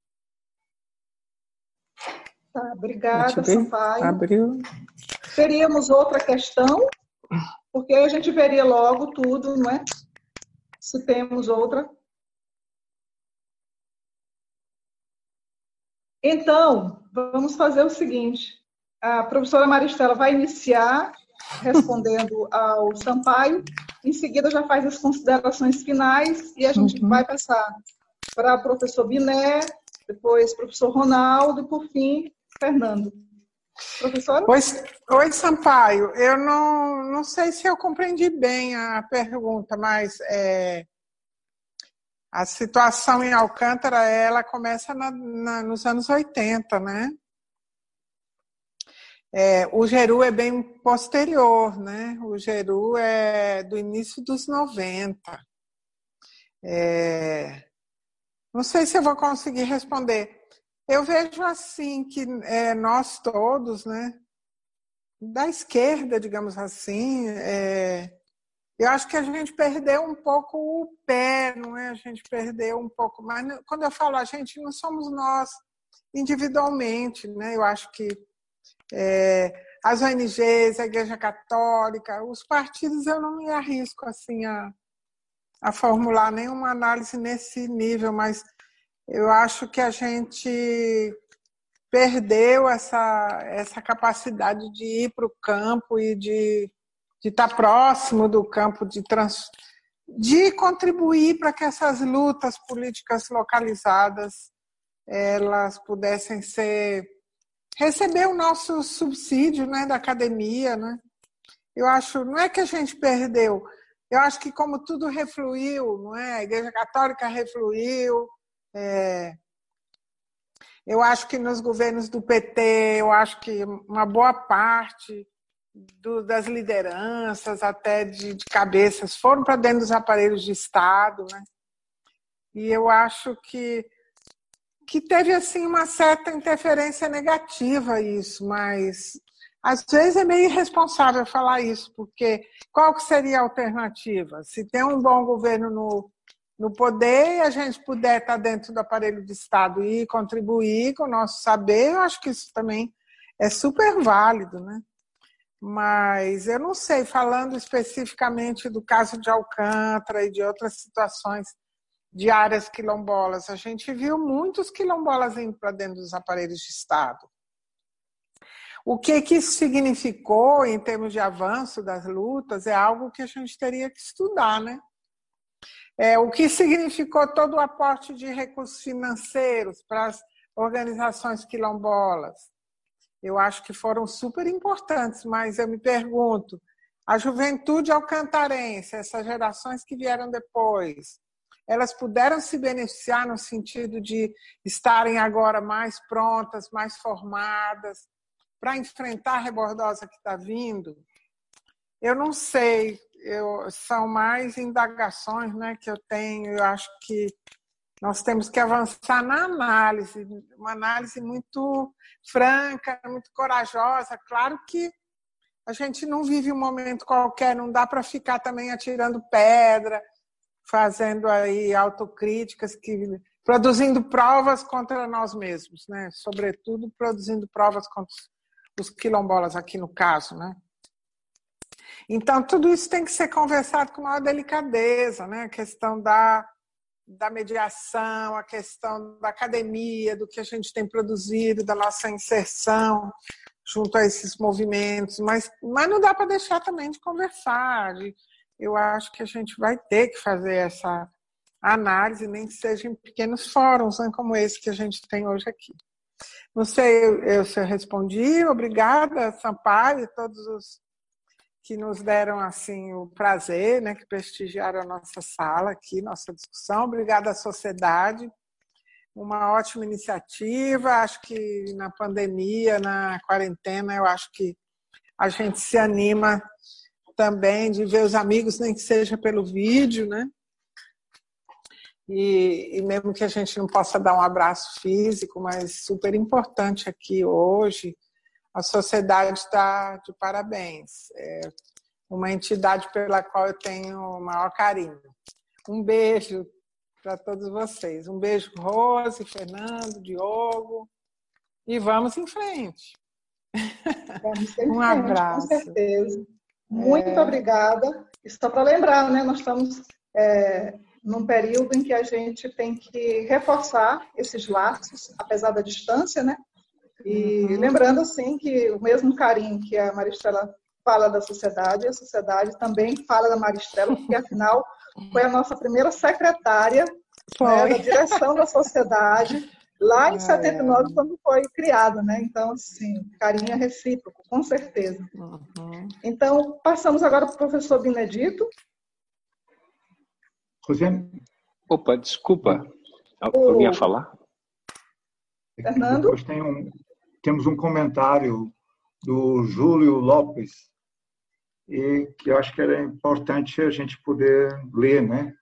Tá, obrigada, Sampaio. Abriu. Teríamos outra questão, porque aí a gente veria logo tudo, não é? Se temos outra. Então, vamos fazer o seguinte. A professora Maristela vai iniciar respondendo ao Sampaio, em seguida já faz as considerações finais e a gente vai passar para o professor Biné, depois professor Ronaldo e, por fim, Fernando. Professora? Oi, Sampaio. Eu não sei se eu compreendi bem a pergunta, mas a situação em Alcântara, ela começa nos anos 80, né? O Geru é bem posterior, né? O Geru é do início dos 90. Não sei se eu vou conseguir responder. Eu vejo assim que nós todos, né? Da esquerda, digamos assim, eu acho que a gente perdeu um pouco o pé, não é? A gente perdeu um pouco, mas quando eu falo a gente, não somos nós individualmente, né? Eu acho que as ONGs, a Igreja Católica, os partidos, eu não me arrisco assim a formular nenhuma análise nesse nível, mas eu acho que a gente perdeu essa capacidade de ir para o campo e de estar próximo do campo, de contribuir para que essas lutas políticas localizadas elas pudessem receber o nosso subsídio, né, da academia, né? Eu acho, não é que a gente perdeu, eu acho que como tudo refluiu, não é? A Igreja Católica refluiu, eu acho que nos governos do PT, eu acho que uma boa parte das lideranças, até de cabeças, foram para dentro dos aparelhos de Estado, né? E eu acho que teve assim uma certa interferência negativa isso, mas às vezes é meio irresponsável falar isso, porque qual que seria a alternativa? Se tem um bom governo no poder e a gente puder estar dentro do aparelho de Estado e contribuir com o nosso saber, eu acho que isso também é super válido, né? Mas eu não sei, falando especificamente do caso de Alcântara e de outras situações de áreas quilombolas, a gente viu muitos quilombolas indo para dentro dos aparelhos de Estado. O que isso significou em termos de avanço das lutas é algo que a gente teria que estudar, né? O que significou todo o aporte de recursos financeiros para as organizações quilombolas. Eu acho que foram super importantes, mas eu me pergunto, a juventude alcantarense, essas gerações que vieram depois, elas puderam se beneficiar no sentido de estarem agora mais prontas, mais formadas, para enfrentar a rebordosa que está vindo? Eu não sei, são mais indagações, né, que eu tenho. Eu acho que nós temos que avançar na análise, uma análise muito franca, muito corajosa. Claro que a gente não vive um momento qualquer, não dá para ficar também atirando pedra, fazendo aí autocríticas, produzindo provas contra nós mesmos, né? Sobretudo produzindo provas contra os quilombolas aqui no caso, né? Então tudo isso tem que ser conversado com maior delicadeza, né? A questão da mediação, a questão da academia, do que a gente tem produzido, da nossa inserção junto a esses movimentos, mas não dá para deixar também de conversar. Eu acho que a gente vai ter que fazer essa análise, nem que seja em pequenos fóruns, né, como esse que a gente tem hoje aqui. Não sei se eu respondi. Obrigada, Sampaio, e todos os que nos deram assim o prazer, né, que prestigiaram a nossa sala aqui, nossa discussão. Obrigada à sociedade. Uma ótima iniciativa. Acho que na pandemia, na quarentena, eu acho que a gente se anima também de ver os amigos, nem que seja pelo vídeo, né? E mesmo que a gente não possa dar um abraço físico, mas super importante aqui hoje, a sociedade está de parabéns. É uma entidade pela qual eu tenho o maior carinho. Um beijo para todos vocês. Um beijo, Rose, Fernando, Diogo. E vamos em frente. Vamos em Um frente, abraço. com certeza. Muito obrigada. E só para lembrar, né, nós estamos num período em que a gente tem que reforçar esses laços, apesar da distância, né? E lembrando, assim, que o mesmo carinho que a Maristela fala da sociedade, a sociedade também fala da Maristela, porque, afinal, foi a nossa primeira secretária, né, da direção da sociedade, lá em 79, quando foi criada, né? Então, assim, carinho é recíproco, com certeza. Então, passamos agora para o professor Benedito. Rosiane? Opa, desculpa. Alguém ia falar? Fernando? Depois temos um comentário do Júlio Lopes, e que eu acho que era importante a gente poder ler, né?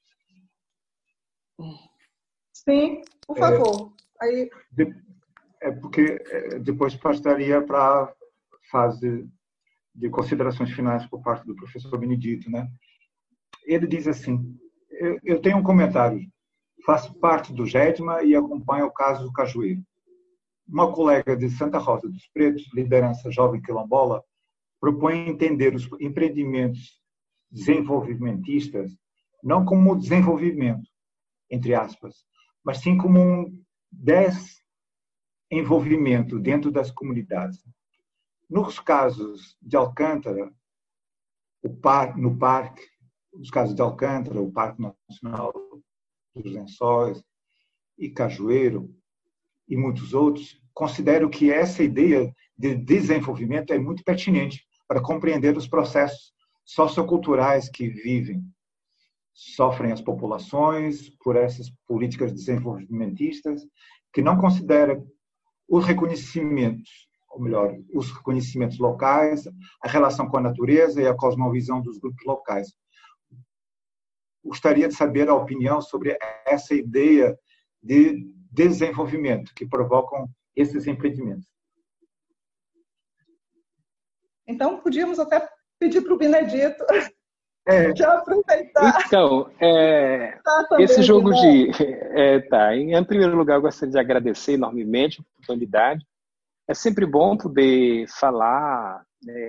Sim, por favor. Aí... porque depois passaria para a fase de considerações finais por parte do professor Benedito, né? Ele diz assim: eu tenho um comentário. Faço parte do GEDMA e acompanho o caso do Cajueiro. Uma colega de Santa Rosa dos Pretos, liderança jovem quilombola, propõe entender os empreendimentos desenvolvimentistas não como desenvolvimento, entre aspas, mas sim como um desenvolvimento dentro das comunidades. Nos casos de Alcântara, no parque, os casos de Alcântara, o Parque Nacional dos Lençóis e Cajueiro e muitos outros, considero que essa ideia de desenvolvimento é muito pertinente para compreender os processos socioculturais que sofrem as populações por essas políticas desenvolvimentistas, que não consideram os reconhecimentos, ou melhor, os reconhecimentos locais, a relação com a natureza e a cosmovisão dos grupos locais. Gostaria de saber a opinião sobre essa ideia de desenvolvimento que provocam esses empreendimentos. Então, podíamos até pedir para o Benedito já aproveitar. Então, esse jogo de... Em primeiro lugar, eu gostaria de agradecer enormemente a oportunidade. É sempre bom poder falar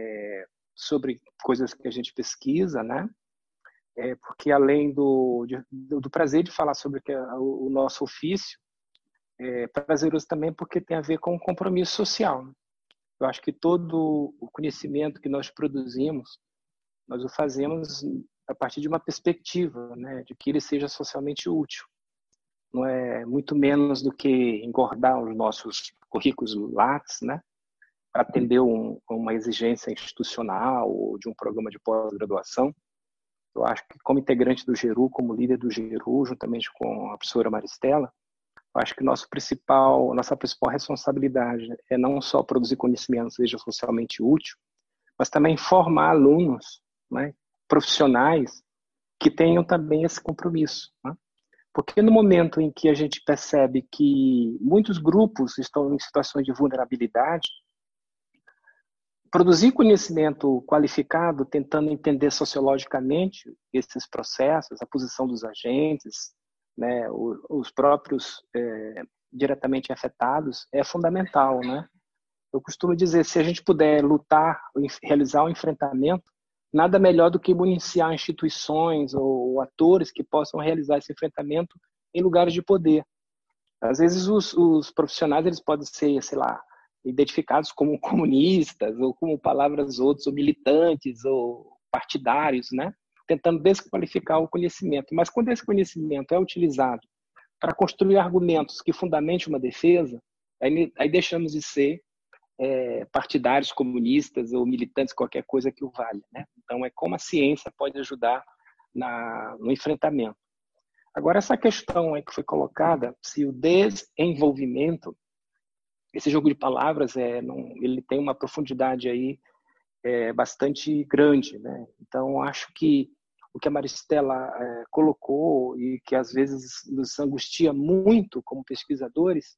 sobre coisas que a gente pesquisa, né? Porque além do prazer de falar sobre o nosso ofício, é prazeroso também porque tem a ver com o compromisso social. Eu acho que todo o conhecimento que nós produzimos, nós o fazemos a partir de uma perspectiva, né, de que ele seja socialmente útil. Não é muito menos do que engordar os nossos currículos Lattes, né, para atender uma exigência institucional ou de um programa de pós-graduação. Eu acho que, como integrante do GERU, como líder do GERU, juntamente com a professora Maristela, eu acho que nossa principal responsabilidade é não só produzir conhecimento seja socialmente útil, mas também formar alunos, né, profissionais que tenham também esse compromisso. Né? Porque no momento em que a gente percebe que muitos grupos estão em situações de vulnerabilidade, produzir conhecimento qualificado, tentando entender sociologicamente esses processos, a posição dos agentes, né, os próprios diretamente afetados, é fundamental, né? Eu costumo dizer, se a gente puder lutar, realizar um enfrentamento, nada melhor do que municiar instituições ou atores que possam realizar esse enfrentamento em lugares de poder. Às vezes os profissionais eles podem ser, sei lá, identificados como comunistas ou como palavras outras, ou militantes ou partidários, né? Tentando desqualificar o conhecimento. Mas quando esse conhecimento é utilizado para construir argumentos que fundamentem uma defesa, aí deixamos de ser partidários comunistas ou militantes, qualquer coisa que o valha, né? Então, é como a ciência pode ajudar no enfrentamento. Agora, essa questão aí que foi colocada, se o desenvolvimento, esse jogo de palavras, ele tem uma profundidade aí bastante grande, né? Então, acho que o que a Maristela colocou e que às vezes nos angustia muito como pesquisadores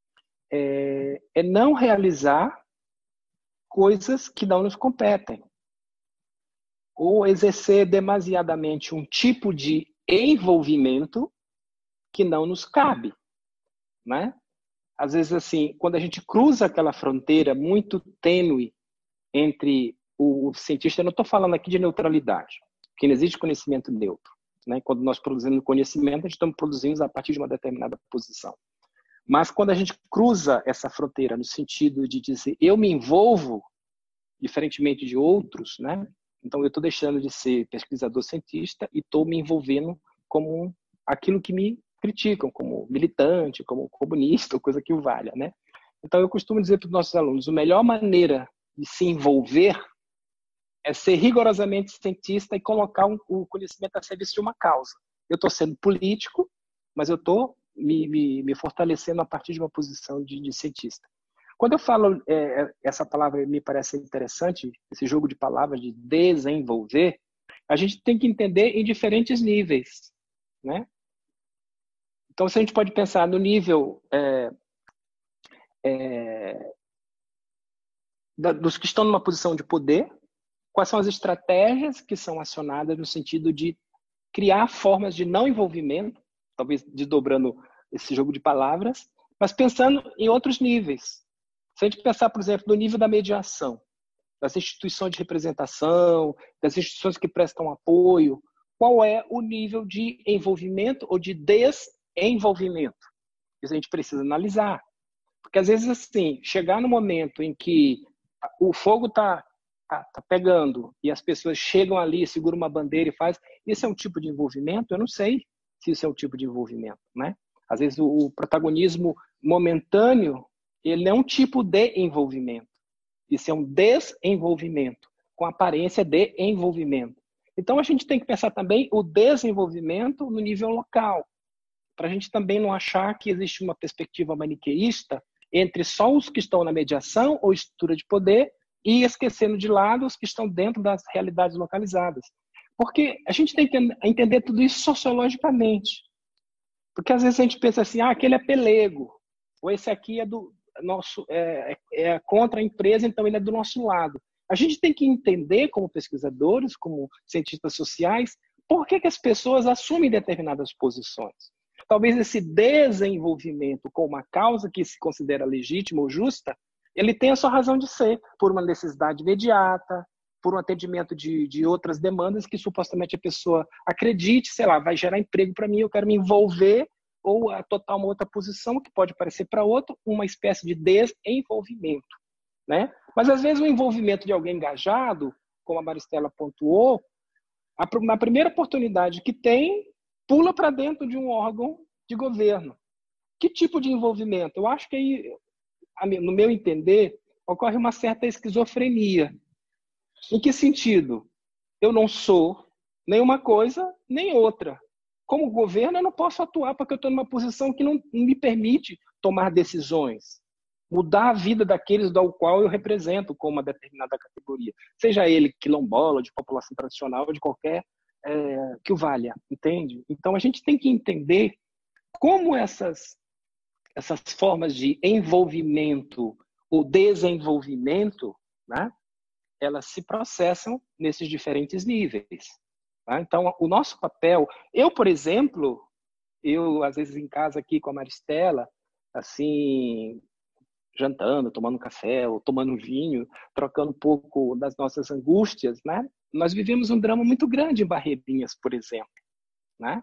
é não realizar coisas que não nos competem ou exercer demasiadamente um tipo de envolvimento que não nos cabe, né? Às vezes, assim, quando a gente cruza aquela fronteira muito tênue entre o cientista, eu não estou falando aqui de neutralidade, porque não existe conhecimento neutro, né? Quando nós produzimos conhecimento, a gente estamos produzindo a partir de uma determinada posição. Mas quando a gente cruza essa fronteira no sentido de dizer eu me envolvo, diferentemente de outros, né? Então eu estou deixando de ser pesquisador cientista e estou me envolvendo como aquilo que me criticam, como militante, como comunista, coisa que o valha, né? Então eu costumo dizer para os nossos alunos, a melhor maneira de se envolver é ser rigorosamente cientista e colocar o conhecimento a serviço de uma causa. Eu estou sendo político, mas eu estou me fortalecendo a partir de uma posição de cientista. Quando eu falo, essa palavra me parece interessante, esse jogo de palavras de desenvolver, a gente tem que entender em diferentes níveis, né? Então, se a gente pode pensar no nível dos que estão numa posição de poder, quais são as estratégias que são acionadas no sentido de criar formas de não envolvimento, talvez desdobrando esse jogo de palavras, mas pensando em outros níveis. Se a gente pensar, por exemplo, no nível da mediação, das instituições de representação, das instituições que prestam apoio, qual é o nível de envolvimento ou de desenvolvimento? Isso a gente precisa analisar. Porque, às vezes, assim, chegar no momento em que o fogo está pegando e as pessoas chegam ali, seguram uma bandeira e fazem, isso é um tipo de envolvimento? Eu não sei se isso é um tipo de envolvimento, né? Às vezes, o protagonismo momentâneo, ele é um tipo de envolvimento. Isso é um desenvolvimento, com aparência de envolvimento. Então, a gente tem que pensar também o desenvolvimento no nível local, para a gente também não achar que existe uma perspectiva maniqueísta entre só os que estão na mediação ou estrutura de poder e esquecendo de lado os que estão dentro das realidades localizadas. Porque a gente tem que entender tudo isso sociologicamente. Porque às vezes a gente pensa assim, aquele é pelego, ou esse aqui é do nosso é contra a empresa, então ele é do nosso lado. A gente tem que entender, como pesquisadores, como cientistas sociais, por que as pessoas assumem determinadas posições. Talvez esse desenvolvimento com uma causa que se considera legítima ou justa, ele tenha sua razão de ser, por uma necessidade imediata, por um atendimento de outras demandas que supostamente a pessoa acredite, sei lá, vai gerar emprego para mim, eu quero me envolver, ou adotar uma outra posição que pode parecer para outro, uma espécie de desenvolvimento, né? Mas às vezes o envolvimento de alguém engajado, como a Maristela pontuou, na primeira oportunidade que tem, pula para dentro de um órgão de governo. Que tipo de envolvimento? Eu acho que aí, no meu entender, ocorre uma certa esquizofrenia. Em que sentido? Eu não sou nem uma coisa, nem outra. Como governo, eu não posso atuar porque eu estou numa posição que não me permite tomar decisões, mudar a vida daqueles do qual eu represento com uma determinada categoria, seja ele quilombola, de população tradicional, de qualquer que o valha, entende? Então, a gente tem que entender como essas formas de envolvimento ou desenvolvimento, né, elas se processam nesses diferentes níveis. Tá? Então, o nosso papel... Eu, por exemplo, às vezes em casa aqui com a Maristela, assim, jantando, tomando café, ou tomando vinho, trocando um pouco das nossas angústias, né? Nós vivemos um drama muito grande em Barreirinhas, por exemplo, né?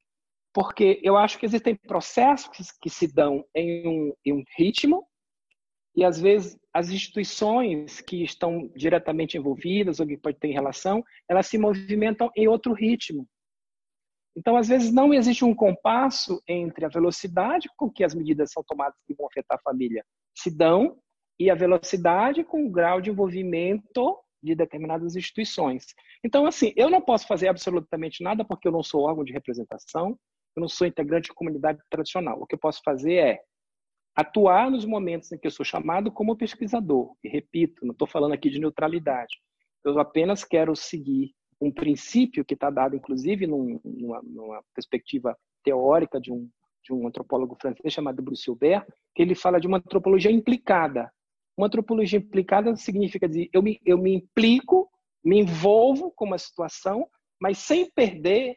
Porque eu acho que existem processos que se dão em um ritmo e, às vezes, as instituições que estão diretamente envolvidas ou que podem ter relação, elas se movimentam em outro ritmo. Então, às vezes, não existe um compasso entre a velocidade com que as medidas são tomadas que vão afetar a família se dão e a velocidade com o grau de envolvimento de determinadas instituições. Então, assim, eu não posso fazer absolutamente nada porque eu não sou órgão de representação, eu não sou integrante de comunidade tradicional. O que eu posso fazer é atuar nos momentos em que eu sou chamado como pesquisador. E repito, não estou falando aqui de neutralidade. Eu apenas quero seguir um princípio que está dado, inclusive, numa perspectiva teórica de um antropólogo francês chamado Bruce Hilbert, que ele fala de uma antropologia implicada. Uma antropologia implicada significa dizer, eu me implico, me envolvo com uma situação, mas sem perder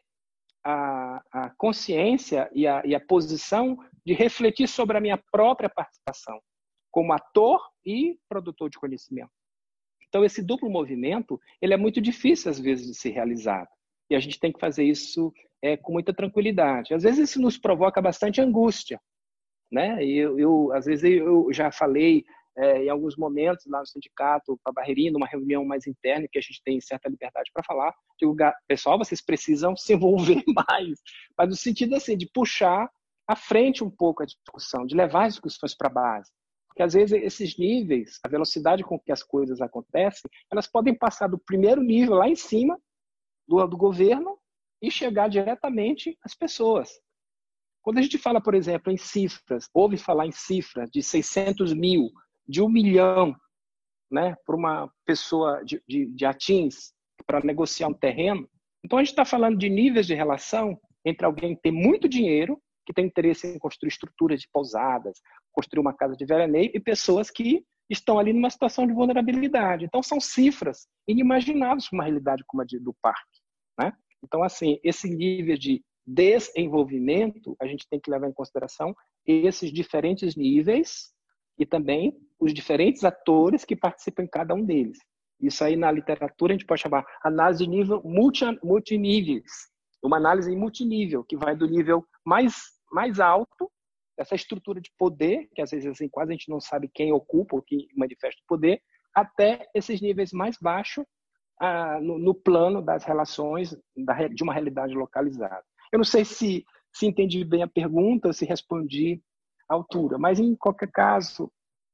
a consciência e a posição de refletir sobre a minha própria participação, como ator e produtor de conhecimento. Então, esse duplo movimento, ele é muito difícil, às vezes, de ser realizado. E a gente tem que fazer isso com muita tranquilidade. Às vezes, isso nos provoca bastante angústia, né? Às vezes, eu já falei em alguns momentos lá no sindicato, para Barreirinha, numa reunião mais interna, que a gente tem certa liberdade para falar, digo, pessoal, vocês precisam se envolver mais, mas no sentido assim, de puxar à frente um pouco a discussão, de levar as discussões para a base. Porque, às vezes, esses níveis, a velocidade com que as coisas acontecem, elas podem passar do primeiro nível, lá em cima, do governo, e chegar diretamente às pessoas. Quando a gente fala, por exemplo, em cifras, ouve falar em cifras de 600 mil, de 1 milhão, né, para uma pessoa de Atins, para negociar um terreno, então a gente está falando de níveis de relação entre alguém que tem muito dinheiro, que tem interesse em construir estruturas de pousadas, construir uma casa de veraneio, e pessoas que estão ali numa situação de vulnerabilidade. Então, são cifras inimagináveis para uma realidade como a do parque, né? Então, assim, esse nível de desenvolvimento, a gente tem que levar em consideração esses diferentes níveis e também os diferentes atores que participam em cada um deles. Isso aí, na literatura, a gente pode chamar análise de nível multiníveis, uma análise em multinível, que vai do nível mais alto, essa estrutura de poder, que às vezes assim, quase a gente não sabe quem ocupa ou quem manifesta o poder, até esses níveis mais baixos no plano das relações de uma realidade localizada. Eu não sei se entendi bem a pergunta, se respondi à altura, mas em qualquer caso,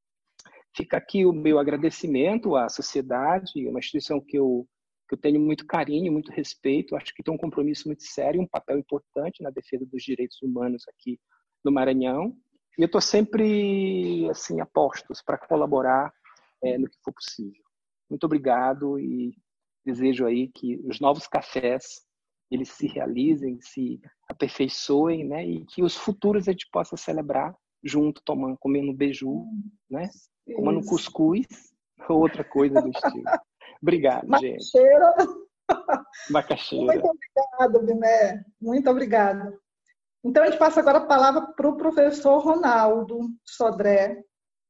fica aqui o meu agradecimento à sociedade, uma instituição que eu tenho muito carinho, muito respeito, acho que tem um compromisso muito sério, um papel importante na defesa dos direitos humanos aqui no Maranhão. E eu estou sempre assim, a postos para colaborar no que for possível. Muito obrigado e desejo aí que os novos cafés eles se realizem, se aperfeiçoem, né? E que os futuros a gente possa celebrar junto, comendo beiju, né? Comendo cuscuz ou outra coisa do estilo. Obrigado, Macaxeira. Gente. Macaxeira. Muito obrigada, Biné. Muito obrigada. Então, a gente passa agora a palavra para o professor Ronaldo Sodré.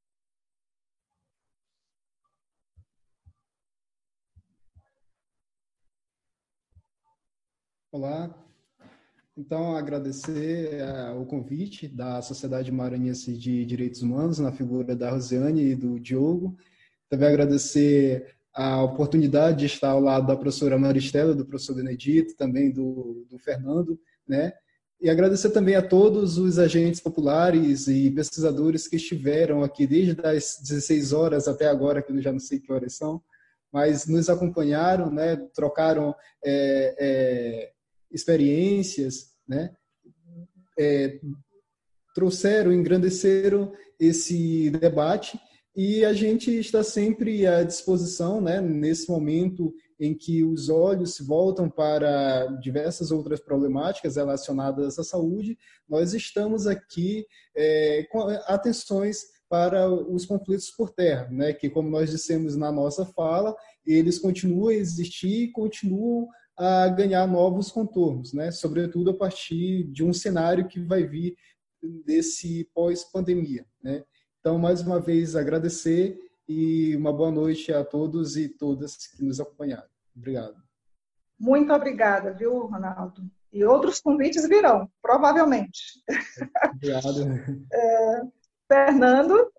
Olá. Então, agradecer o convite da Sociedade Maranhense de Direitos Humanos, na figura da Rosiane e do Diogo. Também agradecer a oportunidade de estar ao lado da professora Maristela, do professor Benedito, também do Fernando, né? E agradecer também a todos os agentes populares e pesquisadores que estiveram aqui desde as 16 horas até agora, que eu já não sei que horas são, mas nos acompanharam, né? Trocaram experiências, né? Trouxeram, engrandeceram esse debate e a gente está sempre à disposição, né? Nesse momento em que os olhos se voltam para diversas outras problemáticas relacionadas à saúde, nós estamos aqui com atenções para os conflitos por terra, né? Que, como nós dissemos na nossa fala, eles continuam a existir e continuam a ganhar novos contornos, né? Sobretudo a partir de um cenário que vai vir desse pós-pandemia, né? Então, mais uma vez, agradecer e uma boa noite a todos e todas que nos acompanharam. Obrigado. Muito obrigada, viu, Ronaldo? E outros convites virão, provavelmente. Obrigado. Fernando?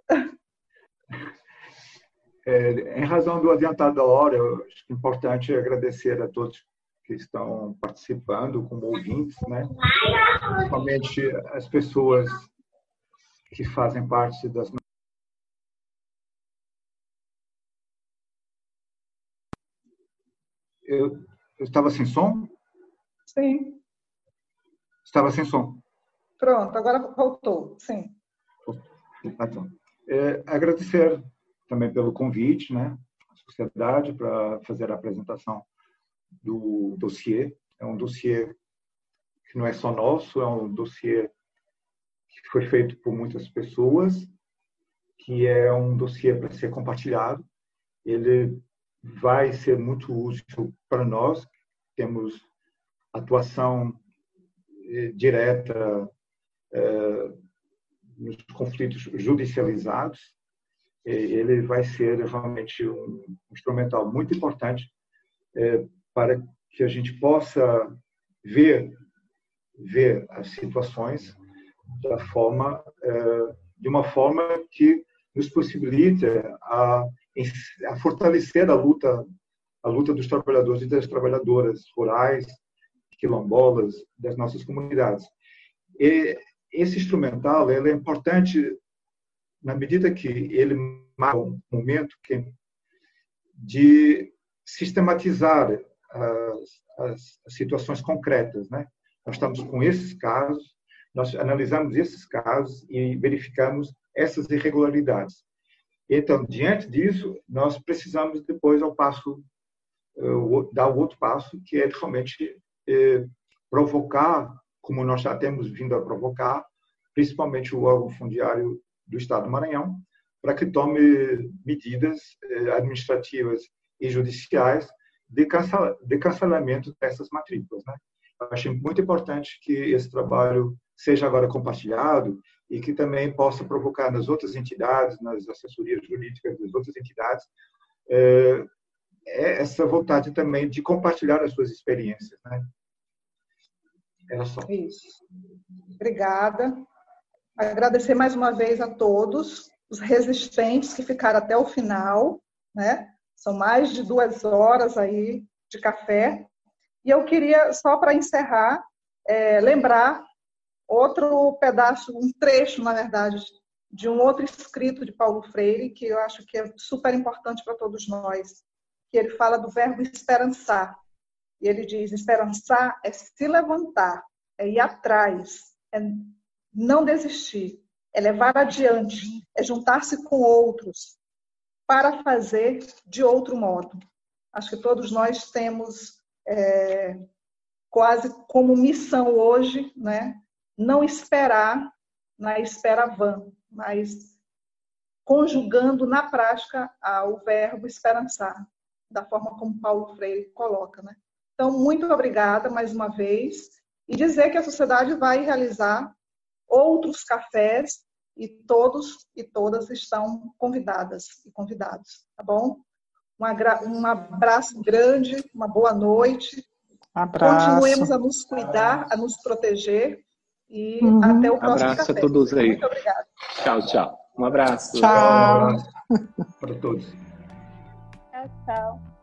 Em razão do adiantado da hora, eu acho que é importante agradecer a todos que estão participando como ouvintes, né? Principalmente as pessoas que fazem parte das... Eu estava sem som? Sim. Estava sem som. Pronto, agora voltou, sim. Então, agradecer também pelo convite, né, à sociedade para fazer a apresentação do dossiê. É um dossiê que não é só nosso, é um dossiê que foi feito por muitas pessoas, que é um dossiê para ser compartilhado. Ele vai ser muito útil para nós, temos atuação direta nos conflitos judicializados. Ele vai ser realmente um instrumental muito importante para que a gente possa ver as situações de uma forma que nos possibilite a fortalecer a luta dos trabalhadores e das trabalhadoras rurais, quilombolas, das nossas comunidades. E esse instrumental ele é importante na medida que ele marca um momento de sistematizar as situações concretas, né? Nós estamos com esses casos, nós analisamos esses casos e verificamos essas irregularidades. Então, diante disso, nós precisamos depois dar o outro passo, que é realmente provocar, como nós já temos vindo a provocar, principalmente o órgão fundiário do Estado do Maranhão, para que tome medidas administrativas e judiciais de cancelamento dessas matrículas, né? Eu achei muito importante que esse trabalho seja agora compartilhado e que também possa provocar nas outras entidades, nas assessorias jurídicas das outras entidades, essa vontade também de compartilhar as suas experiências, né? Era só. Isso. Obrigada. Agradecer mais uma vez a todos os resistentes que ficaram até o final, né? São mais de 2 horas aí de café. E eu queria, só para encerrar, lembrar outro pedaço, um trecho, na verdade, de um outro escrito de Paulo Freire, que eu acho que é super importante para todos nós, que ele fala do verbo esperançar. E ele diz, esperançar é se levantar, é ir atrás, é não desistir, é levar adiante, é juntar-se com outros para fazer de outro modo. Acho que todos nós temos quase como missão hoje, né? Não esperar na espera vã, mas conjugando na prática o verbo esperançar, da forma como Paulo Freire coloca, né? Então, muito obrigada mais uma vez e dizer que a sociedade vai realizar outros cafés e todos e todas estão convidadas e convidados, tá bom? Um abraço grande, uma boa noite. Abraço. Continuemos a nos cuidar, a nos proteger e até o próximo abraço café. A todos aí. Muito obrigada. Tchau, tchau. Um abraço. Tchau. Um abraço para todos. Tchau, tchau.